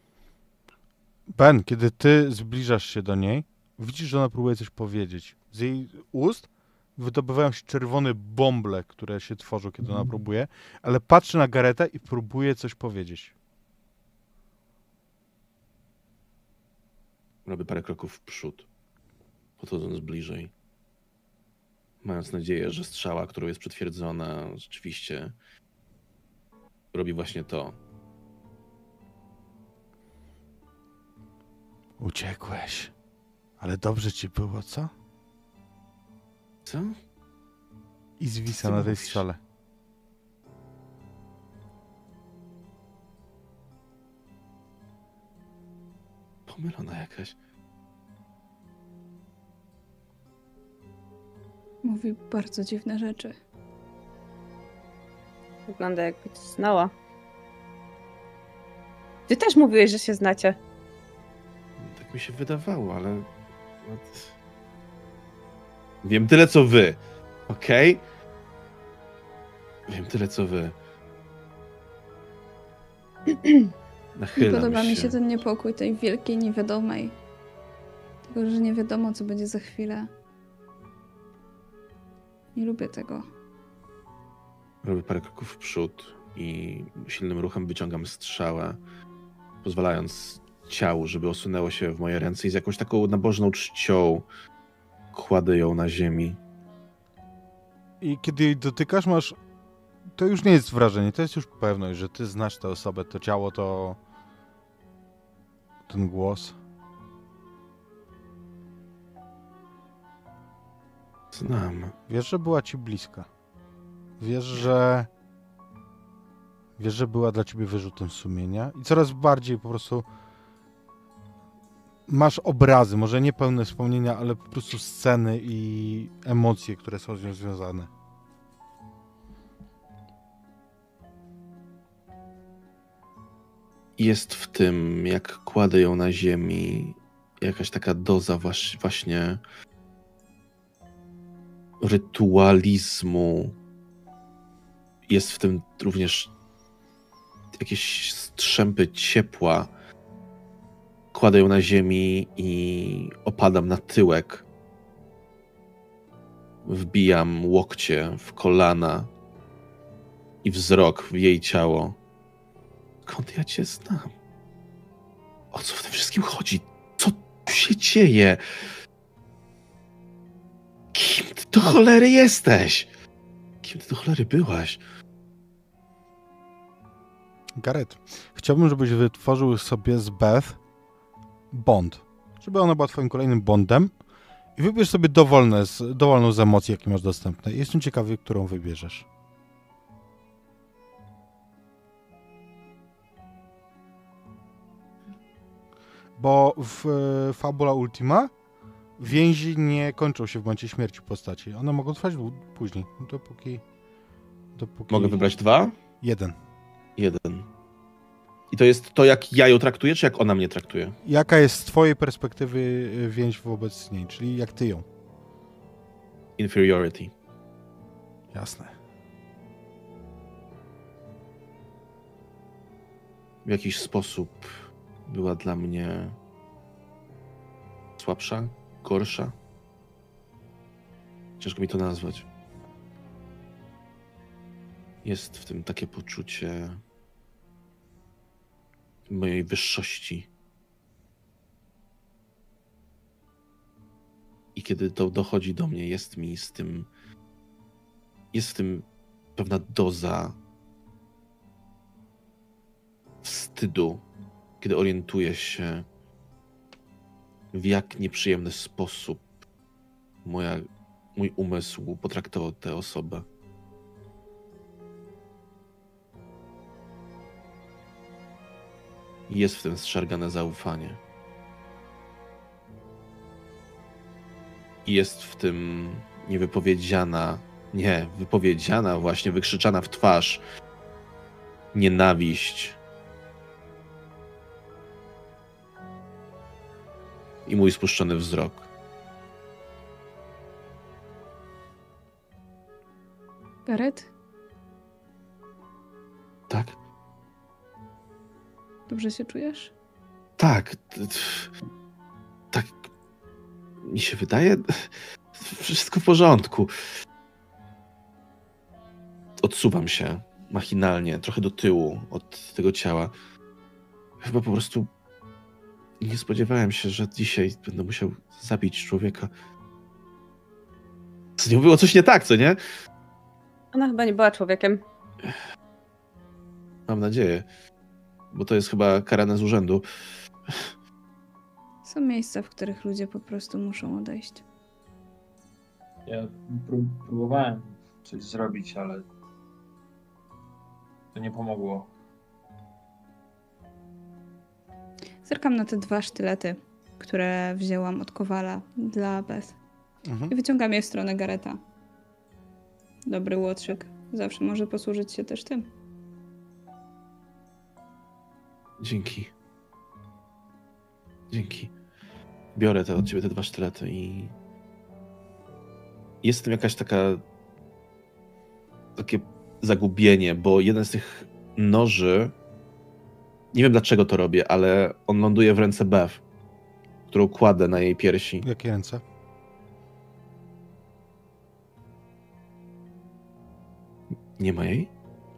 Ben, kiedy ty zbliżasz się do niej, widzisz, że ona próbuje coś powiedzieć. Z jej ust wydobywają się czerwone bąble, które się tworzą, kiedy ona próbuje, ale patrzy na Garetha i próbuje coś powiedzieć. Robię parę kroków w przód, podchodząc bliżej. Mając nadzieję, że strzała, którą jest przytwierdzona, rzeczywiście robi właśnie to. Uciekłeś. Ale dobrze ci było, co? Co? I zwisa Co na tej mówisz? strzale. Pomylona jakaś. Mówi bardzo dziwne rzeczy. Wygląda jakby cię znała. Ty też mówiłeś, że się znacie. Tak mi się wydawało, ale... Wiem tyle, co wy. Okej? Wiem tyle, co wy. Nie Nachylam podoba mi się. się ten niepokój tej wielkiej niewiadomej. Tego, że nie wiadomo, co będzie za chwilę. Nie lubię tego. Robię parę kroków w przód i silnym ruchem wyciągam strzałę, pozwalając ciału, żeby osunęło się w moje ręce i z jakąś taką nabożną czcią kładę ją na ziemi. I kiedy jej dotykasz, masz... To już nie jest wrażenie, to jest już pewność, że ty znasz tę osobę, to ciało, to... ten głos. Znam. Wiesz, że była ci bliska. Wiesz, że była dla ciebie wyrzutem sumienia i coraz bardziej po prostu masz obrazy, może nie pełne wspomnienia, ale po prostu sceny i emocje, które są z nią związane. Jest w tym, jak kładę ją na ziemi, jakaś taka doza właśnie rytualizmu. Jest w tym również jakieś strzępy ciepła. Kładę ją na ziemi i opadam na tyłek. Wbijam łokcie w kolana i wzrok w jej ciało. Skąd ja cię znam? O co w tym wszystkim chodzi? Co tu się dzieje? Kim ty do cholery jesteś? Kim ty do cholery byłaś? Gareth, chciałbym, żebyś wytworzył sobie z Beth bond. Żeby ona była twoim kolejnym bondem i wybierz sobie dowolną z emocji, jakie masz dostępne. Jestem ciekawy, którą wybierzesz. Bo w Fabula Ultima więzi nie kończą się w momencie śmierci postaci. One mogą trwać później, dopóki... Mogę wybrać 2? Jeden. 1. I to jest to, jak ja ją traktuję, czy jak ona mnie traktuje? Jaka jest z twojej perspektywy więź wobec niej, czyli jak ty ją? Inferiority. Jasne. W jakiś sposób była dla mnie słabsza, gorsza. Ciężko mi to nazwać. Jest w tym takie poczucie mojej wyższości. I kiedy to dochodzi do mnie, jest w tym pewna doza wstydu, kiedy orientuję się, w jak nieprzyjemny sposób mój umysł potraktował tę osobę. Jest w tym zszargane zaufanie. I jest w tym wypowiedziana właśnie, wykrzyczana w twarz nienawiść. I mój spuszczony wzrok. Gareth? Tak? Dobrze się czujesz? Tak. Tak mi się wydaje. Wszystko w porządku. Odsuwam się machinalnie, trochę do tyłu od tego ciała. Chyba po prostu nie spodziewałem się, że dzisiaj będę musiał zabić człowieka. Z nią było coś nie tak, co nie? Ona chyba nie była człowiekiem. Mam nadzieję. Bo to jest chyba karane z urzędu. Są miejsca, w których ludzie po prostu muszą odejść. Ja próbowałem coś zrobić, ale to nie pomogło. Zerkam na te 2 sztylety, które wzięłam od Kowala dla Beth. Mhm. I wyciągam je w stronę Garetha. Dobry łotrzyk. Zawsze może posłużyć się też tym. Dzięki. Dzięki. Biorę od ciebie te 2 sztylety i jest w tym jakaś takie zagubienie, bo jeden z tych noży, nie wiem dlaczego to robię, ale on ląduje w ręce Beth, którą kładę na jej piersi. Jakie ręce? Nie ma jej?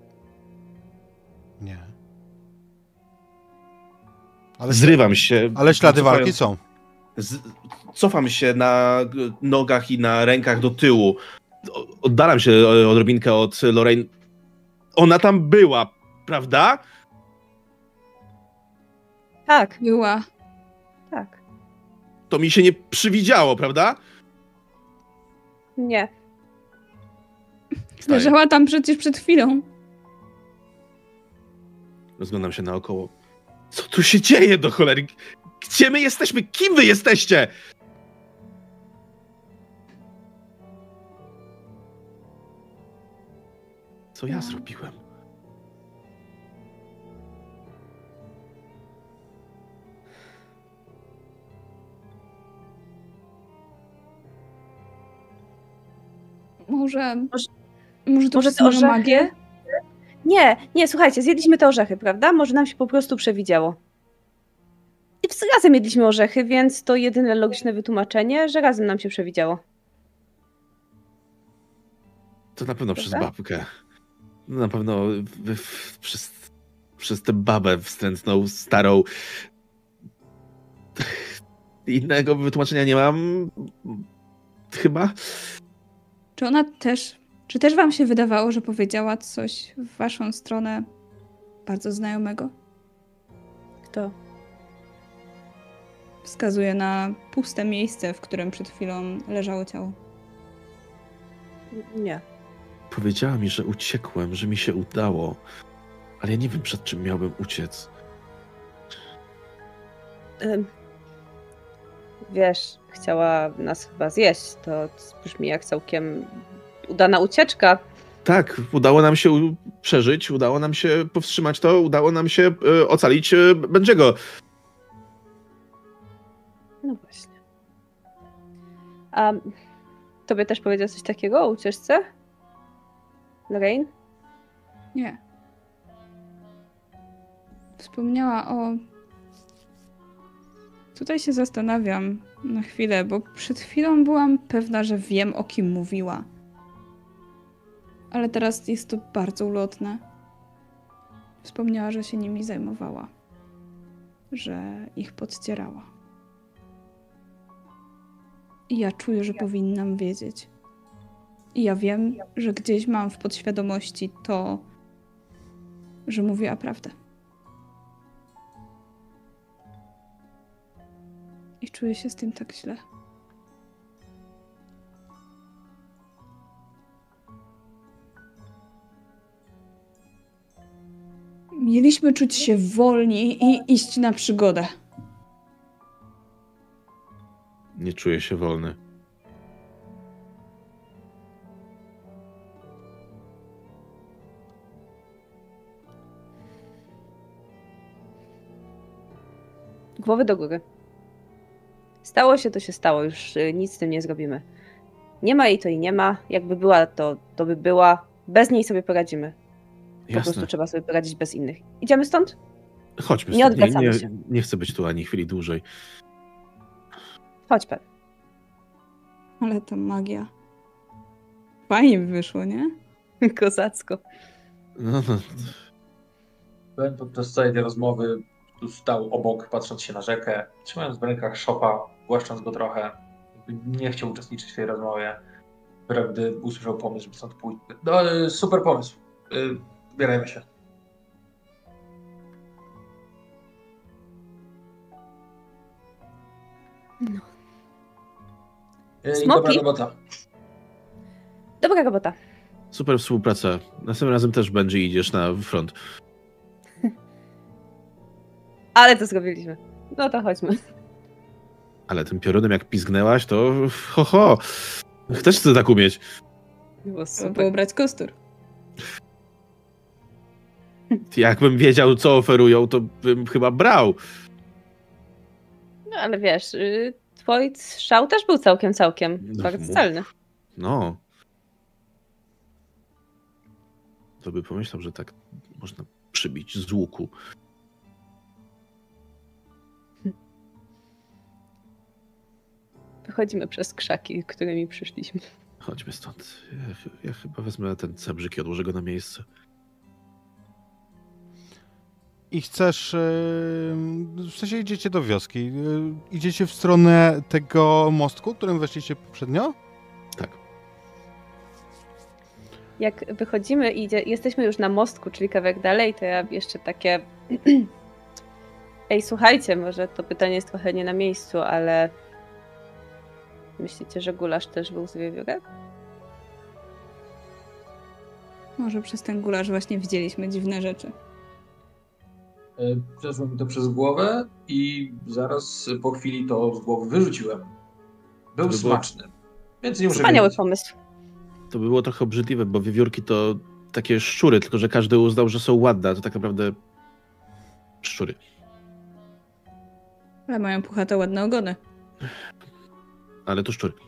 Nie. Zrywam się. Ale ślady cofając- walki są. Cofam się na nogach i na rękach do tyłu. Oddalam się odrobinkę od Lorraine. Ona tam była, prawda? Tak, Była. tak. To mi się nie przywidziało, prawda? Nie. Leżała tam przecież przed chwilą. Rozglądam się naokoło. Co tu się dzieje do cholery? Gdzie my jesteśmy? Kim wy jesteście? Co ja zrobiłem? Może to Może te przez moją orzechy? magię? Nie, słuchajcie, zjedliśmy te orzechy, prawda? Może nam się po prostu przewidziało. I razem jedliśmy orzechy, więc to jedyne logiczne wytłumaczenie, że razem nam się przewidziało. To na pewno przez Prawda? babkę. Na pewno przez tę babę wstrętną, starą. Innego wytłumaczenia nie mam. Chyba. Czy też wam się wydawało, że powiedziała coś w waszą stronę bardzo znajomego? Kto? Wskazuje na puste miejsce, w którym przed chwilą leżało ciało. Nie. Powiedziała mi, że uciekłem, że mi się udało. Ale ja nie wiem, przed czym miałbym uciec. Wiesz, chciała nas chyba zjeść. To brzmi jak całkiem udana ucieczka. Tak, udało nam się przeżyć, udało nam się powstrzymać to, udało nam się ocalić Benjiego. No właśnie. A tobie też powiedział coś takiego o ucieczce? Lorraine? Nie. Wspomniała o... Tutaj się zastanawiam na chwilę, bo przed chwilą byłam pewna, że wiem, o kim mówiła. Ale teraz jest to bardzo ulotne. Wspomniała, że się nimi zajmowała. Że ich podcierała. I ja czuję, że powinnam wiedzieć. I ja wiem, że gdzieś mam w podświadomości to, że mówiła prawdę. I czuję się z tym tak źle. Mieliśmy czuć się wolni i iść na przygodę. Nie czuję się wolny. Głowy do góry. Stało się, to się stało. Już nic z tym nie zrobimy. Nie ma jej, to i nie ma. Jakby była, to by była. Bez niej sobie poradzimy. Po Jasne. prostu trzeba sobie poradzić bez innych. Idziemy stąd? Chodźmy Nie stąd. odwracamy się. Nie chcę być tu ani chwili dłużej. Chodź, Pen. Ale ta magia. Fajnie by wyszło, nie? Kozacko. No. Ben podczas całej tej rozmowy tu stał obok, patrząc się na rzekę, trzymając w rękach szopa, głaszcząc go trochę. Jakby nie chciał uczestniczyć w tej rozmowie. Dopiero gdy usłyszał pomysł, żeby stąd pójść. No, super pomysł. Zbierajmy się. No. I Smoki? dobra robota. Dobra robota. Super współpraca. Następnym razem też Benji idziesz na front. Ale to zrobiliśmy. No to chodźmy. Ale tym piorunem jak pizgnęłaś, to ho. Też chcę tak umieć. Było Trzeba super. było brać kostur. Jakbym wiedział, co oferują, to bym chyba brał. No ale wiesz, twój strzał też był całkiem No, bardzo mów. celny. No. To by pomyślał, że tak można przybić z łuku. Wychodzimy przez krzaki, którymi przyszliśmy. Chodźmy stąd. Ja chyba wezmę ten cebrzyk i odłożę go na miejsce. I chcesz... w sensie idziecie do wioski. Idziecie w stronę tego mostku, którym weszliście poprzednio? Tak. Jak wychodzimy i jesteśmy już na mostku, czyli kawałek dalej, to ja jeszcze takie... Ej, słuchajcie, może to pytanie jest trochę nie na miejscu, ale... Myślicie, że Gulasz też był z wiewiórek? Może przez ten gulasz właśnie widzieliśmy dziwne rzeczy. Przeszło mi to przez głowę i zaraz po chwili to z głowy wyrzuciłem. Był To było- smaczny, więc nie muszę Wspaniały wiedzieć. pomysł. To by było trochę obrzydliwe, bo wiewiórki to takie szczury, tylko że każdy uznał, że są ładne, a to tak naprawdę szczury. Ale mają puchate, ładne ogony. Ale to szczury.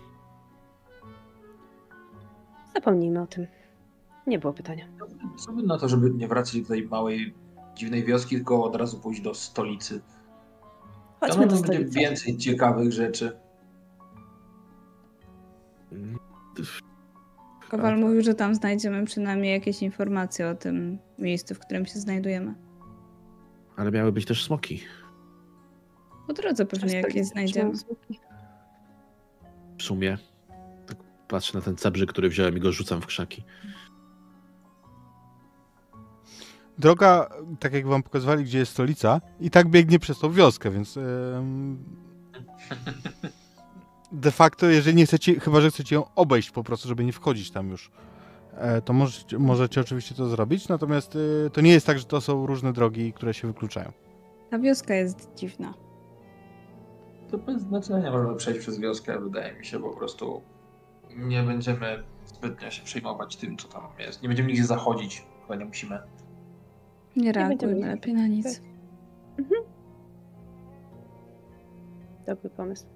Zapomnijmy o tym. Nie było pytania. Co by na to, żeby nie wracać do tej małej, dziwnej wioski, tylko od razu pójść do stolicy. Chodźmy Tam do będzie stolicy. więcej ciekawych rzeczy. Kowal mówił, że tam znajdziemy przynajmniej jakieś informacje o tym miejscu, w którym się znajdujemy. Ale miały być też smoki. Po drodze pewnie jakieś znajdziemy. W sumie. Tak patrzę na ten cebrzyk, który wziąłem i go rzucam w krzaki. Droga, tak jak wam pokazywali, gdzie jest stolica, i tak biegnie przez tą wioskę, więc de facto, jeżeli nie chcecie, chyba że chcecie ją obejść po prostu, żeby nie wchodzić tam już, to możecie oczywiście to zrobić, natomiast to nie jest tak, że to są różne drogi, które się wykluczają. Ta wioska jest dziwna. To bez znaczenia możemy przejść przez wioskę, wydaje mi się, po prostu nie będziemy zbytnio się przejmować tym, co tam jest. Nie będziemy nigdzie zachodzić, chyba nie musimy. Nie będziemy reagujmy nic lepiej na nic. Dobry pomysł.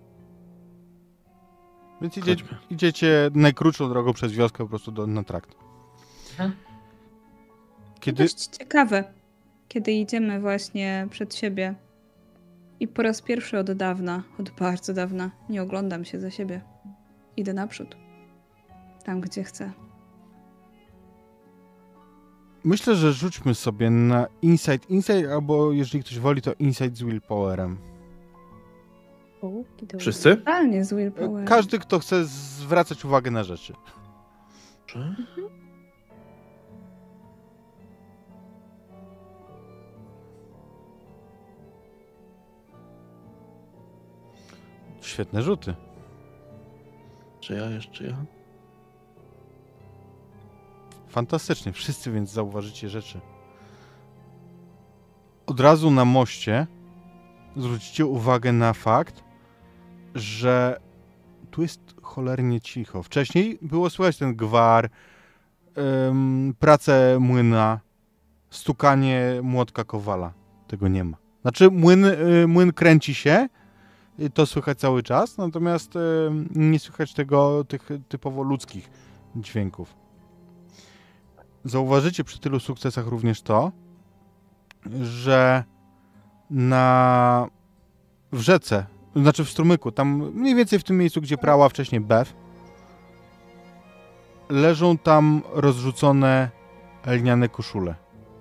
Więc Chodźmy. idziecie najkrótszą drogą przez wioskę po prostu na trakt. Mhm. Kiedy... Dość ciekawe, kiedy idziemy właśnie przed siebie i po raz pierwszy od dawna, od bardzo dawna, nie oglądam się za siebie. Idę naprzód. Tam, gdzie chcę. Myślę, że rzućmy sobie na Insight, albo jeżeli ktoś woli, to Insight z Willpowerem. Wszyscy? Totalnie z willpower. Każdy, kto chce zwracać uwagę na rzeczy. Dobrze. Świetne rzuty. Czy ja jeszcze ja? Fantastycznie. Wszyscy więc zauważycie rzeczy. Od razu na moście zwrócicie uwagę na fakt, że tu jest cholernie cicho. Wcześniej było słychać ten gwar, pracę młyna, stukanie młotka kowala. Tego nie ma. Znaczy młyn kręci się, i to słychać cały czas, natomiast nie słychać tych typowo ludzkich dźwięków. Zauważycie przy tylu sukcesach również to, że w rzece, znaczy w strumyku, tam mniej więcej w tym miejscu, gdzie prała wcześniej Beth, leżą tam rozrzucone lniane koszule.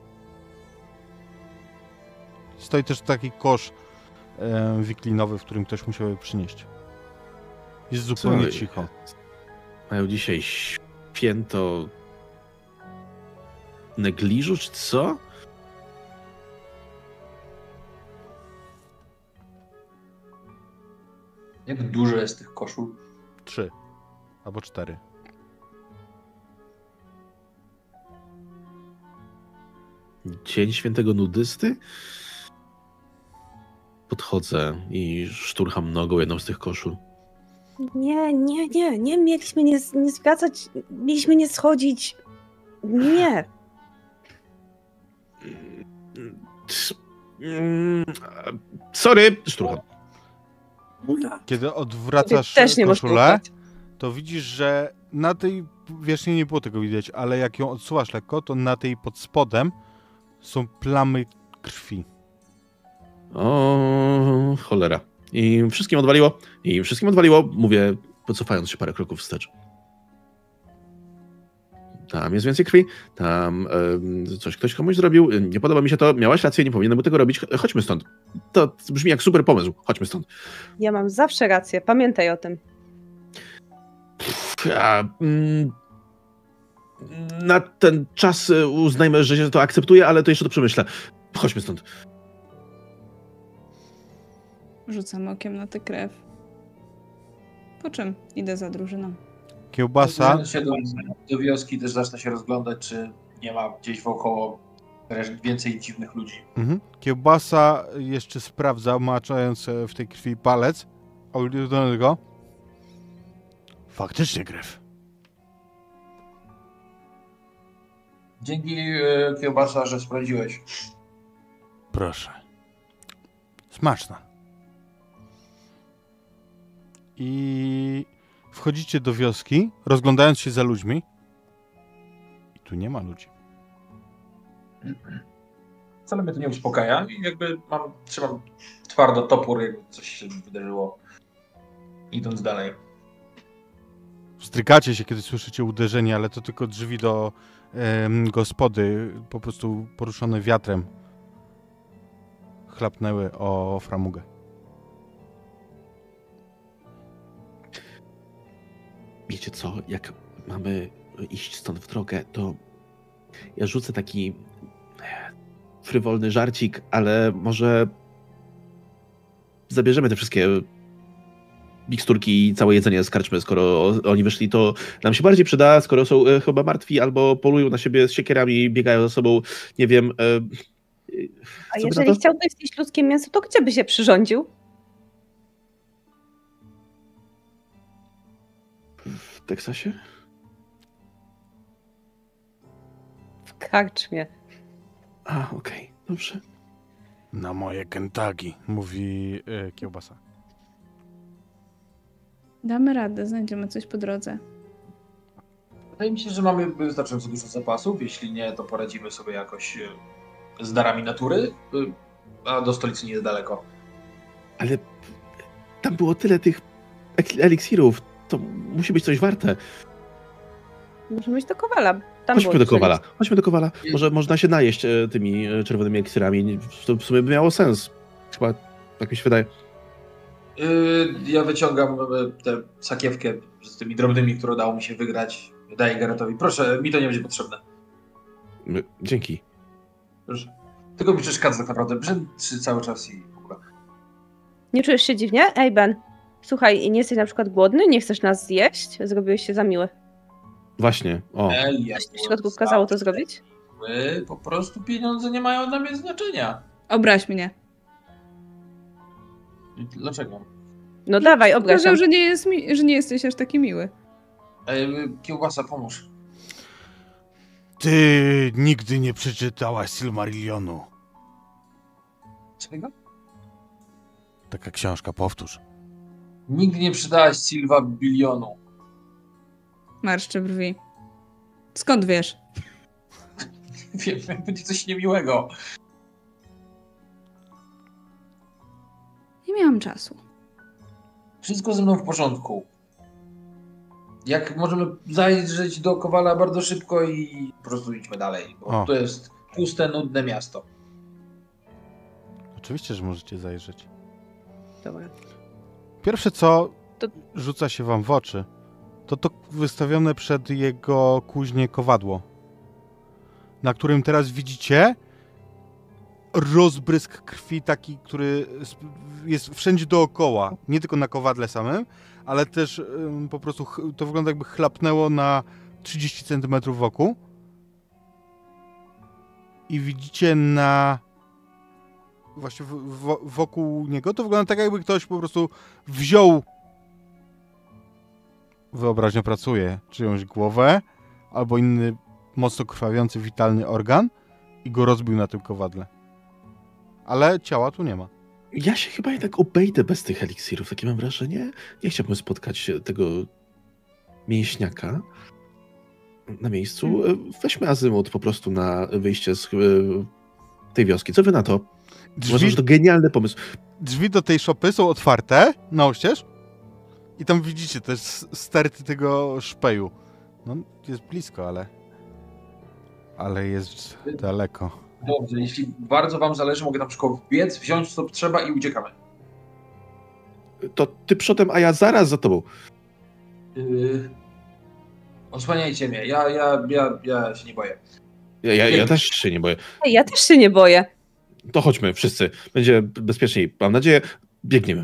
Stoi też taki kosz wiklinowy, w którym ktoś musiał je przynieść. Jest zupełnie Co? cicho. Mają dzisiaj święto negliżu, czy co? Jak dużo jest tych koszul? 3 albo 4. Dzień świętego nudysty? Podchodzę i szturcham nogą jedną z tych koszul. Nie mieliśmy nie zwracać, mieliśmy nie schodzić. Nie. Sorry, szturcham. Kiedy odwracasz Też nie możesz koszulę, ufać. to widzisz, że Na tej wierzchni nie było tego widać, ale jak ją odsuwasz lekko, to na tej pod spodem są plamy krwi. O, cholera. I wszystkim odwaliło. I wszystkim odwaliło, mówię, pocofając się parę kroków wstecz. Tam jest więcej krwi, tam coś ktoś komuś zrobił, nie podoba mi się to, miałaś rację, nie powinienem był tego robić, chodźmy stąd. To brzmi jak super pomysł, chodźmy stąd. Ja mam zawsze rację, pamiętaj o tym. Na ten czas uznajmy, że się to akceptuje, ale to jeszcze to przemyślę. Chodźmy stąd. Rzucam okiem na tę krew. Po czym idę za drużyną. Kiełbasa, Zbliżając się do wioski też zacznę się rozglądać, czy nie ma gdzieś wokoło więcej dziwnych ludzi. Kiełbasa jeszcze sprawdza, maczając w tej krwi palec, a do niego faktycznie krew. Dzięki kiełbasa, że sprawdziłeś. Proszę. Smaczna. I wchodzicie do wioski, rozglądając się za ludźmi. I tu nie ma ludzi. Wcale mnie to nie uspokaja i jakby trzymam twardo topór, jakby coś się wydarzyło. Idąc dalej. Wzdrygacie się, kiedy słyszycie uderzenie, ale to tylko drzwi do gospody, po prostu poruszone wiatrem, chlapnęły o framugę. Wiecie co, jak mamy iść stąd w drogę, to ja rzucę taki frywolny żarcik, ale może zabierzemy te wszystkie miksturki i całe jedzenie z karczmy, skoro oni wyszli, to nam się bardziej przyda, skoro są chyba martwi albo polują na siebie z siekierami, biegają za sobą, nie wiem. A jeżeli chciałbyś zjeść ludzkie mięso, to gdzie by się przyrządził? W Teksasie? W karczmie. A, okej, dobrze. Na moje Kentucky, mówi kiełbasa. Damy radę, znajdziemy coś po drodze. Wydaje mi się, że mamy wystarczająco dużo zapasów. Jeśli nie, to poradzimy sobie jakoś z darami natury, a do stolicy nie jest daleko. Ale tam było tyle tych eliksirów, to musi być coś warte. Możemy iść do Kowala. Chodźmy do Kowala. Może można się najeść tymi czerwonymi eliksirami. To w sumie by miało sens. Chyba tak mi się wydaje. Ja wyciągam tę sakiewkę z tymi drobnymi, które udało mi się wygrać. Daję Garretowi. Proszę, mi to nie będzie potrzebne. Dzięki. Proszę. Tylko mi przeszkadza tak naprawdę. Brzęczy cały czas i w ogóle. Nie czujesz się dziwnie? Ej, Ben. Słuchaj, nie jesteś na przykład głodny? Nie chcesz nas zjeść? Zrobiłeś się za miły. Właśnie. O. Coś ci w środku kazało to zrobić? Po prostu pieniądze nie mają dla mnie znaczenia. Obraź mnie. Dlaczego? No dawaj, obraź. Powiedział, że nie jesteś aż taki miły. Kiełbasa, pomóż. Ty nigdy nie przeczytałaś Silmarillionu. Czego? Taka książka, powtórz. Nigdy nie przydałaś Silva Bilionu. Marszczy brwi. Skąd wiesz? Wiem, będzie coś niemiłego. Nie miałam czasu. Wszystko ze mną w porządku. Jak możemy zajrzeć do Kowala bardzo szybko i po prostu idźmy dalej, bo to jest puste, nudne miasto. Oczywiście, że możecie zajrzeć. Dobra. Pierwsze, co rzuca się wam w oczy, to wystawione przed jego kuźnie kowadło, na którym teraz widzicie rozbrysk krwi taki, który jest wszędzie dookoła, nie tylko na kowadle samym, ale też po prostu to wygląda, jakby chlapnęło na 30 cm wokół. I widzicie właśnie wokół niego, to wygląda tak, jakby ktoś po prostu wziął, wyobraźnia pracuje, czyjąś głowę albo inny mocno krwawiący, witalny organ i go rozbił na tym kowadle. Ale ciała tu nie ma. Ja się chyba jednak obejdę bez tych eliksirów, takie mam wrażenie. Nie chciałbym spotkać tego mięśniaka na miejscu, weźmy azymut po prostu na wyjście z tej wioski. Co wy na to? Uważam, że to genialny pomysł. Drzwi do tej szopy są otwarte na oścież i tam widzicie też sterty tego szpeju. No, jest blisko, ale jest daleko. Dobrze, jeśli bardzo wam zależy, mogę na przykład wbiec, wziąć co trzeba i uciekamy. To ty przodem, a ja zaraz za tobą. Osłaniajcie mnie, ja się nie boję. Ja też się nie boję. Ej, ja też się nie boję. To chodźmy wszyscy. Będzie bezpieczniej. Mam nadzieję. Biegniemy.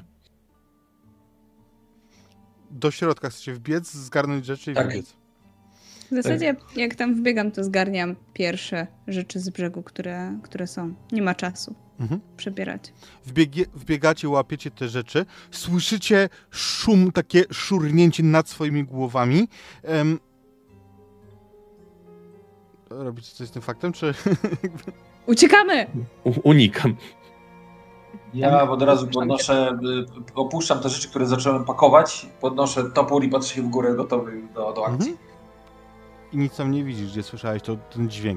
Do środka chcecie wbiec, zgarnąć rzeczy i Tak. wybiec. W zasadzie jak tam wbiegam, to zgarniam pierwsze rzeczy z brzegu, które są. Nie ma czasu przebierać. Wbiegacie, łapiecie te rzeczy, słyszycie szum, takie szurnięcie nad swoimi głowami. Robicie coś z tym faktem, czy... Uciekamy! Unikam. Ja od razu podnoszę, opuszczam te rzeczy, które zacząłem pakować, podnoszę topór i patrzę się w górę, gotowy do akcji. I nic tam nie widzisz, gdzie słyszałeś ten dźwięk.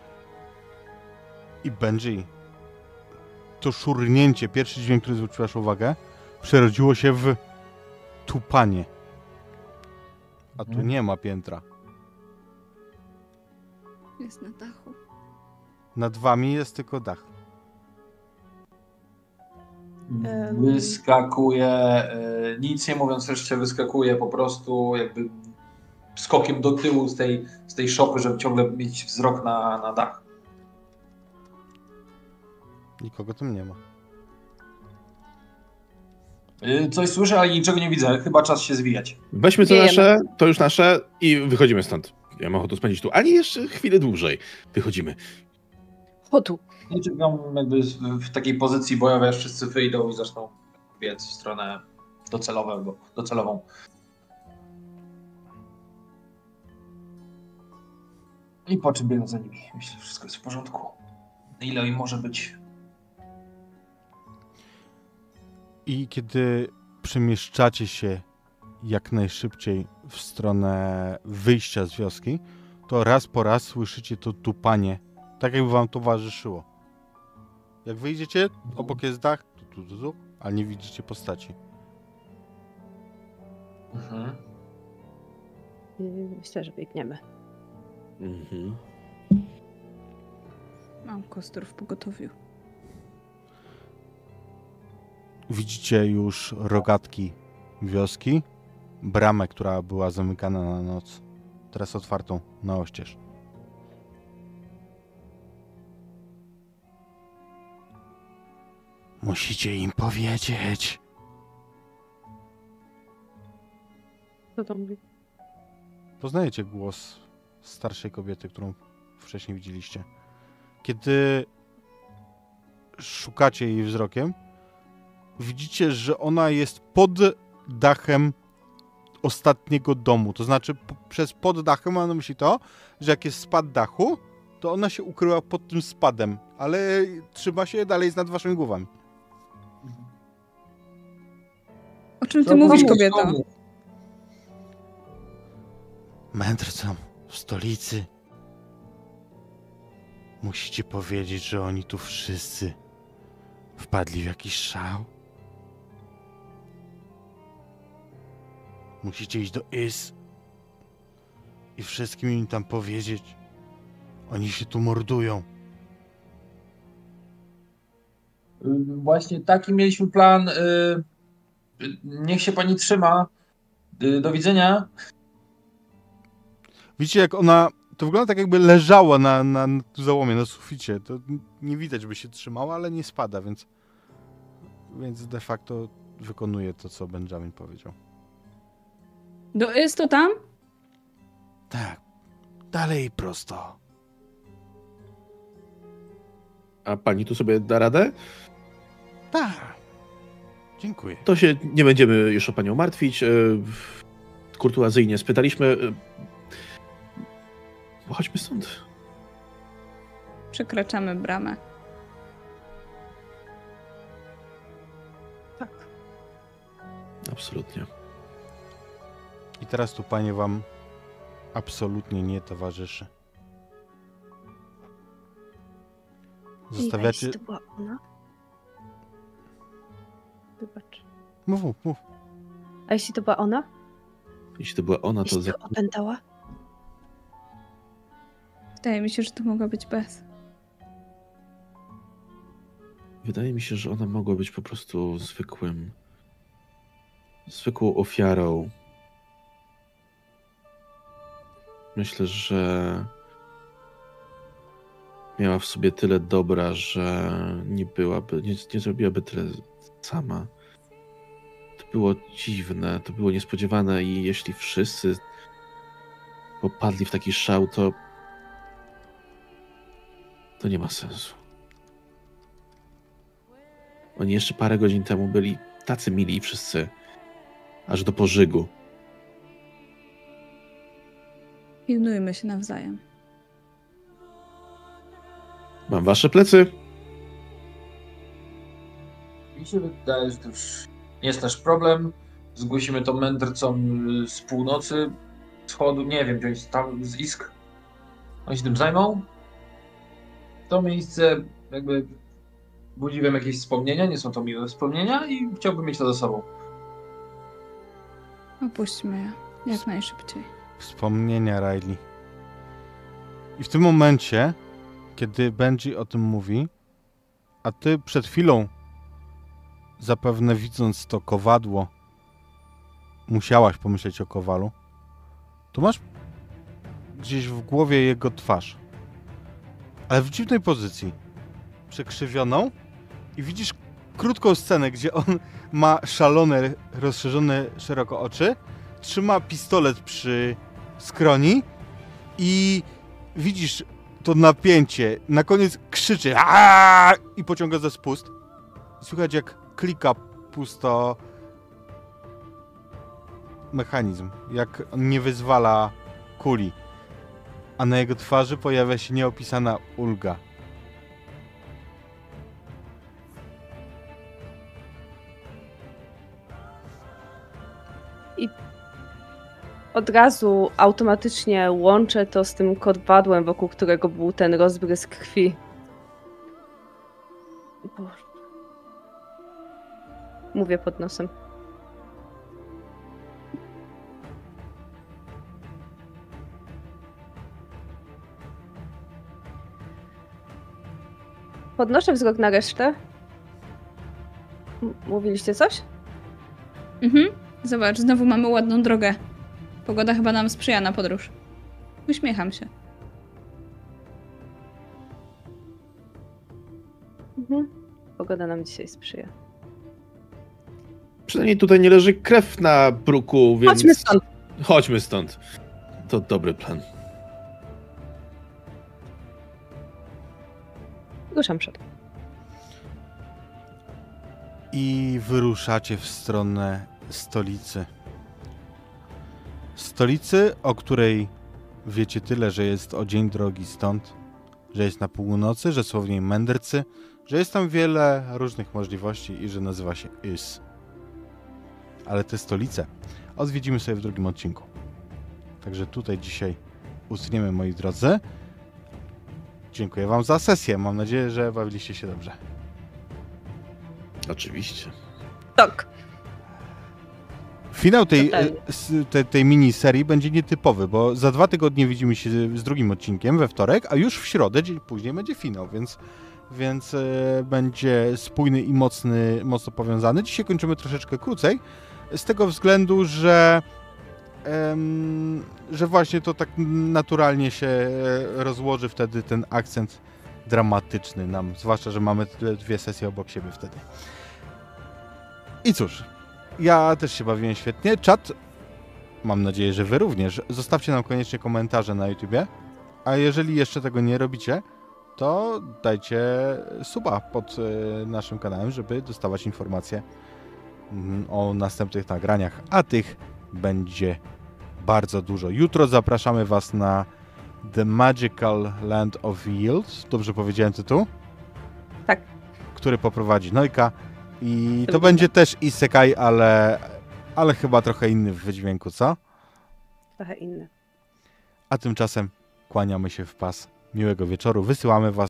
I Benji, to szurnięcie, pierwszy dźwięk, który zwrócił waszą uwagę, przerodziło się w tupanie. A tu nie ma piętra. Jest na dachu. Nad wami jest tylko dach. Wyskakuję, nic nie mówiąc jeszcze, wyskakuję po prostu jakby skokiem do tyłu z tej szopy, żeby ciągle mieć wzrok na dach. Nikogo tam nie ma. Coś słyszę, ale niczego nie widzę. Chyba czas się zwijać. Weźmy co Wiemy. nasze, to już nasze i wychodzimy stąd. Ja mam ochotę spędzić tu, ani jeszcze chwilę dłużej. Wychodzimy. Chodu. Nie czekam jakby w takiej pozycji bojowej, aż wszyscy wyjdą i zaczną biec w stronę docelową. I po czym biegnę za nimi. Myślę, że wszystko jest w porządku. Ile im może być? I kiedy przemieszczacie się jak najszybciej w stronę wyjścia z wioski, to raz po raz słyszycie to tupanie, tak jakby wam towarzyszyło. Jak wyjdziecie, obok jest dach, ale nie widzicie postaci. Mhm. Myślę, że biegniemy. Mhm. Mam kostur w pogotowiu. Widzicie już rogatki wioski, bramę, która była zamykana na noc, teraz otwartą na oścież. Musicie im powiedzieć. Co to mówi? Poznajecie głos starszej kobiety, którą wcześniej widzieliście. Kiedy szukacie jej wzrokiem, widzicie, że ona jest pod dachem ostatniego domu. To znaczy przez pod dachem mam na myśli to, że jak jest spad dachu, to ona się ukryła pod tym spadem, ale trzyma się dalej jest nad waszymi głowami. O czym ty mówisz, kobieto? Mędrcom w stolicy musicie powiedzieć, że oni tu wszyscy wpadli w jakiś szał. Musicie iść do Is i wszystkim im tam powiedzieć. Oni się tu mordują. Właśnie taki mieliśmy plan. Niech się pani trzyma. Do widzenia. Widzicie, jak ona... To wygląda tak, jakby leżała na załomie, na suficie. To nie widać, żeby się trzymała, ale nie spada, więc de facto wykonuje to, co Benjamin powiedział. Jest to tam? Tak. Dalej prosto. A pani tu sobie da radę? Tak. Dziękuję. To się nie będziemy już o panią martwić. Kurtuazyjnie spytaliśmy. Chodźmy stąd. Przekraczamy bramę. Absolutnie. I teraz tu, panie, wam absolutnie nie towarzyszy. Zostawiacie... Jeśli to była ona? Wybacz. Mów. A jeśli to była ona? Jeśli to była ona, to... Jeśli to opętała? Wydaje mi się, że to mogła być Beth. Wydaje mi się, że ona mogła być po prostu zwykłą ofiarą. Myślę, że miała w sobie tyle dobra, że nie zrobiłaby tyle sama. To było dziwne, to było niespodziewane i jeśli wszyscy popadli w taki szał, to nie ma sensu. Oni jeszcze parę godzin temu byli tacy mili wszyscy, aż do pożygu. Pilnujmy się nawzajem. Mam wasze plecy. Mi się wydaje, że to już nie jest nasz problem. Zgłosimy to mędrcom z północy, wschodu, nie wiem, gdzieś tam z Isk. Oni się tym zajmą. To miejsce jakby budzi wam jakieś wspomnienia, nie są to miłe wspomnienia i chciałbym mieć to ze sobą. Opuśćmy je jak najszybciej. Wspomnienia Riley. I w tym momencie, kiedy Benji o tym mówi, a ty przed chwilą, zapewne widząc to kowadło, musiałaś pomyśleć o kowalu, to masz gdzieś w głowie jego twarz. Ale w dziwnej pozycji. Przekrzywioną i widzisz krótką scenę, gdzie on ma szalone, rozszerzone szeroko oczy, trzyma pistolet przy skroni i widzisz to napięcie. Na koniec krzyczy Aaaa! I pociąga za spust. Słychać jak klika pusto mechanizm, jak on nie wyzwala kuli. A na jego twarzy pojawia się nieopisana ulga. I od razu automatycznie łączę to z tym kowadłem, wokół którego był ten rozbrysk krwi. Boże. Mówię pod nosem. Podnoszę wzrok na resztę. Mówiliście coś? Zobacz, znowu mamy ładną drogę. Pogoda chyba nam sprzyja na podróż. Uśmiecham się. Pogoda nam dzisiaj sprzyja. Przynajmniej tutaj nie leży krew na bruku, więc... Chodźmy stąd. Chodźmy stąd. To dobry plan. Ruszam przed. I wyruszacie w stronę stolicy. Stolicy, o której wiecie tyle, że jest o dzień drogi stąd, że jest na północy, że są w niej mędrcy, że jest tam wiele różnych możliwości i że nazywa się Ys. Ale te stolice odwiedzimy sobie w drugim odcinku. Także tutaj dzisiaj ustniemy, moi drodzy. Dziękuję wam za sesję. Mam nadzieję, że bawiliście się dobrze. Oczywiście. Tak. Finał tej miniserii będzie nietypowy, bo za 2 tygodnie widzimy się z drugim odcinkiem we wtorek, a już w środę, dzień później będzie finał, więc będzie spójny i mocno powiązany. Dzisiaj kończymy troszeczkę krócej, z tego względu, że właśnie to tak naturalnie się rozłoży wtedy ten akcent dramatyczny nam, zwłaszcza, że mamy 2 sesje obok siebie wtedy. I cóż, ja też się bawiłem świetnie. Czat, mam nadzieję, że wy również. Zostawcie nam koniecznie komentarze na YouTubie, a jeżeli jeszcze tego nie robicie, to dajcie suba pod naszym kanałem, żeby dostawać informacje o następnych nagraniach, a tych będzie bardzo dużo. Jutro zapraszamy was na The Magical Land of Yield. Dobrze powiedziałem tytuł? Tak. Który poprowadzi Nojka. I to będzie też isekai, ale chyba trochę inny w wydźwięku, co? trochę inny. A tymczasem kłaniamy się w pas. Miłego wieczoru. Wysyłamy was